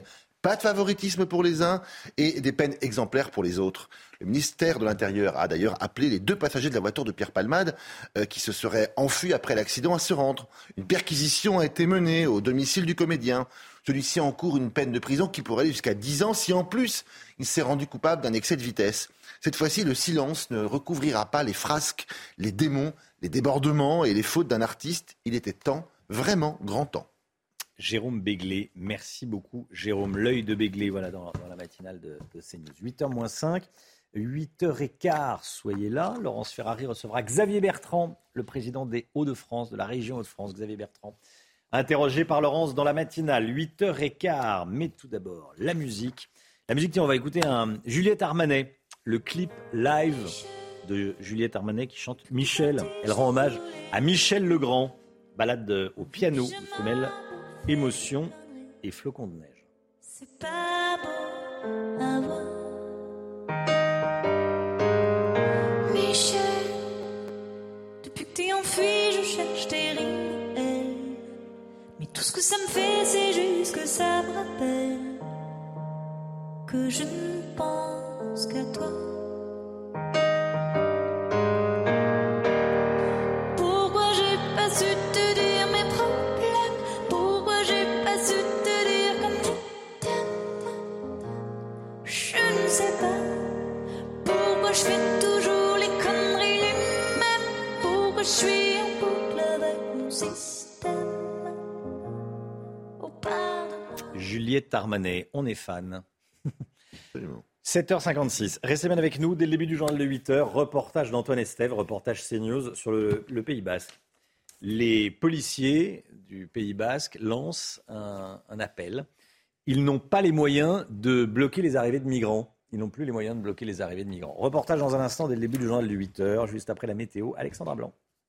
Pas de favoritisme pour les uns et des peines exemplaires pour les autres. Le ministère de l'Intérieur a d'ailleurs appelé les 2 passagers de la voiture de Pierre Palmade qui se seraient enfuis après l'accident à se rendre. Une perquisition a été menée au domicile du comédien. Celui-ci encourt une peine de prison qui pourrait aller jusqu'à 10 ans si en plus il s'est rendu coupable d'un excès de vitesse. Cette fois-ci, le silence ne recouvrira pas les frasques, les démons, les débordements et les fautes d'un artiste. Il était temps, vraiment grand temps. Jérôme Béglé, merci beaucoup Jérôme. L'œil de Béglé, voilà, dans la matinale de CNews. 8h-5, 8h15, soyez là. Laurence Ferrari recevra Xavier Bertrand, le président des Hauts-de-France, de la région Hauts-de-France. Xavier Bertrand, interrogé par Laurence dans la matinale. 8h15, mais tout d'abord, la musique. La musique, tiens, on va écouter Juliette Armanet, le clip live de Juliette Armanet qui chante Michel. Elle rend hommage à Michel Legrand. Balade au piano où se mêlent émotion et flocons de neige. C'est pas beau à voir. Michel, depuis que t'es enfui, je cherche tes rimes. Mais tout ce que ça me fait, c'est juste que ça me rappelle que je ne pense qu'à toi. Pourquoi j'ai pas su te dire mes problèmes? Pourquoi j'ai pas su te dire comme tu t'aimes? Je ne sais pas. Pourquoi je fais toujours les conneries les mêmes? Pourquoi je suis en boucle avec mon système? Oh, pardon. Juliette Armanet, on est fan. 7h56. Restez bien avec nous dès le début du journal de 8h. Reportage d'Antoine Estève, reportage CNews sur le Pays Basque. Les policiers du Pays Basque lancent un appel. Ils n'ont pas les moyens de bloquer les arrivées de migrants. Ils n'ont plus les moyens de bloquer les arrivées de migrants. Reportage dans un instant dès le début du journal de 8h, juste après la météo. Alexandra Blanc.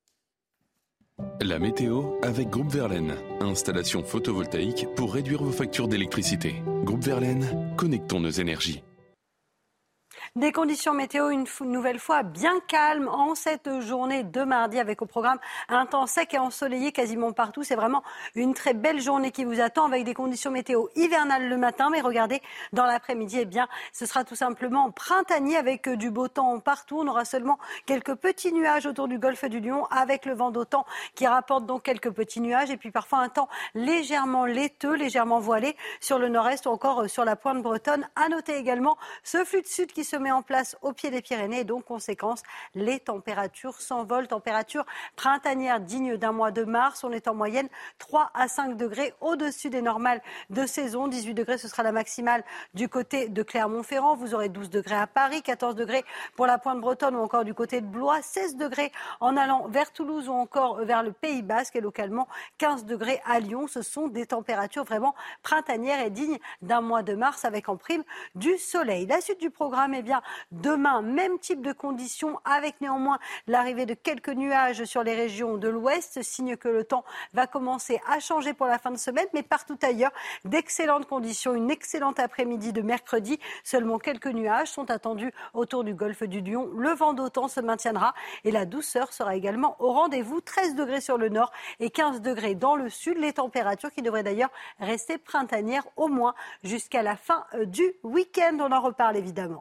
La météo avec Groupe Verlaine. Installation photovoltaïque pour réduire vos factures d'électricité. Groupe Verlaine, connectons nos énergies. Des conditions météo une nouvelle fois bien calmes en cette journée de mardi avec au programme un temps sec et ensoleillé quasiment partout. C'est vraiment une très belle journée qui vous attend avec des conditions météo hivernales le matin. Mais regardez, dans l'après-midi, eh bien, ce sera tout simplement printanier avec du beau temps partout. On aura seulement quelques petits nuages autour du golfe du Lion avec le vent d'OTAN qui rapporte donc quelques petits nuages et puis parfois un temps légèrement laiteux, légèrement voilé sur le nord-est ou encore sur la pointe bretonne. À noter également ce flux de sud qui se met en place au pied des Pyrénées et donc conséquence, les températures s'envolent, température printanière digne d'un mois de mars. On est en moyenne 3 à 5 degrés au-dessus des normales de saison. 18 degrés, ce sera la maximale du côté de Clermont-Ferrand. Vous aurez 12 degrés à Paris, 14 degrés pour la pointe bretonne ou encore du côté de Blois, 16 degrés en allant vers Toulouse ou encore vers le Pays Basque et localement 15 degrés à Lyon. Ce sont des températures vraiment printanières et dignes d'un mois de mars avec en prime du soleil. La suite du programme, eh bien, demain, même type de conditions avec néanmoins l'arrivée de quelques nuages sur les régions de l'ouest, signe que le temps va commencer à changer pour la fin de semaine, mais partout ailleurs, d'excellentes conditions, une excellente après-midi de mercredi. Seulement quelques nuages sont attendus autour du golfe du Lion. Le vent d'OTAN se maintiendra et la douceur sera également au rendez-vous. 13 degrés sur le nord et 15 degrés dans le sud. Les températures qui devraient d'ailleurs rester printanières au moins jusqu'à la fin du week-end. On en reparle évidemment.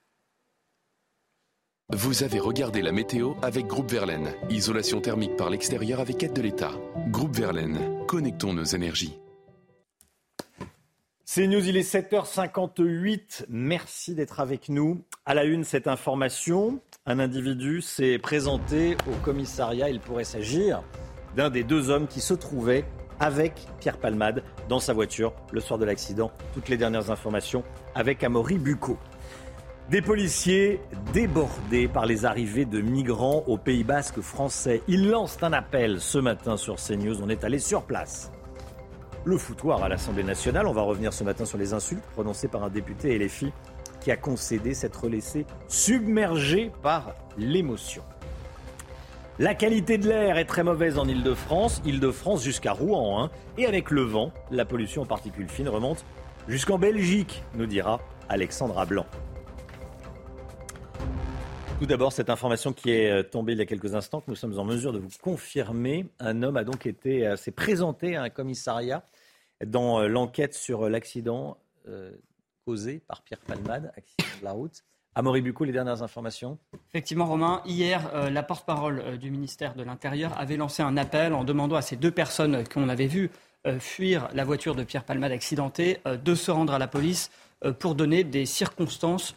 Vous avez regardé la météo avec Groupe Verlaine. Isolation thermique par l'extérieur avec aide de l'État. Groupe Verlaine, connectons nos énergies. C'est News, il est 7h58. Merci d'être avec nous. À la une, cette information. Un individu s'est présenté au commissariat. Il pourrait s'agir d'un des 2 hommes qui se trouvaient avec Pierre Palmade dans sa voiture le soir de l'accident. Toutes les dernières informations avec Amaury Bucco. Des policiers débordés par les arrivées de migrants au Pays Basque français. Ils lancent un appel ce matin sur CNews. On est allé sur place. Le foutoir à l'Assemblée nationale. On va revenir ce matin sur les insultes prononcées par un député LFI qui a concédé s'être laissé submerger par l'émotion. La qualité de l'air est très mauvaise en Île-de-France. Île-de-France jusqu'à Rouen. Et avec le vent, la pollution en particules fines remonte jusqu'en Belgique, nous dira Alexandra Blanc. Tout d'abord, cette information qui est tombée il y a quelques instants, que nous sommes en mesure de vous confirmer. Un homme s'est présenté à un commissariat dans l'enquête sur l'accident causé par Pierre Palmade, accident de la route. Amaury Bucco, les dernières informations. Effectivement, Romain, hier, la porte-parole du ministère de l'Intérieur avait lancé un appel en demandant à ces 2 personnes qu'on avait vues fuir la voiture de Pierre Palmade accidentée de se rendre à la police pour donner des circonstances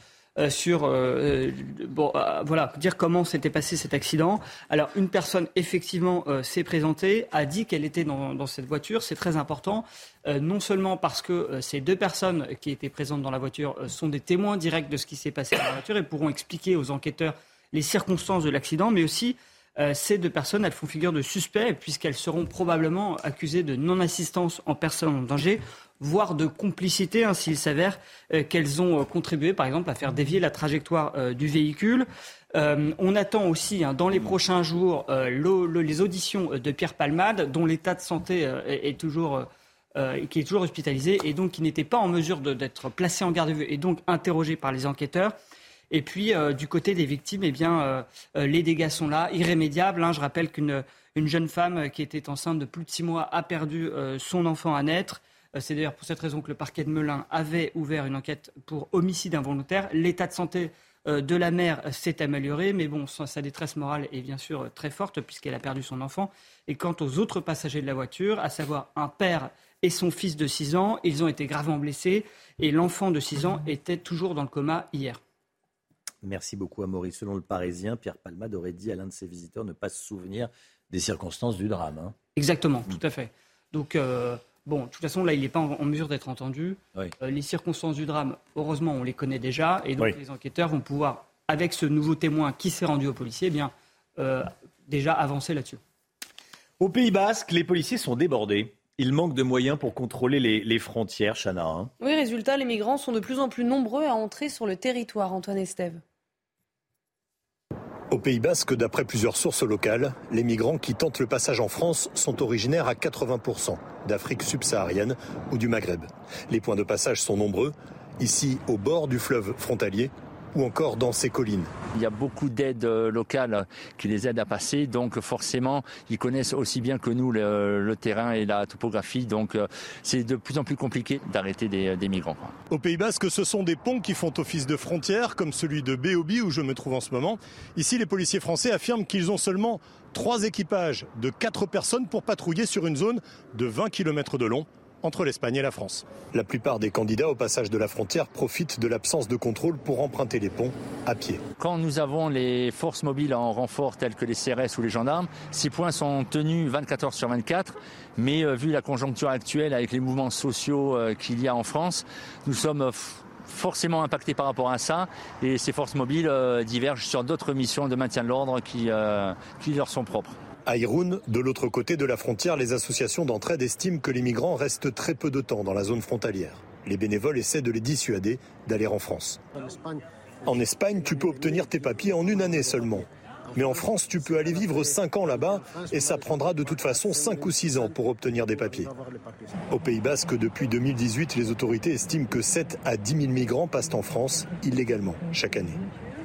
dire comment s'était passé cet accident. Alors, une personne, effectivement, s'est présentée, a dit qu'elle était dans cette voiture. C'est très important, non seulement parce que ces 2 personnes qui étaient présentes dans la voiture sont des témoins directs de ce qui s'est passé dans la voiture et pourront expliquer aux enquêteurs les circonstances de l'accident, mais aussi ces 2 personnes, elles font figure de suspects puisqu'elles seront probablement accusées de non-assistance en personne en danger, voire de complicité, s'il s'avère qu'elles ont contribué, par exemple, à faire dévier la trajectoire du véhicule. On attend aussi, dans les prochains jours, les auditions de Pierre Palmade, dont l'état de santé est toujours hospitalisé et donc qui n'était pas en mesure d'être placé en garde à vue et donc interrogé par les enquêteurs. Et puis, du côté des victimes, les dégâts sont là, irrémédiables. Je rappelle qu'une jeune femme qui était enceinte de plus de 6 mois a perdu son enfant à naître. C'est d'ailleurs pour cette raison que le parquet de Melun avait ouvert une enquête pour homicide involontaire. L'état de santé de la mère s'est amélioré, mais bon, sa détresse morale est bien sûr très forte puisqu'elle a perdu son enfant. Et quant aux autres passagers de la voiture, à savoir un père et son fils de 6 ans, ils ont été gravement blessés et l'enfant de 6 ans était toujours dans le coma hier. Merci beaucoup, Amaury. Selon le Parisien, Pierre Palmade aurait dit à l'un de ses visiteurs ne pas se souvenir des circonstances du drame. Exactement, tout à fait. Donc, de toute façon, là, il n'est pas en mesure d'être entendu. Oui. Les circonstances du drame, heureusement, on les connaît déjà. Et donc, les enquêteurs vont pouvoir, avec ce nouveau témoin qui s'est rendu au policier, déjà avancer là-dessus. Au Pays Basque, les policiers sont débordés. Il manque de moyens pour contrôler les frontières, Chana. Oui, résultat, les migrants sont de plus en plus nombreux à entrer sur le territoire, Antoine Estève. Au Pays Basque, d'après plusieurs sources locales, les migrants qui tentent le passage en France sont originaires à 80% d'Afrique subsaharienne ou du Maghreb. Les points de passage sont nombreux, ici au bord du fleuve frontalier ou encore dans ces collines. Il y a beaucoup d'aides locales qui les aident à passer, donc forcément, ils connaissent aussi bien que nous le terrain et la topographie, donc c'est de plus en plus compliqué d'arrêter des migrants. Au Pays Basque, ce sont des ponts qui font office de frontière, comme celui de Béobi où je me trouve en ce moment. Ici, les policiers français affirment qu'ils ont seulement 3 équipages de 4 personnes pour patrouiller sur une zone de 20 km de long entre l'Espagne et la France. La plupart des candidats au passage de la frontière profitent de l'absence de contrôle pour emprunter les ponts à pied. Quand nous avons les forces mobiles en renfort telles que les CRS ou les gendarmes, ces points sont tenus 24 heures sur 24, mais vu la conjoncture actuelle avec les mouvements sociaux qu'il y a en France, nous sommes forcément impactés par rapport à ça et ces forces mobiles divergent sur d'autres missions de maintien de l'ordre qui leur sont propres. À Irún, de l'autre côté de la frontière, les associations d'entraide estiment que les migrants restent très peu de temps dans la zone frontalière. Les bénévoles essaient de les dissuader d'aller en France. En Espagne, tu peux obtenir tes papiers en 1 année seulement. Mais en France, tu peux aller vivre 5 ans là-bas et ça prendra de toute façon 5 ou 6 ans pour obtenir des papiers. Au Pays Basque, depuis 2018, les autorités estiment que 7 à 10 000 migrants passent en France illégalement chaque année.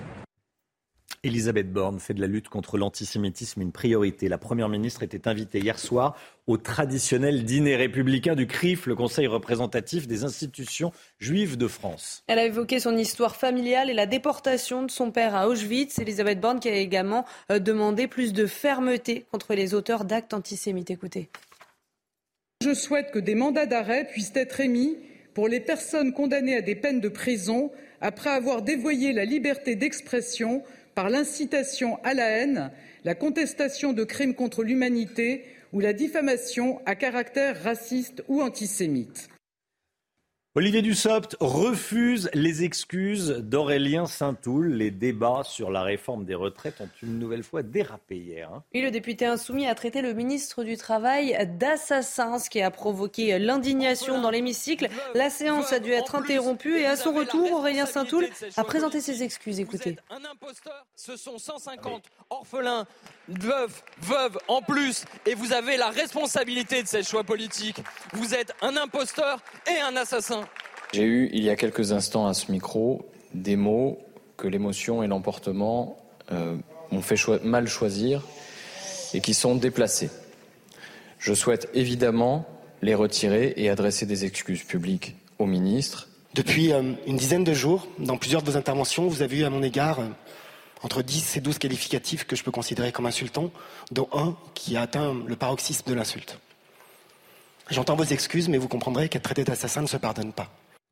Elisabeth Borne fait de la lutte contre l'antisémitisme une priorité. La Première ministre était invitée hier soir au traditionnel dîner républicain du CRIF, le Conseil représentatif des institutions juives de France. Elle a évoqué son histoire familiale et la déportation de son père à Auschwitz. Elisabeth Borne qui a également demandé plus de fermeté contre les auteurs d'actes antisémites. Écoutez. Je souhaite que des mandats d'arrêt puissent être émis pour les personnes condamnées à des peines de prison après avoir dévoyé la liberté d'expression par l'incitation à la haine, la contestation de crimes contre l'humanité ou la diffamation à caractère raciste ou antisémite. Olivier Dussopt refuse les excuses d'Aurélien Saint-Toul. Les débats sur la réforme des retraites ont une nouvelle fois dérapé hier. Oui, le député insoumis a traité le ministre du Travail d'assassin, ce qui a provoqué l'indignation dans l'hémicycle. La séance a dû être interrompue et à son retour, Aurélien Saint-Toul a présenté ses excuses. Écoutez. Un imposteur, ce sont 150 orphelins, veuves en plus, et vous avez la responsabilité de ces choix politiques. Vous êtes un imposteur et un assassin. J'ai eu, il y a quelques instants à ce micro, des mots que l'émotion et l'emportement m'ont fait mal choisir et qui sont déplacés. Je souhaite évidemment les retirer et adresser des excuses publiques au ministre. Depuis une dizaine de jours, dans plusieurs de vos interventions, vous avez eu à mon égard entre 10 et 12 qualificatifs que je peux considérer comme insultants, dont un qui a atteint le paroxysme de l'insulte. J'entends vos excuses, mais vous comprendrez qu'être traité d'assassin ne se pardonne pas.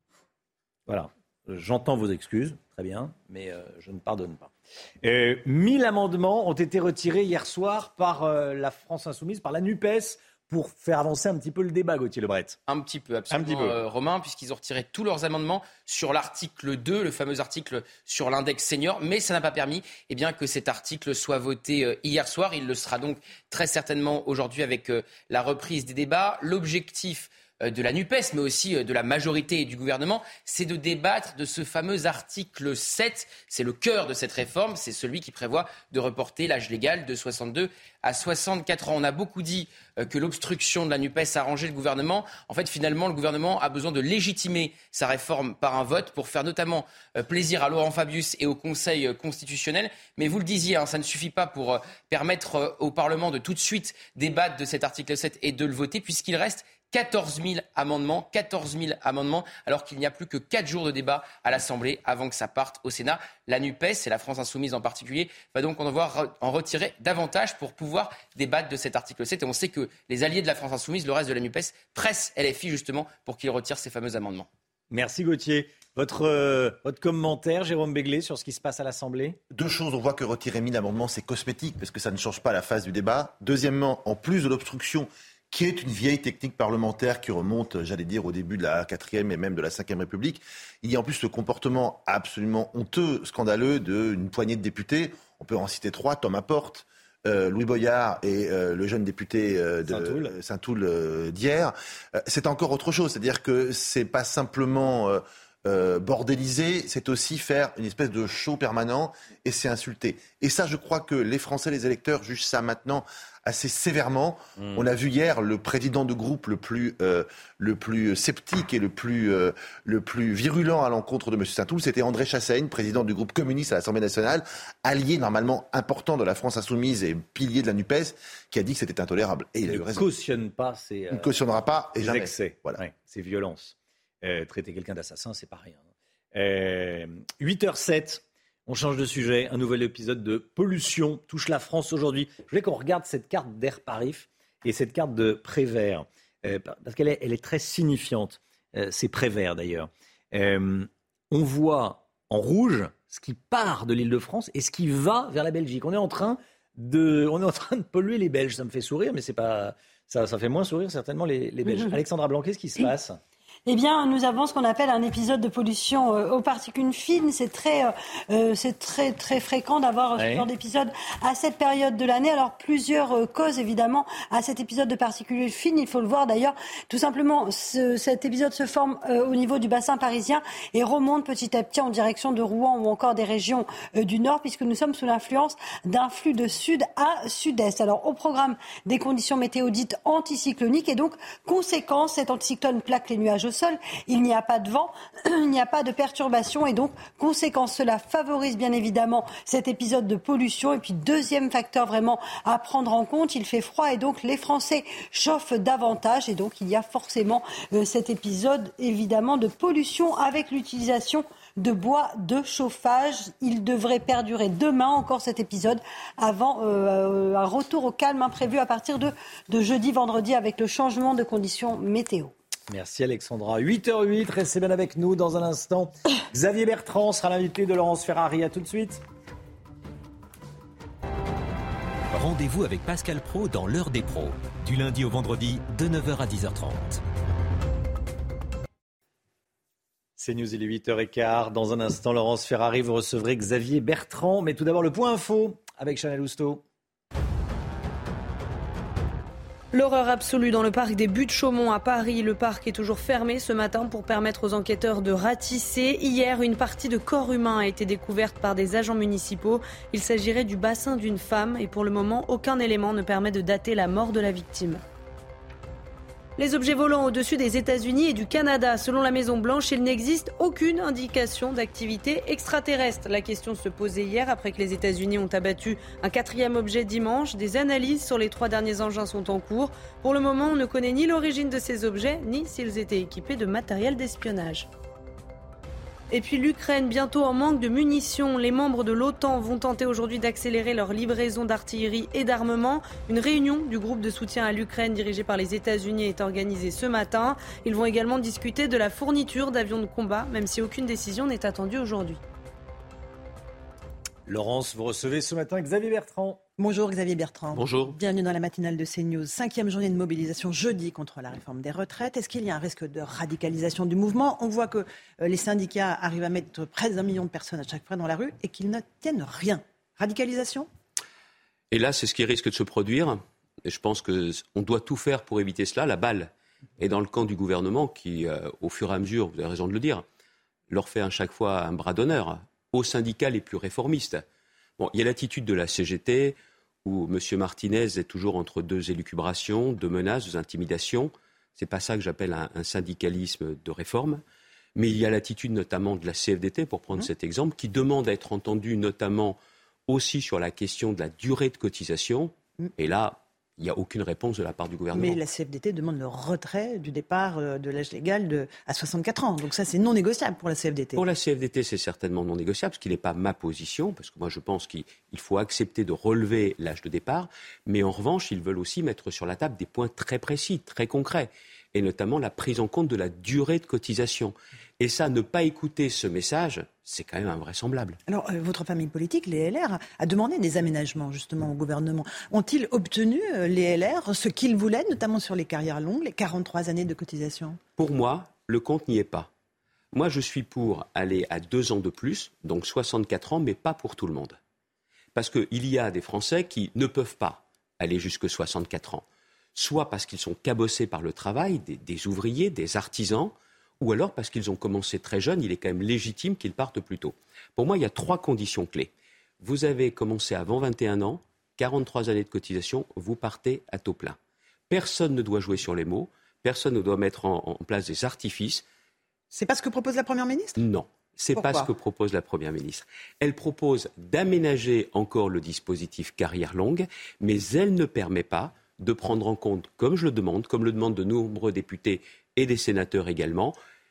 Voilà, j'entends vos excuses, très bien, mais je ne pardonne pas. 1000 amendements ont été retirés hier soir par la France Insoumise, par la NUPES, pour faire avancer un petit peu le débat, Gauthier Lebret. Un petit peu, absolument, Romain, puisqu'ils ont retiré tous leurs amendements sur l'article 2, le fameux article sur l'index senior, mais ça n'a pas permis que cet article soit voté hier soir. Il le sera donc très certainement aujourd'hui avec la reprise des débats. L'objectif de la NUPES, mais aussi de la majorité et du gouvernement, c'est de débattre de ce fameux article 7. C'est le cœur de cette réforme, c'est celui qui prévoit de reporter l'âge légal de 62 à 64 ans. On a beaucoup dit que l'obstruction de la NUPES arrangeait le gouvernement. En fait, finalement, le gouvernement a besoin de légitimer sa réforme par un vote pour faire notamment plaisir à Laurent Fabius et au Conseil constitutionnel. Mais vous le disiez, ça ne suffit pas pour permettre au Parlement de tout de suite débattre de cet article 7 et de le voter, puisqu'il reste 14 000 amendements, alors qu'il n'y a plus que 4 jours de débat à l'Assemblée avant que ça parte au Sénat. La NUPES, et la France Insoumise en particulier, va donc en devoir en retirer davantage pour pouvoir débattre de cet article 7. Et on sait que les alliés de la France Insoumise, le reste de la NUPES, pressent LFI justement pour qu'il retire ces fameux amendements. Merci Gauthier. Votre commentaire, Jérôme Béglé, sur ce qui se passe à l'Assemblée ? Deux choses. On voit que retirer 1000 amendements, c'est cosmétique, parce que ça ne change pas la phase du débat. Deuxièmement, en plus de l'obstruction, qui est une vieille technique parlementaire qui remonte, j'allais dire, au début de la 4e et même de la 5e République. Il y a en plus ce comportement absolument honteux, scandaleux d'une poignée de députés. On peut en citer 3, Thomas Porte, Louis Boyard et le jeune député de Saint-Toul d'hier. C'est encore autre chose, c'est-à-dire que c'est pas simplement bordéliser, c'est aussi faire une espèce de show permanent et c'est insulter. Et ça, je crois que les Français, les électeurs jugent ça maintenant assez sévèrement. On a vu hier le président de groupe le plus sceptique et le plus virulent à l'encontre de M. Saint-Toul, c'était André Chassaigne, président du groupe communiste à l'Assemblée nationale, allié normalement important de la France Insoumise et pilier de la NUPES, qui a dit que c'était intolérable. Et il a eu raison. Cautionne pas ces, il ne cautionnera pas et jamais. Excès, voilà. Ouais, ces violences. Traiter quelqu'un d'assassin, c'est pas rien. 8h07. On change de sujet. Un nouvel épisode de pollution touche la France aujourd'hui. Je voulais qu'on regarde cette carte d'Air Paris et cette carte de Prévert, parce qu'elle est très signifiante. C'est Prévert d'ailleurs. On voit en rouge ce qui part de l'Île-de-France et ce qui va vers la Belgique. On est en train de polluer les Belges. Ça me fait sourire, mais c'est pas, ça fait moins sourire certainement les Belges. Alexandra Blanc, qu'est-ce qui se passe ? Eh bien, nous avons ce qu'on appelle un épisode de pollution aux particules fines. C'est très fréquent d'avoir ce genre d'épisode à cette période de l'année. Alors, plusieurs causes, évidemment, à cet épisode de particules fines. Il faut le voir, d'ailleurs. Tout simplement, cet épisode se forme au niveau du bassin parisien et remonte petit à petit en direction de Rouen ou encore des régions du Nord, puisque nous sommes sous l'influence d'un flux de sud à sud-est. Alors, au programme des conditions météo dites anticycloniques, et donc, conséquence, cet anticyclone plaque les nuages au sol, il n'y a pas de vent, il n'y a pas de perturbation et donc, conséquence, cela favorise bien évidemment cet épisode de pollution. Et puis, deuxième facteur vraiment à prendre en compte, il fait froid et donc les Français chauffent davantage et donc il y a forcément cet épisode évidemment de pollution avec l'utilisation de bois de chauffage. Il devrait perdurer demain encore cet épisode avant un retour au calme imprévu à partir de jeudi, vendredi avec le changement de conditions météo. Merci Alexandra. 8h08, restez bien avec nous dans un instant. Xavier Bertrand sera l'invité de Laurence Ferrari. À tout de suite. Rendez-vous avec Pascal Praud dans l'heure des pros, du lundi au vendredi de 9h à 10h30. C'est News, il est 8h15. Dans un instant, Laurence Ferrari, vous recevrez Xavier Bertrand. Mais tout d'abord, le point info avec Chanel Housteau. L'horreur absolue dans le parc des Buttes-Chaumont à Paris. Le parc est toujours fermé ce matin pour permettre aux enquêteurs de ratisser. Hier, une partie de corps humain a été découverte par des agents municipaux. Il s'agirait du bassin d'une femme et pour le moment, aucun élément ne permet de dater la mort de la victime. Les objets volants au-dessus des États-Unis et du Canada. Selon la Maison-Blanche, il n'existe aucune indication d'activité extraterrestre. La question se posait hier après que les États-Unis ont abattu un 4e objet dimanche. Des analyses sur les 3 derniers engins sont en cours. Pour le moment, on ne connaît ni l'origine de ces objets, ni s'ils étaient équipés de matériel d'espionnage. Et puis l'Ukraine, bientôt en manque de munitions. Les membres de l'OTAN vont tenter aujourd'hui d'accélérer leur livraison d'artillerie et d'armement. Une réunion du groupe de soutien à l'Ukraine dirigé par les États-Unis est organisée ce matin. Ils vont également discuter de la fourniture d'avions de combat, même si aucune décision n'est attendue aujourd'hui. Laurence, vous recevez ce matin Xavier Bertrand. Bonjour Xavier Bertrand. Bonjour. Bienvenue dans la matinale de CNews. 5e journée de mobilisation jeudi contre la réforme des retraites. Est-ce qu'il y a un risque de radicalisation du mouvement ? On voit que les syndicats arrivent à mettre près d'1 million de personnes à chaque fois dans la rue et qu'ils ne tiennent rien. Radicalisation ? Et là, c'est ce qui risque de se produire. Et je pense qu'on doit tout faire pour éviter cela. La balle est dans le camp du gouvernement qui, au fur et à mesure, vous avez raison de le dire, leur fait à chaque fois un bras d'honneur aux syndicats les plus réformistes. Bon, il y a l'attitude de la CGT où M. Martinez est toujours entre 2 élucubrations, 2 menaces, 2 intimidations. Ce n'est pas ça que j'appelle un syndicalisme de réforme. Mais il y a l'attitude notamment de la CFDT, pour prendre cet exemple, qui demande à être entendue notamment aussi sur la question de la durée de cotisation. Et là, il n'y a aucune réponse de la part du gouvernement. Mais la CFDT demande le retrait du départ de l'âge légal à 64 ans. Donc ça, c'est non négociable pour la CFDT. Pour la CFDT, c'est certainement non négociable, ce qui n'est pas ma position, parce que moi, je pense qu'il faut accepter de relever l'âge de départ. Mais en revanche, ils veulent aussi mettre sur la table des points très précis, très concrets, et notamment la prise en compte de la durée de cotisation. Et ça, ne pas écouter ce message, c'est quand même invraisemblable. Alors, votre famille politique, les LR, a demandé des aménagements justement au gouvernement. Ont-ils obtenu, les LR, ce qu'ils voulaient, notamment sur les carrières longues, les 43 années de cotisation ? Pour moi, le compte n'y est pas. Moi, je suis pour aller à 2 ans de plus, donc 64 ans, mais pas pour tout le monde. Parce qu'il y a des Français qui ne peuvent pas aller jusque 64 ans. Soit parce qu'ils sont cabossés par le travail, des ouvriers, des artisans, ou alors parce qu'ils ont commencé très jeunes, il est quand même légitime qu'ils partent plus tôt. Pour moi, il y a 3 conditions clés. Vous avez commencé avant 21 ans, 43 années de cotisation, vous partez à taux plein. Personne ne doit jouer sur les mots, personne ne doit mettre en place des artifices. C'est pas ce que propose la Première ministre ? Non, c'est pas ce que propose la Première ministre. Elle propose d'aménager encore le dispositif carrière longue, mais elle ne permet pas de prendre en compte, comme je le demande, comme le demandent de nombreux députés et des sénateurs également,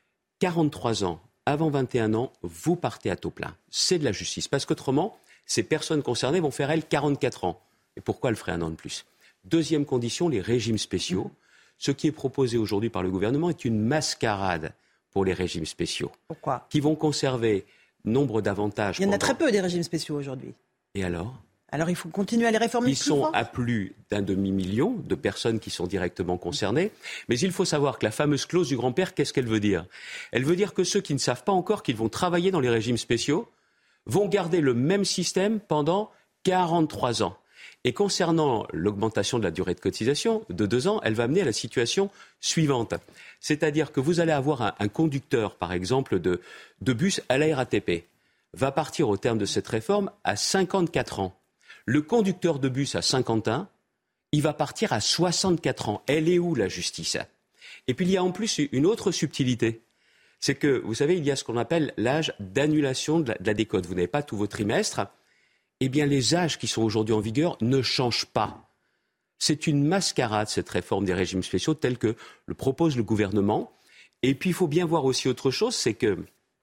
43 ans, avant 21 ans, vous partez à taux plein. C'est de la justice. Parce qu'autrement, ces personnes concernées vont faire, elles, 44 ans. Et pourquoi elles feraient 1 an de plus ? Deuxième condition, les régimes spéciaux. Ce qui est proposé aujourd'hui par le gouvernement est une mascarade pour les régimes spéciaux. Pourquoi ? Qui vont conserver nombre d'avantages. Il y en a très peu des régimes spéciaux aujourd'hui. Et alors ? Alors il faut continuer à les réformer. Ils sont à plus d'1 demi-million de personnes qui sont directement concernées. Mais il faut savoir que la fameuse clause du grand-père, qu'est-ce qu'elle veut dire ? Elle veut dire que ceux qui ne savent pas encore qu'ils vont travailler dans les régimes spéciaux vont garder le même système pendant 43 ans. Et concernant l'augmentation de la durée de cotisation de 2 ans, elle va amener à la situation suivante. C'est-à-dire que vous allez avoir un conducteur, par exemple, de bus à la RATP, va partir au terme de cette réforme à 54 ans. Le conducteur de bus à Saint-Quentin, il va partir à 64 ans. Elle est où la justice ? Et puis il y a en plus une autre subtilité. C'est que, vous savez, il y a ce qu'on appelle l'âge d'annulation de la décote. Vous n'avez pas tous vos trimestres. Eh bien, les âges qui sont aujourd'hui en vigueur ne changent pas. C'est une mascarade, cette réforme des régimes spéciaux, telle que le propose le gouvernement. Et puis, il faut bien voir aussi autre chose, c'est que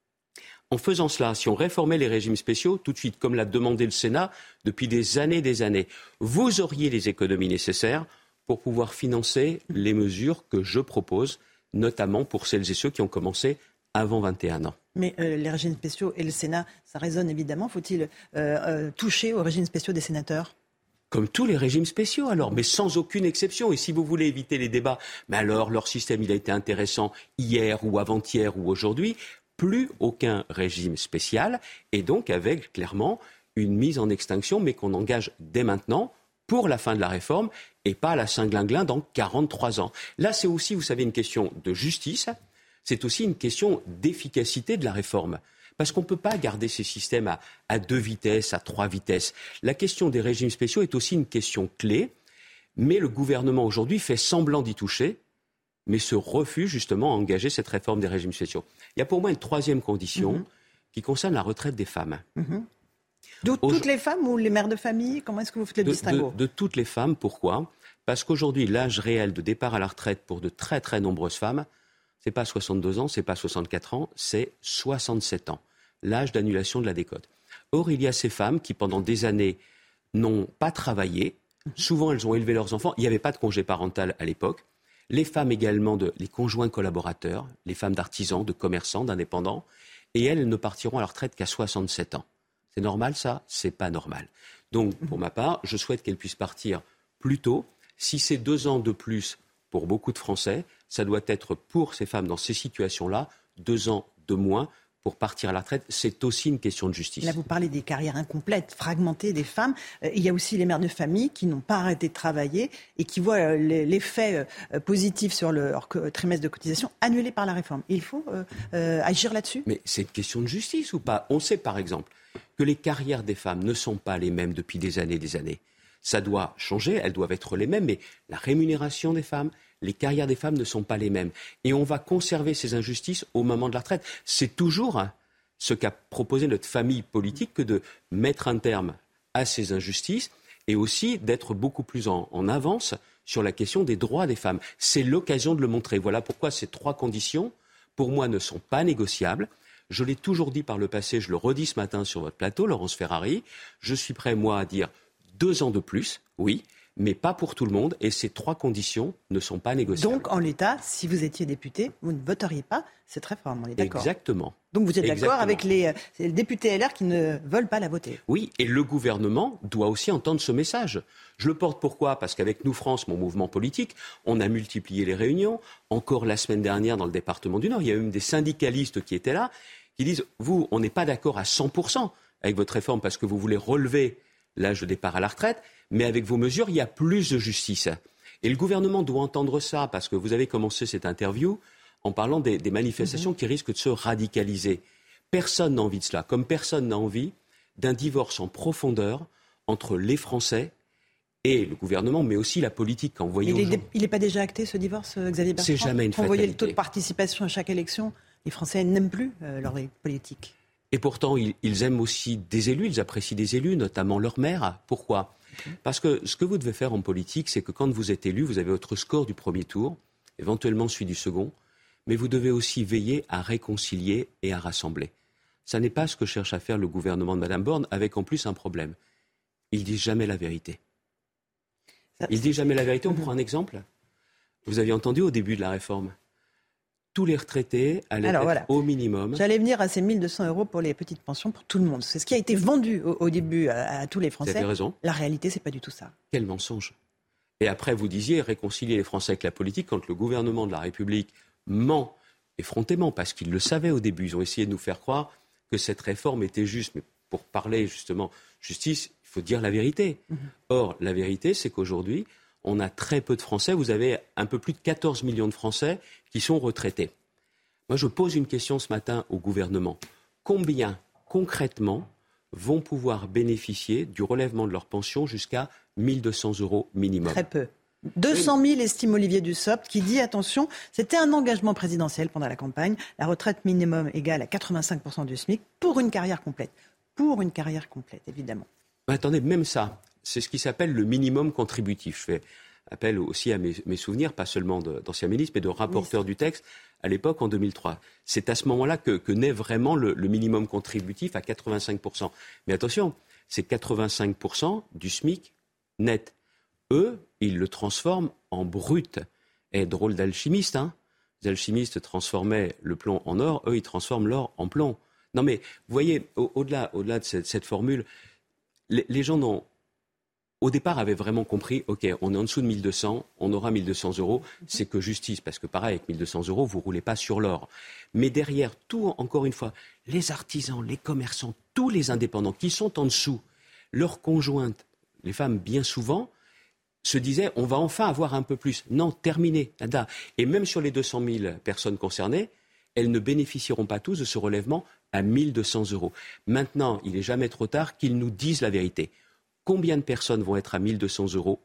en faisant cela, si on réformait les régimes spéciaux, tout de suite, comme l'a demandé le Sénat depuis des années, vous auriez les économies nécessaires pour pouvoir financer les mesures que je propose, notamment pour celles et ceux qui ont commencé avant 21 ans. Mais les régimes spéciaux et le Sénat, ça résonne évidemment. Faut-il toucher aux régimes spéciaux des sénateurs ? Comme tous les régimes spéciaux, alors, mais sans aucune exception. Et si vous voulez éviter les débats, mais alors, leur système, il a été intéressant hier ou avant-hier ou aujourd'hui, plus aucun régime spécial, et donc avec clairement une mise en extinction, mais qu'on engage dès maintenant pour la fin de la réforme, et pas à la Saint-Glinglin dans 43 ans. Là, c'est aussi, vous savez, une question de justice, c'est aussi une question d'efficacité de la réforme. Parce qu'on ne peut pas garder ces systèmes à 2 vitesses, à 3 vitesses. La question des régimes spéciaux est aussi une question clé, mais le gouvernement aujourd'hui fait semblant d'y toucher, mais se refusent justement à engager cette réforme des régimes spéciaux. Il y a pour moi une troisième condition qui concerne la retraite des femmes. Toutes les femmes ou les mères de famille? Comment est-ce que vous faites le distinguo? De toutes les femmes. Pourquoi? Parce qu'aujourd'hui, l'âge réel de départ à la retraite pour de très très nombreuses femmes, c'est pas 62 ans, c'est pas 64 ans, c'est 67 ans. L'âge d'annulation de la décote. Or, il y a ces femmes qui, pendant des années, n'ont pas travaillé. Souvent, elles ont élevé leurs enfants. Il n'y avait pas de congé parental à l'époque. Les femmes également, les conjoints collaborateurs, les femmes d'artisans, de commerçants, d'indépendants. Et elles ne partiront à la retraite qu'à 67 ans. C'est normal, ça? C'est pas normal. Donc, pour ma part, je souhaite qu'elles puissent partir plus tôt. Si c'est 2 ans de plus pour beaucoup de Français, ça doit être pour ces femmes dans ces situations-là, 2 ans de moins pour partir à la retraite. C'est aussi une question de justice. Là, vous parlez des carrières incomplètes, fragmentées des femmes. Il y a aussi les mères de famille qui n'ont pas arrêté de travailler et qui voient l'effet positif sur leur trimestre de cotisation annulé par la réforme. Il faut agir là-dessus? Mais c'est une question de justice ou pas? On sait par exemple que les carrières des femmes ne sont pas les mêmes depuis des années et des années. Ça doit changer, elles doivent être les mêmes, mais la rémunération des femmes, les carrières des femmes ne sont pas les mêmes. Et on va conserver ces injustices au moment de la retraite. C'est toujours ce qu'a proposé notre famille politique que de mettre un terme à ces injustices et aussi d'être beaucoup plus en avance sur la question des droits des femmes. C'est l'occasion de le montrer. Voilà pourquoi ces 3 conditions, pour moi, ne sont pas négociables. Je l'ai toujours dit par le passé, je le redis ce matin sur votre plateau, Laurence Ferrari. Je suis prêt, moi, à dire 2 ans de plus, oui, mais pas pour tout le monde. Et ces 3 conditions ne sont pas négociables. Donc, en l'état, si vous étiez député, vous ne voteriez pas cette réforme, on est d'accord? Exactement. Donc, vous êtes d'accord Exactement. avec les députés LR qui ne veulent pas la voter? Oui, et le gouvernement doit aussi entendre ce message. Je le porte pourquoi? Parce qu'avec Nous France, mon mouvement politique, on a multiplié les réunions. Encore la semaine dernière, dans le département du Nord, il y a même des syndicalistes qui étaient là, qui disent, vous, on n'est pas d'accord à 100% avec votre réforme parce que vous voulez relever l'âge de départ à la retraite, mais avec vos mesures, il y a plus de justice. Et le gouvernement doit entendre ça, parce que vous avez commencé cette interview en parlant des manifestations qui risquent de se radicaliser. Personne n'a envie de cela, comme personne n'a envie d'un divorce en profondeur entre les Français et le gouvernement, mais aussi la politique. Quand vous voyez il n'est pas déjà acté, ce divorce, Xavier Bertrand? C'est jamais une Quand vous voyez le fatalité. taux de participation à chaque élection, les Français n'aiment plus leur politique. Et pourtant, ils aiment aussi des élus, ils apprécient des élus, notamment leur maire. Pourquoi? Parce que ce que vous devez faire en politique, c'est que quand vous êtes élu, vous avez votre score du premier tour, éventuellement celui du second, mais vous devez aussi veiller à réconcilier et à rassembler. Ça n'est pas ce que cherche à faire le gouvernement de Mme Borne, avec en plus un problème. Ils ne disent jamais la vérité. Ils ne disent jamais la vérité. On prend un exemple. Vous aviez entendu au début de la réforme, tous les retraités allaient être au minimum. J'allais venir à ces 1 200 € pour les petites pensions pour tout le monde. C'est ce qui a été vendu au début à tous les Français. Vous avez raison. La réalité, c'est pas du tout ça. Quel mensonge. Et après, vous disiez réconcilier les Français avec la politique quand le gouvernement de la République ment effrontément, parce qu'ils le savaient au début. Ils ont essayé de nous faire croire que cette réforme était juste. Mais pour parler justement justice, il faut dire la vérité. Or, la vérité, c'est qu'aujourd'hui, on a très peu de Français. Vous avez un peu plus de 14 millions de Français qui sont retraités. Moi, je pose une question ce matin au gouvernement. Combien, concrètement, vont pouvoir bénéficier du relèvement de leur pension jusqu'à 1 200 € minimum? Très peu. 200 000, estime Olivier Dussopt, qui dit, attention, c'était un engagement présidentiel pendant la campagne, la retraite minimum égale à 85% du SMIC pour une carrière complète. Pour une carrière complète, évidemment. Mais attendez, même ça, c'est ce qui s'appelle le minimum contributif. Je fais appel aussi à mes souvenirs, pas seulement d'anciens ministres, mais de rapporteurs du texte, à l'époque, en 2003. C'est à ce moment-là que naît vraiment le minimum contributif à 85%. Mais attention, c'est 85% du SMIC net. Eux, ils le transforment en brut. Et drôle d'alchimiste, hein. Les alchimistes transformaient le plomb en or, eux, ils transforment l'or en plomb. Non mais, vous voyez, au-delà de cette formule, les gens au départ avaient vraiment compris, ok, on est en dessous de 1200, on aura 1 200 €, c'est que justice, parce que pareil, avec 1 200 €, vous ne roulez pas sur l'or. Mais derrière tout, encore une fois, les artisans, les commerçants, tous les indépendants qui sont en dessous, leurs conjointes, les femmes bien souvent, se disaient, on va enfin avoir un peu plus. Non, terminé, nada. Et même sur les 200 000 personnes concernées, elles ne bénéficieront pas tous de ce relèvement à 1 200 €. Maintenant, il n'est jamais trop tard qu'ils nous disent la vérité. Combien de personnes vont être à 1 200 €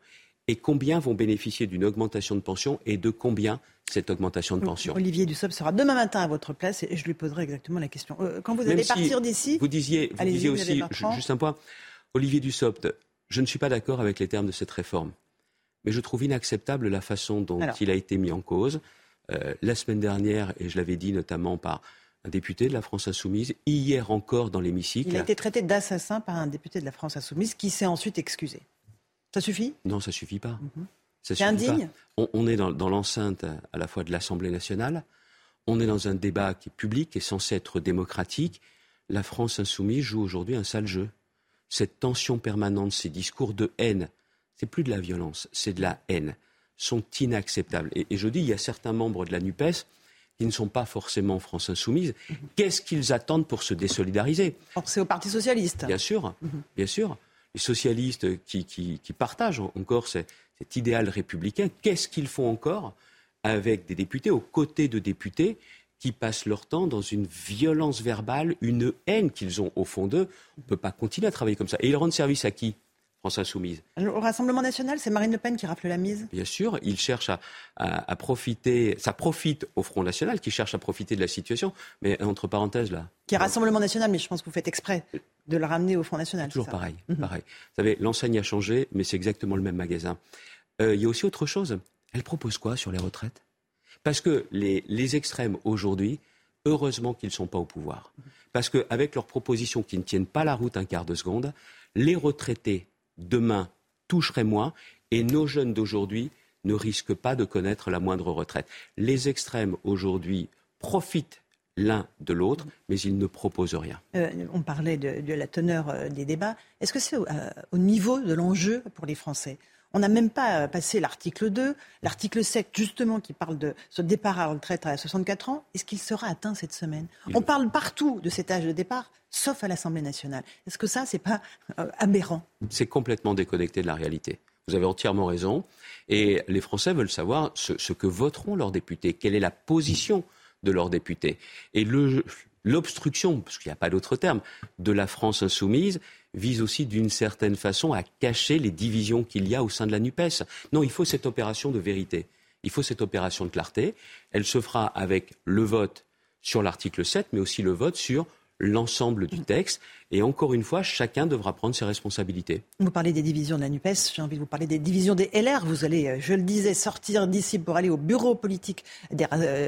et combien vont bénéficier d'une augmentation de pension et de combien cette augmentation de pension. Olivier Dussopt sera demain matin à votre place et je lui poserai exactement la question. Quand vous allez partir d'ici... Vous disiez aussi, juste un point, Olivier Dussopt, je ne suis pas d'accord avec les termes de cette réforme, mais je trouve inacceptable la façon dont il a été mis en cause. La semaine dernière, et je l'avais dit notamment par un député de la France Insoumise, hier encore dans l'hémicycle... Il a été traité d'assassin par un député de la France Insoumise qui s'est ensuite excusé. Ça suffit ? Non, ça ne suffit pas. C'est indigne ? On est dans l'enceinte à la fois de l'Assemblée nationale, on est dans un débat qui est public, qui est censé être démocratique. La France Insoumise joue aujourd'hui un sale jeu. Cette tension permanente, ces discours de haine, c'est plus de la violence, c'est de la haine, sont inacceptables. Et je dis, il y a certains membres de la NUPES qui ne sont pas forcément France Insoumise. Qu'est-ce qu'ils attendent pour se désolidariser ? C'est au Parti Socialiste. Bien sûr, bien sûr. Les socialistes qui partagent encore cet idéal républicain, qu'est-ce qu'ils font encore avec des députés, aux côtés de députés qui passent leur temps dans une violence verbale, une haine qu'ils ont au fond d'eux ? On ne peut pas continuer à travailler comme ça. Et ils rendent service à qui ? France Insoumise. Au Rassemblement National, c'est Marine Le Pen qui rafle la mise ? Bien sûr, ils cherchent à profiter, ça profite au Front National qui cherche à profiter de la situation, mais entre parenthèses là... Qui est Rassemblement National, mais je pense que vous faites exprès de le ramener au Front National. Toujours pareil, pareil. Vous savez, l'enseigne a changé, mais c'est exactement le même magasin. Il y a aussi autre chose. Elle propose quoi sur les retraites ? Parce que les extrêmes aujourd'hui, heureusement qu'ils ne sont pas au pouvoir. Parce qu'avec leurs propositions qui ne tiennent pas la route un quart de seconde, les retraités demain toucheraient moins et nos jeunes d'aujourd'hui ne risquent pas de connaître la moindre retraite. Les extrêmes aujourd'hui profitent l'un de l'autre, mais ils ne proposent rien. On parlait de la teneur des débats. Est-ce que c'est au niveau de l'enjeu pour les Français ? On n'a même pas passé l'article 2, l'article 7 justement qui parle de ce départ à la retraite à 64 ans. Est-ce qu'il sera atteint cette semaine ? On parle partout de cet âge de départ, sauf à l'Assemblée nationale. Est-ce que ça, c'est pas aberrant ? C'est complètement déconnecté de la réalité. Vous avez entièrement raison. Et les Français veulent savoir ce que voteront leurs députés, quelle est la position de leurs députés. Et l'obstruction, parce qu'il n'y a pas d'autre terme, de la France insoumise vise aussi d'une certaine façon à cacher les divisions qu'il y a au sein de la NUPES. Non, il faut cette opération de vérité. Il faut cette opération de clarté. Elle se fera avec le vote sur l'article 7, mais aussi le vote sur l'ensemble du texte. Et encore une fois, chacun devra prendre ses responsabilités. Vous parlez des divisions de la NUPES, j'ai envie de vous parler des divisions des LR. Vous allez, je le disais, sortir d'ici pour aller au bureau politique des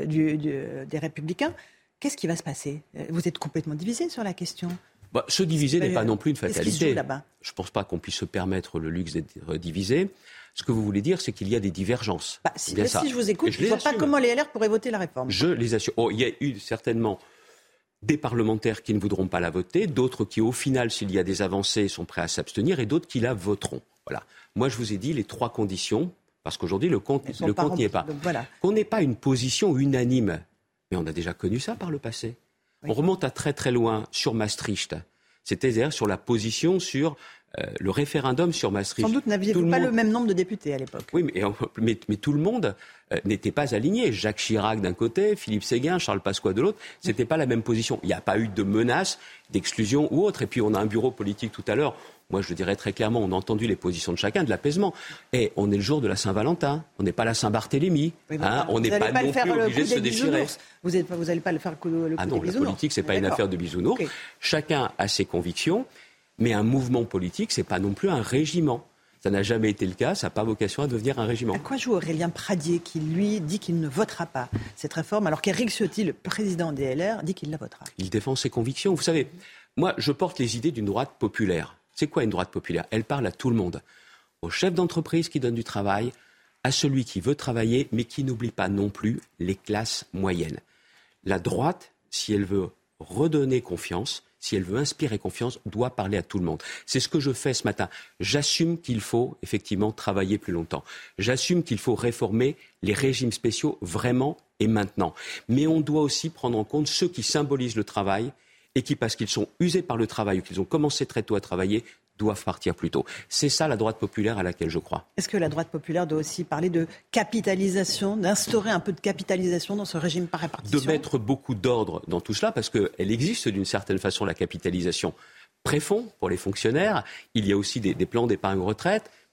Républicains. Qu'est-ce qui va se passer ? Vous êtes complètement divisés sur la question. Se diviser n'est pas non plus une fatalité. Qu'est-ce qui se joue là-bas ? Je ne pense pas qu'on puisse se permettre le luxe d'être divisé. Ce que vous voulez dire, c'est qu'il y a des divergences. Si je vous écoute, je ne vois pas comment les LR pourraient voter la réforme. Je les assure. Il y a eu certainement des parlementaires qui ne voudront pas la voter, d'autres qui, au final, s'il y a des avancées, sont prêts à s'abstenir, et d'autres qui la voteront. Voilà. Moi, je vous ai dit les 3 conditions, parce qu'aujourd'hui, le compte n'y est pas. Voilà. Qu'on n'ait pas une position unanime. Mais on a déjà connu ça par le passé. Oui. On remonte à très très loin sur Maastricht. C'était d'ailleurs sur la position sur le référendum sur Maastricht. Sans doute n'aviez-vous pas le même nombre de députés à l'époque. Oui, mais tout le monde n'était pas aligné. Jacques Chirac d'un côté, Philippe Séguin, Charles Pasqua de l'autre. C'était pas la même position. Il n'y a pas eu de menace d'exclusion ou autre. Et puis on a un bureau politique tout à l'heure. Moi, je dirais très clairement, on a entendu les positions de chacun, de l'apaisement. Et on est le jour de la Saint-Valentin. On n'est pas la Saint-Barthélemy. Oui, on n'est pas non plus obligé de se déchirer. Vous n'allez pas le faire le coup des bisounours. Non, la politique, c'est pas une affaire de bisounours. Okay. Chacun a ses convictions. Mais un mouvement politique, c'est pas non plus un régiment. Ça n'a jamais été le cas, ça n'a pas vocation à devenir un régiment. À quoi joue Aurélien Pradier qui, lui, dit qu'il ne votera pas cette réforme, alors qu'Éric Ciotti, le président des LR, dit qu'il la votera ? Il défend ses convictions. Vous savez, moi, je porte les idées d'une droite populaire. C'est quoi une droite populaire ? Elle parle à tout le monde. Au chef d'entreprise qui donne du travail, à celui qui veut travailler, mais qui n'oublie pas non plus les classes moyennes. La droite, si elle veut redonner confiance, si elle veut inspirer confiance, doit parler à tout le monde. C'est ce que je fais ce matin. J'assume qu'il faut effectivement travailler plus longtemps. J'assume qu'il faut réformer les régimes spéciaux vraiment et maintenant. Mais on doit aussi prendre en compte ceux qui symbolisent le travail et qui, parce qu'ils sont usés par le travail ou qu'ils ont commencé très tôt à travailler, doivent partir plus tôt. C'est ça la droite populaire à laquelle je crois. Est-ce que la droite populaire doit aussi parler de capitalisation, d'instaurer un peu de capitalisation dans ce régime par répartition ? De mettre beaucoup d'ordre dans tout cela, parce qu'elle existe d'une certaine façon, la capitalisation. Préfonds pour les fonctionnaires, il y a aussi des plans d'épargne retraite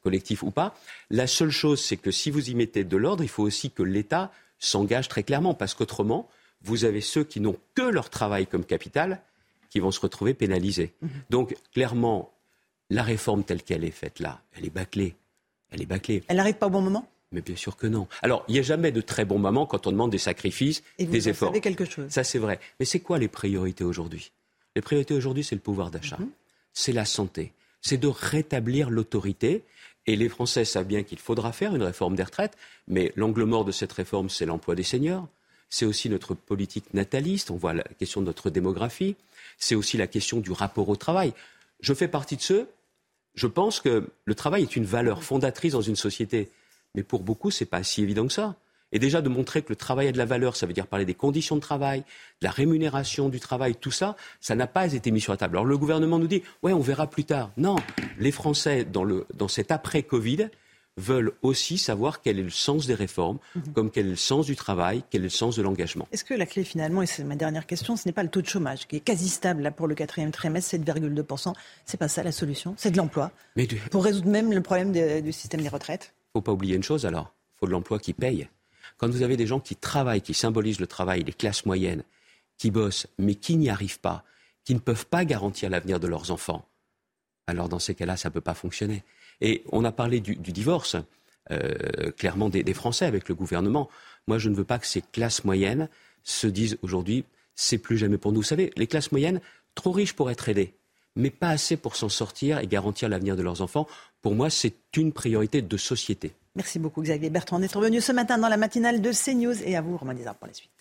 collectif ou pas. La seule chose, c'est que si vous y mettez de l'ordre, il faut aussi que l'État s'engage très clairement, parce qu'autrement, vous avez ceux qui n'ont que leur travail comme capital qui vont se retrouver pénalisés. Donc, clairement, la réforme telle qu'elle est faite là, elle est bâclée. Elle n'arrive pas au bon moment ? Mais bien sûr que non. Alors, il n'y a jamais de très bon moment quand on demande des sacrifices, des efforts. Et vous savez quelque chose. Ça, c'est vrai. Mais c'est quoi les priorités aujourd'hui ? Les priorités aujourd'hui, c'est le pouvoir d'achat. C'est la santé. C'est de rétablir l'autorité. Et les Français savent bien qu'il faudra faire une réforme des retraites. Mais l'angle mort de cette réforme, c'est l'emploi des seniors. C'est aussi notre politique nataliste. On voit la question de notre démographie. C'est aussi la question du rapport au travail. Je fais partie de ceux, je pense que le travail est une valeur fondatrice dans une société. Mais pour beaucoup, ce n'est pas si évident que ça. Et déjà de montrer que le travail a de la valeur, ça veut dire parler des conditions de travail, de la rémunération du travail, tout ça, ça n'a pas été mis sur la table. Alors le gouvernement nous dit, ouais, on verra plus tard. Non, les Français, dans cet après-Covid, veulent aussi savoir quel est le sens des réformes, comme quel est le sens du travail, quel est le sens de l'engagement. Est-ce que la clé finalement, et c'est ma dernière question, ce n'est pas le taux de chômage qui est quasi stable là, pour le 4e trimestre, 7,2%. C'est pas ça la solution, c'est de l'emploi. Pour résoudre même le problème du système des retraites. Il ne faut pas oublier une chose alors, il faut de l'emploi qui paye. Quand vous avez des gens qui travaillent, qui symbolisent le travail, les classes moyennes, qui bossent, mais qui n'y arrivent pas, qui ne peuvent pas garantir l'avenir de leurs enfants, alors dans ces cas-là, ça ne peut pas fonctionner. Et on a parlé du divorce, clairement des Français avec le gouvernement. Moi, je ne veux pas que ces classes moyennes se disent aujourd'hui, c'est plus jamais pour nous. Vous savez, les classes moyennes, trop riches pour être aidées, mais pas assez pour s'en sortir et garantir l'avenir de leurs enfants. Pour moi, c'est une priorité de société. Merci beaucoup Xavier Bertrand d'être venu ce matin dans la matinale de CNews. Et à vous, Romain Desarts, pour la suite.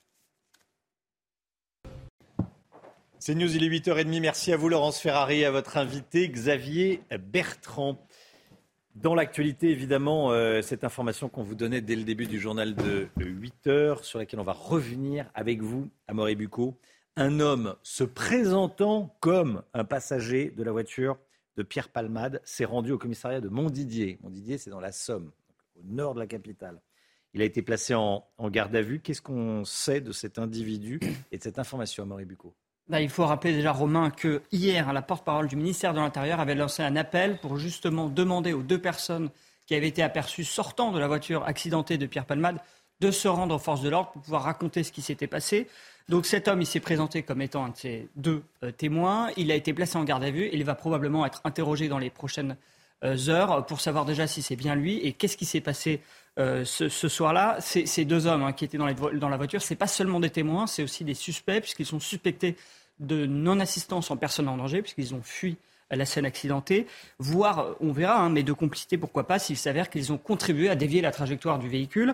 CNews, il est 8h30. Merci à vous, Laurence Ferrari, à votre invité, Xavier Bertrand. Dans l'actualité, évidemment, cette information qu'on vous donnait dès le début du journal de 8h, sur laquelle on va revenir avec vous, Amaury Bucco. Un homme se présentant comme un passager de la voiture de Pierre Palmade s'est rendu au commissariat de Montdidier. Montdidier, c'est dans la Somme, au nord de la capitale. Il a été placé en garde à vue. Qu'est-ce qu'on sait de cet individu et de cette information, Amaury Bucco ? Il faut rappeler déjà, Romain, que hier, la porte-parole du ministère de l'Intérieur avait lancé un appel pour justement demander aux 2 personnes qui avaient été aperçues sortant de la voiture accidentée de Pierre Palmade de se rendre aux forces de l'ordre pour pouvoir raconter ce qui s'était passé. Donc cet homme, il s'est présenté comme étant un de ces 2 témoins. Il a été placé en garde à vue et il va probablement être interrogé dans les prochaines heures pour savoir déjà si c'est bien lui et qu'est-ce qui s'est passé ce soir-là. Ces 2 hommes qui étaient dans la voiture, ce n'est pas seulement des témoins, c'est aussi des suspects puisqu'ils sont suspectés de non-assistance en personne en danger puisqu'ils ont fui la scène accidentée, voire, on verra, mais de complicité, pourquoi pas, s'il s'avère qu'ils ont contribué à dévier la trajectoire du véhicule.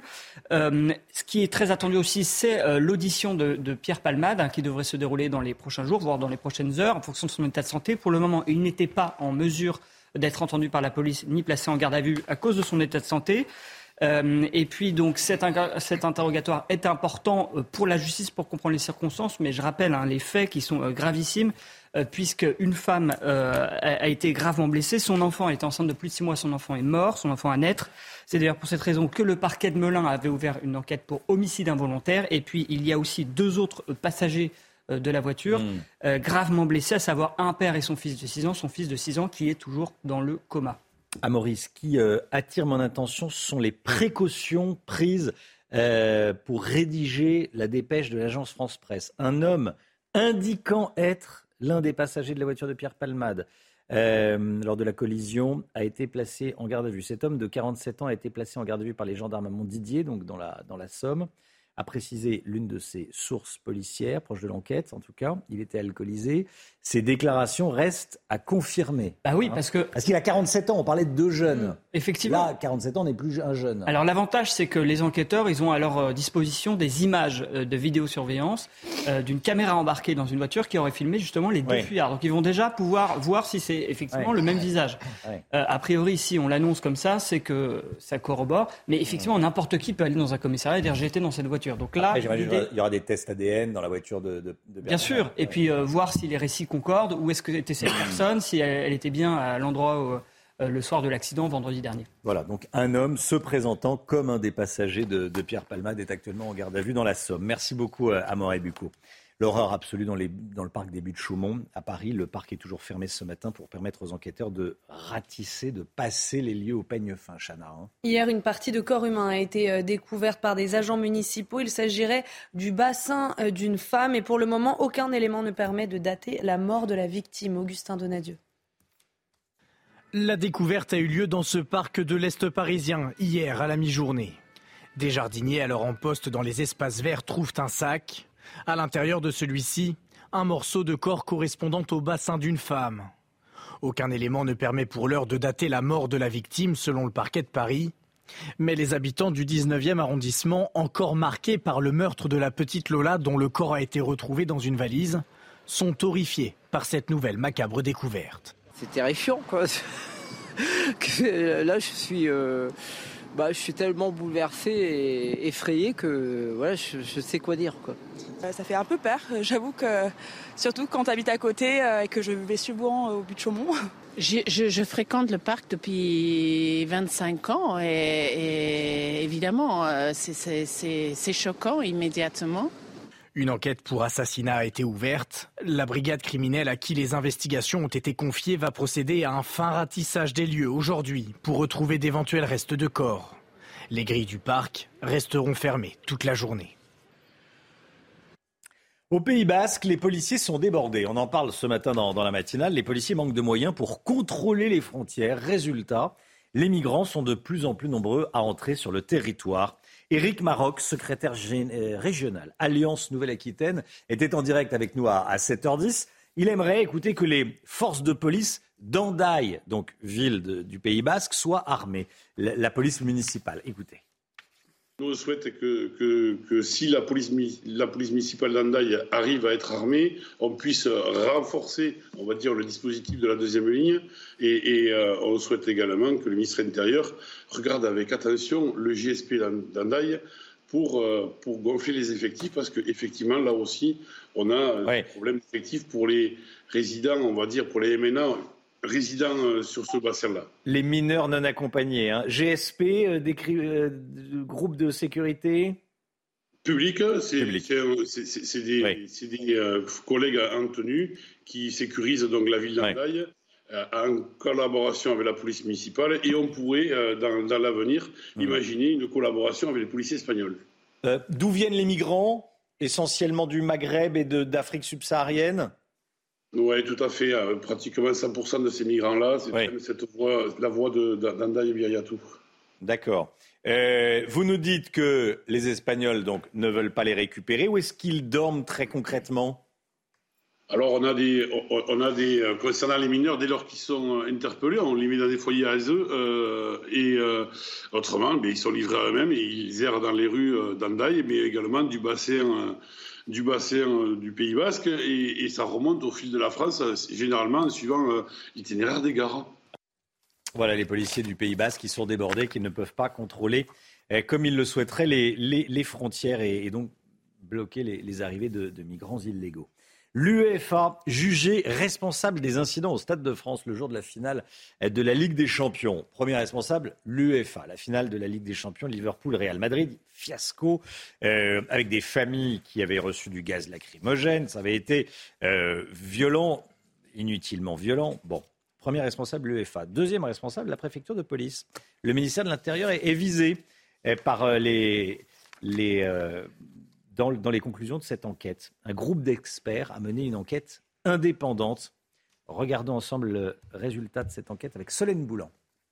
Ce qui est très attendu aussi, c'est l'audition de Pierre Palmade, qui devrait se dérouler dans les prochains jours, voire dans les prochaines heures, en fonction de son état de santé. Pour le moment, il n'était pas en mesure d'être entendu par la police, ni placé en garde à vue à cause de son état de santé. Et puis donc cet interrogatoire est important pour la justice pour comprendre les circonstances, mais je rappelle les faits qui sont gravissimes puisque une femme a été gravement blessée, son enfant est enceinte de plus de 6 mois, son enfant est mort, son enfant à naître. C'est d'ailleurs pour cette raison que le parquet de Melun avait ouvert une enquête pour homicide involontaire. Et puis il y a aussi 2 autres passagers de la voiture gravement blessés, à savoir un père et son fils de 6 ans, son fils de 6 ans qui est toujours dans le coma. Amaury, ce qui attire mon attention, ce sont les précautions prises pour rédiger la dépêche de l'agence France-Presse. Un homme indiquant être l'un des passagers de la voiture de Pierre Palmade lors de la collision a été placé en garde à vue. Cet homme de 47 ans a été placé en garde à vue par les gendarmes à Montdidier, donc dans la Somme, a précisé l'une de ses sources policières, proche de l'enquête en tout cas. Il était alcoolisé. Ces déclarations restent à confirmer. Bah oui, parce qu'il a 47 ans, on parlait de 2 jeunes. Effectivement. Là, 47 ans, on n'est plus un jeune. Alors l'avantage, c'est que les enquêteurs, ils ont à leur disposition des images de vidéosurveillance d'une caméra embarquée dans une voiture qui aurait filmé justement les 2 fuyards. Donc ils vont déjà pouvoir voir si c'est effectivement le même visage. A priori, si on l'annonce comme ça, c'est que ça corrobore. Mais effectivement, n'importe qui peut aller dans un commissariat et dire j'étais dans cette voiture. Donc là, il y aura des tests ADN dans la voiture de bien sûr. Et puis voir si les récits concordent, où est-ce que était cette personne, si elle était bien à l'endroit où, le soir de l'accident vendredi dernier. Voilà, donc un homme se présentant comme un des passagers de Pierre Palmade est actuellement en garde à vue dans la Somme. Merci beaucoup Amaury Bucco. L'horreur absolue dans le parc des Buttes-Chaumont à Paris. Le parc est toujours fermé ce matin pour permettre aux enquêteurs de ratisser, de passer les lieux au peigne fin, Chana. Hier, une partie de corps humain a été découverte par des agents municipaux. Il s'agirait du bassin d'une femme et pour le moment, aucun élément ne permet de dater la mort de la victime. Augustin Donadieu. La découverte a eu lieu dans ce parc de l'Est parisien, hier à la mi-journée. Des jardiniers alors en poste dans les espaces verts trouvent un sac. À l'intérieur de celui-ci, un morceau de corps correspondant au bassin d'une femme. Aucun élément ne permet pour l'heure de dater la mort de la victime selon le parquet de Paris. Mais les habitants du 19e arrondissement, encore marqués par le meurtre de la petite Lola dont le corps a été retrouvé dans une valise, sont horrifiés par cette nouvelle macabre découverte. C'est terrifiant, quoi. Là, je suis tellement bouleversé et effrayé que voilà, je sais quoi dire, quoi. Ça fait un peu peur. J'avoue que, surtout quand tu habites à côté et que je vais souvent au Buttes-Chaumont. Je fréquente le parc depuis 25 ans et évidemment, c'est choquant immédiatement. Une enquête pour assassinat a été ouverte. La brigade criminelle à qui les investigations ont été confiées va procéder à un fin ratissage des lieux aujourd'hui pour retrouver d'éventuels restes de corps. Les grilles du parc resteront fermées toute la journée. Au Pays Basque, les policiers sont débordés. On en parle ce matin dans la matinale. Les policiers manquent de moyens pour contrôler les frontières. Résultat, les migrants sont de plus en plus nombreux à entrer sur le territoire. Éric Maroc, secrétaire régional Alliance Nouvelle-Aquitaine, était en direct avec nous à 7h10. Il aimerait écouter que les forces de police d'Hendaye, donc ville du Pays Basque, soient armées. La police municipale. Écoutez. Nous, on souhaite que si la police municipale d'Hendaye arrive à être armée, on puisse renforcer, on va dire, le dispositif de la deuxième ligne. Et on souhaite également que le ministre de l'Intérieur regarde avec attention le JSP d'Hendaye pour gonfler les effectifs, parce qu'effectivement, là aussi, on a un problème d'effectifs pour les résidents, on va dire, pour les MNA résidents sur ce bassin-là. Les mineurs non accompagnés. GSP, groupes de sécurité public, c'est des collègues en tenue qui sécurisent donc la ville d'Hendaye en collaboration avec la police municipale, et on pourrait, dans l'avenir, imaginer une collaboration avec les policiers espagnols. D'où viennent les migrants? Essentiellement du Maghreb et d'Afrique subsaharienne? Oui, tout à fait. Pratiquement 100% de ces migrants-là, c'est la voie d'Hendaye Biarriatou. D'accord. Vous nous dites que les Espagnols donc, ne veulent pas les récupérer. Où est-ce qu'ils dorment très concrètement? Alors, on a des concernant les mineurs, dès lors qu'ils sont interpellés, on les met dans des foyers ASE autrement, ils sont livrés à eux-mêmes et ils errent dans les rues d'Hendaye, mais également du bassin du Pays Basque, et ça remonte au fil de la France, généralement en suivant l'itinéraire des gares. Voilà les policiers du Pays Basque qui sont débordés, qui ne peuvent pas contrôler comme ils le souhaiteraient les frontières et donc bloquer les arrivées de migrants illégaux. L'UEFA jugé responsable des incidents au Stade de France le jour de la finale de la Ligue des Champions. Premier responsable, l'UEFA, la finale de la Ligue des Champions, Liverpool-Real Madrid, fiasco, avec des familles qui avaient reçu du gaz lacrymogène. Ça avait été violent, inutilement violent. Bon, premier responsable, l'UEFA. Deuxième responsable, la préfecture de police. Le ministère de l'Intérieur est visé par dans les conclusions de cette enquête. Un groupe d'experts a mené une enquête indépendante. Regardons ensemble le résultat de cette enquête avec Solène Boulan.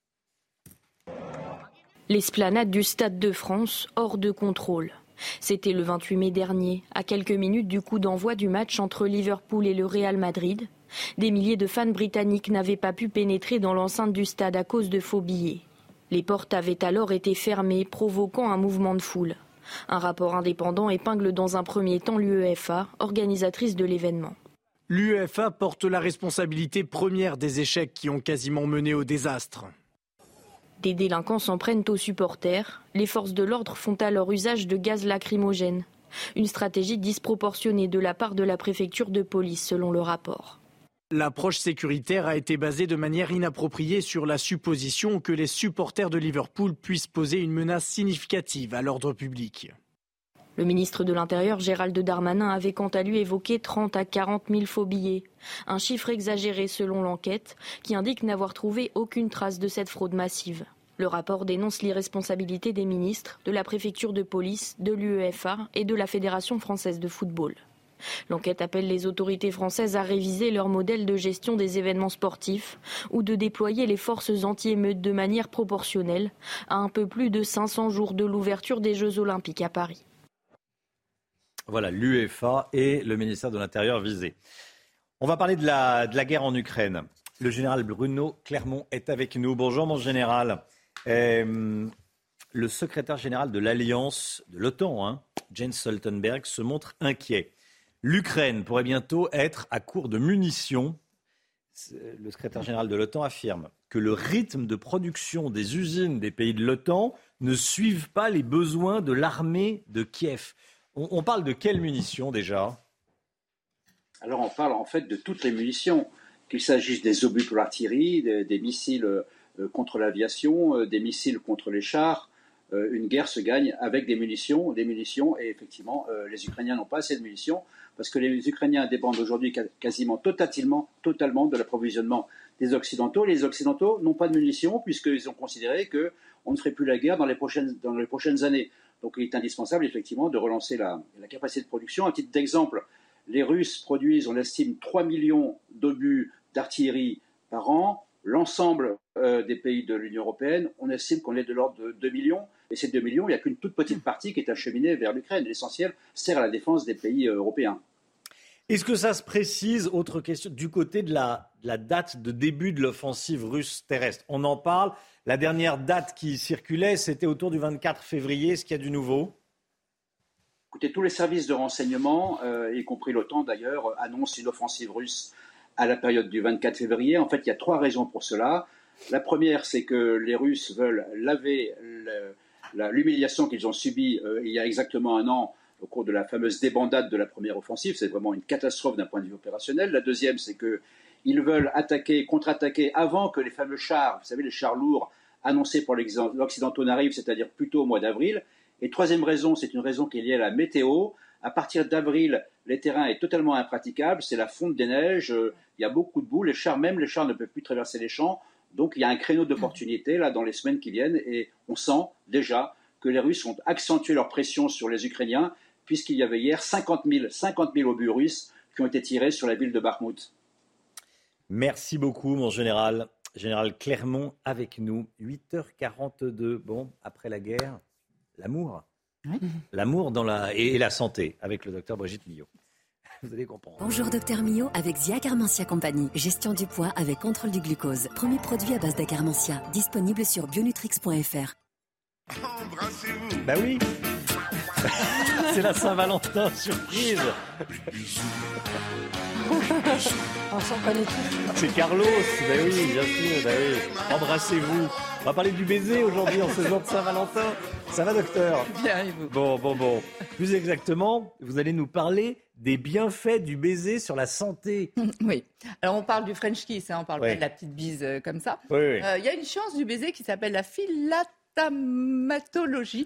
L'esplanade du Stade de France, hors de contrôle. C'était le 28 mai dernier, à quelques minutes du coup d'envoi du match entre Liverpool et le Real Madrid. Des milliers de fans britanniques n'avaient pas pu pénétrer dans l'enceinte du stade à cause de faux billets. Les portes avaient alors été fermées, provoquant un mouvement de foule. Un rapport indépendant épingle dans un premier temps l'UEFA, organisatrice de l'événement. L'UEFA porte la responsabilité première des échecs qui ont quasiment mené au désastre. Des délinquants s'en prennent aux supporters. Les forces de l'ordre font alors usage de gaz lacrymogène. Une stratégie disproportionnée de la part de la préfecture de police, selon le rapport. L'approche sécuritaire a été basée de manière inappropriée sur la supposition que les supporters de Liverpool puissent poser une menace significative à l'ordre public. Le ministre de l'Intérieur, Gérald Darmanin, avait quant à lui évoqué 30 à 40 000 faux billets. Un chiffre exagéré selon l'enquête, qui indique n'avoir trouvé aucune trace de cette fraude massive. Le rapport dénonce l'irresponsabilité des ministres, de la préfecture de police, de l'UEFA et de la Fédération française de football. L'enquête appelle les autorités françaises à réviser leur modèle de gestion des événements sportifs ou de déployer les forces anti-émeutes de manière proportionnelle à un peu plus de 500 jours de l'ouverture des Jeux Olympiques à Paris. Voilà, l'UEFA et le ministère de l'Intérieur visés. On va parler de la guerre en Ukraine. Le général Bruno Clermont est avec nous. Bonjour mon général. Le secrétaire général de l'Alliance de l'OTAN, Jens Stoltenberg, se montre inquiet. L'Ukraine pourrait bientôt être à court de munitions. Le secrétaire général de l'OTAN affirme que le rythme de production des usines des pays de l'OTAN ne suive pas les besoins de l'armée de Kiev. On parle de quelles munitions déjà ? Alors on parle en fait de toutes les munitions, qu'il s'agisse des obus pour l'artillerie, des missiles contre l'aviation, des missiles contre les chars. Une guerre se gagne avec des munitions, et effectivement les Ukrainiens n'ont pas assez de munitions parce que les Ukrainiens dépendent aujourd'hui quasiment totalement de l'approvisionnement des Occidentaux. Les Occidentaux n'ont pas de munitions puisqu'ils ont considéré qu'on ne ferait plus la guerre dans les prochaines années. Donc il est indispensable effectivement de relancer la capacité de production. À titre d'exemple, les Russes produisent, on estime, 3 millions d'obus d'artillerie par an. L'ensemble des pays de l'Union européenne, on estime qu'on est de l'ordre de 2 millions. Et ces 2 millions, il n'y a qu'une toute petite partie qui est acheminée vers l'Ukraine. L'essentiel sert à la défense des pays européens. Est-ce que ça se précise, autre question, du côté de la date de début de l'offensive russe terrestre ? On en parle. La dernière date qui circulait, c'était autour du 24 février. Est-ce qu'il y a du nouveau ? Écoutez, tous les services de renseignement, y compris l'OTAN d'ailleurs, annoncent une offensive russe à la période du 24 février. En fait, il y a 3 raisons pour cela. La première, c'est que les Russes veulent laver l'humiliation qu'ils ont subie il y a exactement un an au cours de la fameuse débandade de la première offensive. C'est vraiment une catastrophe d'un point de vue opérationnel. La deuxième, c'est qu'ils veulent contre-attaquer avant que les fameux chars, vous savez, les chars lourds annoncés pour l'Occidentaux n'arrivent, c'est-à-dire plutôt au mois d'avril. Et troisième raison, c'est une raison qui est liée à la météo. À partir d'avril, les terrains est totalement impraticable. C'est la fonte des neiges. Il y a beaucoup de boue. Les chars ne peuvent plus traverser les champs. Donc il y a un créneau d'opportunité là dans les semaines qui viennent. Et on sent déjà que les Russes ont accentué leur pression sur les Ukrainiens, puisqu'il y avait hier 50 000 obus russes qui ont été tirés sur la ville de Bakhmout. Merci beaucoup, mon général. Général Clermont avec nous. 8h42. Bon, après la guerre, l'amour. Oui. L'amour et la santé, avec le docteur Brigitte Millot. Vous allez comprendre. Bonjour docteur Millot, avec Ziacarmentia Compagnie. Gestion du poids avec contrôle du glucose. Premier produit à base d'Acarmentia. Disponible sur bionutrix.fr. Embrassez-vous. Bah oui. C'est la Saint-Valentin, surprise. On s'en connaît tous. C'est Carlos, bah oui, bien sûr, bah oui. Embrassez-vous. On va parler du baiser aujourd'hui en ce jour de Saint-Valentin. Ça va, docteur ? Bien, et vous ? Bon. Plus exactement, vous allez nous parler des bienfaits du baiser sur la santé. Oui. Alors, on parle du French kiss, on parle pas de la petite bise comme ça. Oui. Y a une science du baiser qui s'appelle la filamatologie.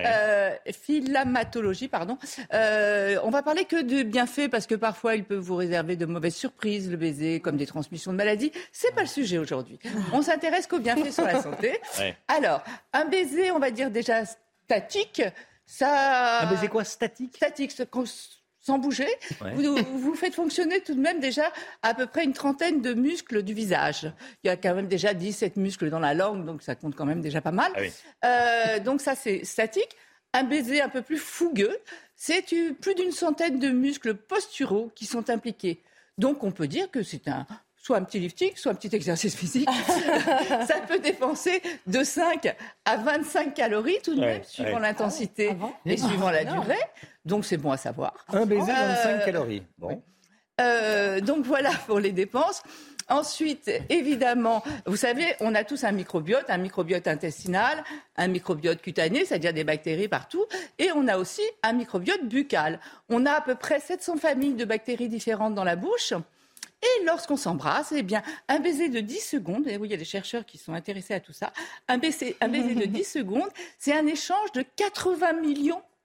On va parler que de bienfaits parce que parfois il peut vous réserver de mauvaises surprises, le baiser, comme des transmissions de maladies. C'est pas le sujet aujourd'hui. On s'intéresse qu'aux bienfaits sur la santé. Ouais. Alors, un baiser, on va dire déjà statique, ça... Un baiser quoi, statique ? Statique, sans bouger. Ouais. Vous faites fonctionner tout de même déjà à peu près une trentaine de muscles du visage. Il y a quand même déjà 17 muscles dans la langue, donc ça compte quand même déjà pas mal. Ah oui. Donc ça, c'est statique. Un baiser un peu plus fougueux, c'est plus d'une centaine de muscles posturaux qui sont impliqués. Donc on peut dire que c'est soit un petit lifting, soit un petit exercice physique. Ça peut dépenser de 5 à 25 calories tout de même, suivant l'intensité et suivant la durée. Donc c'est bon à savoir. Un baiser, 25 calories. Bon. Donc voilà pour les dépenses. Ensuite, évidemment, vous savez, on a tous un microbiote intestinal, un microbiote cutané, c'est-à-dire des bactéries partout, et on a aussi un microbiote buccal. On a à peu près 700 familles de bactéries différentes dans la bouche. Et lorsqu'on s'embrasse, eh bien, un baiser de 10 secondes, et oui, il y a des chercheurs qui sont intéressés à tout ça, un baiser de 10 secondes, c'est un échange de 80 millions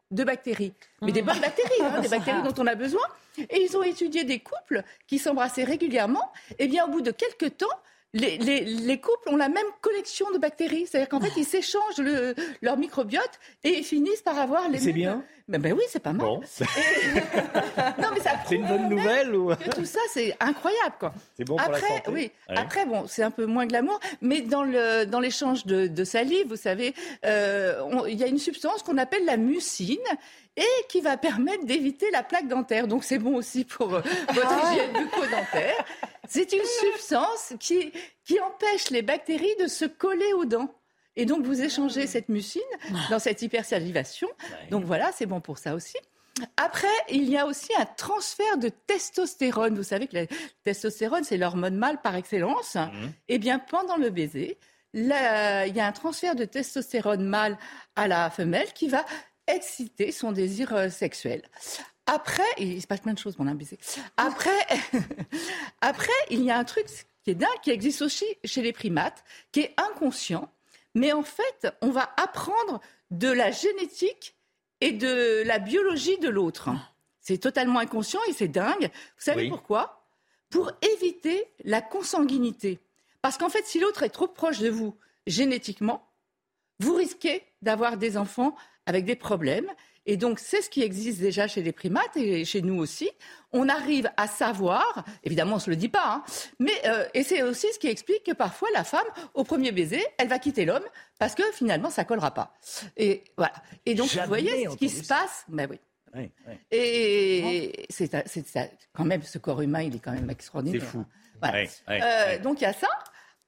de bactéries. Mais des bonnes bactéries, des bactéries dont on a besoin. Et ils ont étudié des couples qui s'embrassaient régulièrement. Et bien, au bout de quelques temps, les couples ont la même collection de bactéries. C'est-à-dire qu'en fait, ils s'échangent leur microbiote et ils finissent par avoir les mêmes... C'est bien. Ben oui, c'est pas mal. Bon. Non, mais ça c'est une bonne nouvelle ou... que tout ça, c'est incroyable, quoi. C'est bon pour la santé. Oui. Ouais. Après, bon, c'est un peu moins glamour, mais dans l'échange de salive, vous savez, il y a une substance qu'on appelle la mucine et qui va permettre d'éviter la plaque dentaire. Donc, c'est bon aussi pour votre hygiène bucco-dentaire. C'est une substance qui empêche les bactéries de se coller aux dents. Et donc, vous échangez cette mucine dans cette hypersalivation. Donc voilà, c'est bon pour ça aussi. Après, il y a aussi un transfert de testostérone. Vous savez que la testostérone, c'est l'hormone mâle par excellence. Eh bien, pendant le baiser, il y a un transfert de testostérone mâle à la femelle qui va exciter son désir sexuel. Après, il se passe plein de choses pendant un baiser. Après, il y a un truc qui est dingue, qui existe aussi chez les primates, qui est inconscient. Mais en fait, on va apprendre de la génétique et de la biologie de l'autre. C'est totalement inconscient et c'est dingue. Vous savez pourquoi ? Pour éviter la consanguinité. Parce qu'en fait, si l'autre est trop proche de vous génétiquement, vous risquez d'avoir des enfants avec des problèmes. Et donc, c'est ce qui existe déjà chez les primates et chez nous aussi. On arrive à savoir, évidemment, on ne se le dit pas, et c'est aussi ce qui explique que parfois, la femme, au premier baiser, elle va quitter l'homme parce que finalement, ça ne collera pas. Et voilà. Et donc, vous voyez ce qui se passe. Ben oui. Oui. Et c'est quand même, ce corps humain, il est quand même extraordinaire. C'est fou. Voilà. Donc, il y a ça.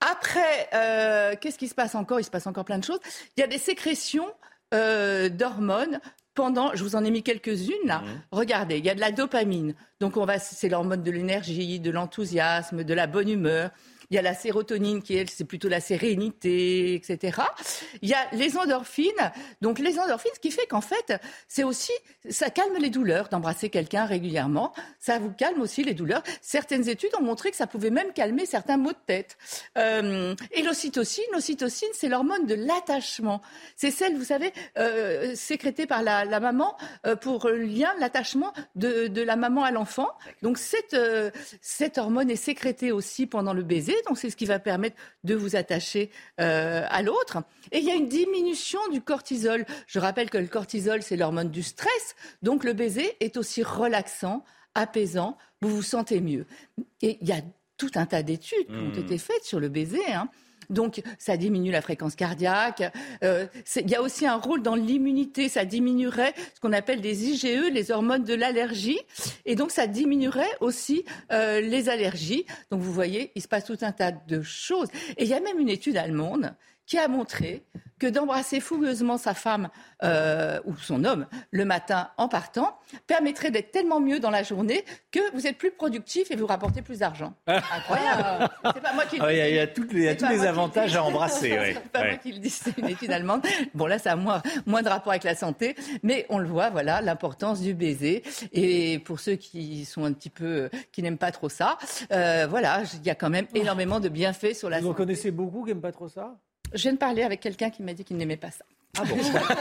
Après, qu'est-ce qui se passe encore ? Il se passe encore plein de choses. Il y a des sécrétions d'hormones. Je vous en ai mis quelques-unes là. Regardez, il y a de la dopamine. Donc c'est l'hormone de l'énergie, de l'enthousiasme, de la bonne humeur. Il y a la sérotonine qui, elle, c'est plutôt la sérénité, etc. Il y a les endorphines. Donc les endorphines, ce qui fait qu'en fait, c'est aussi, ça calme les douleurs d'embrasser quelqu'un régulièrement. Ça vous calme aussi les douleurs. Certaines études ont montré que ça pouvait même calmer certains maux de tête. Et l'ocytocine, c'est l'hormone de l'attachement. C'est celle, vous savez, sécrétée par la maman pour le lien, l'attachement de la maman à l'enfant. Donc cette hormone est sécrétée aussi pendant le baiser. Donc c'est ce qui va permettre de vous attacher à l'autre. Et il y a une diminution du cortisol. Je rappelle que le cortisol, c'est l'hormone du stress. Donc le baiser est aussi relaxant, apaisant. Vous vous sentez mieux. Et il y a tout un tas d'études qui ont été faites sur le baiser. Donc, ça diminue la fréquence cardiaque. Il y a aussi un rôle dans l'immunité. Ça diminuerait ce qu'on appelle des IgE, les hormones de l'allergie. Et donc, ça diminuerait aussi les allergies. Donc, vous voyez, il se passe tout un tas de choses. Et il y a même une étude allemande qui a montré que d'embrasser fougueusement sa femme ou son homme le matin en partant permettrait d'être tellement mieux dans la journée que vous êtes plus productif et vous rapportez plus d'argent. Incroyable. C'est pas moi qui le dis. Il y a tous les avantages à embrasser. C'est pas moi qui le dis, c'est une étude allemande. Bon, là, ça a moins de rapport avec la santé, mais on le voit, voilà, l'importance du baiser. Et pour ceux qui sont un petit peu, qui n'aiment pas trop ça, voilà, il y a quand même énormément de bienfaits sur la santé. Vous en connaissez beaucoup qui n'aiment pas trop ça ? Je viens de parler avec quelqu'un qui m'a dit qu'il n'aimait pas ça. Ah bon.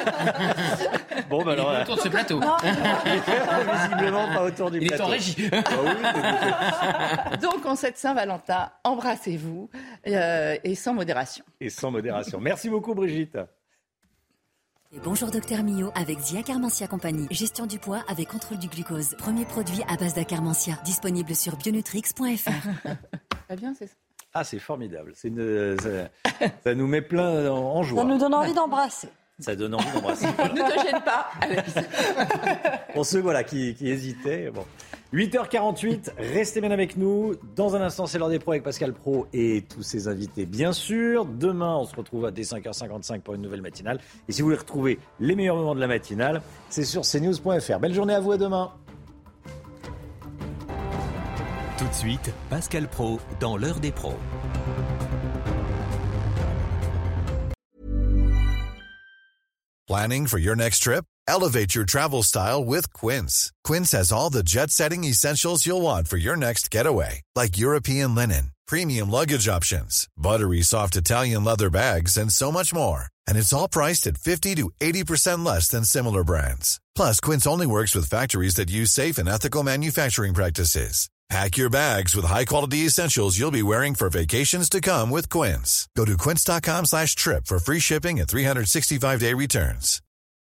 Bon, bah alors. Autour de ce plateau. Visiblement pas autour du plateau. Il est en régie. Donc, en cette Saint-Valentin, embrassez-vous et sans modération. Et sans modération. Merci beaucoup, Brigitte. Et bonjour Docteur Millot avec Ziacarmentia Compagnie. Gestion du poids avec contrôle du glucose. Premier produit à base d'acarmentia. Disponible sur bionutrix.fr. Très bien, c'est ça. Ah, c'est formidable. Ça nous met plein en joie. Ça nous donne envie d'embrasser. Ça donne envie d'embrasser. Ne te gêne pas, Alex. Pour ceux qui hésitaient. Bon. 8h48, restez bien avec nous. Dans un instant, c'est l'heure des pros avec Pascal Praud et tous ses invités, bien sûr. Demain, on se retrouve dès 5h55 pour une nouvelle matinale. Et si vous voulez retrouver les meilleurs moments de la matinale, c'est sur cnews.fr. Belle journée à vous, à demain. Tout de suite, Pascal Praud dans l'heure des pros. Planning for your next trip? Elevate your travel style with Quince. Quince has all the jet-setting essentials you'll want for your next getaway, like European linen, premium luggage options, buttery soft Italian leather bags, and so much more. And it's all priced at 50 to 80% less than similar brands. Plus, Quince only works with factories that use safe and ethical manufacturing practices. Pack your bags with high-quality essentials you'll be wearing for vacations to come with Quince. Go to quince.com/trip for free shipping and 365-day returns.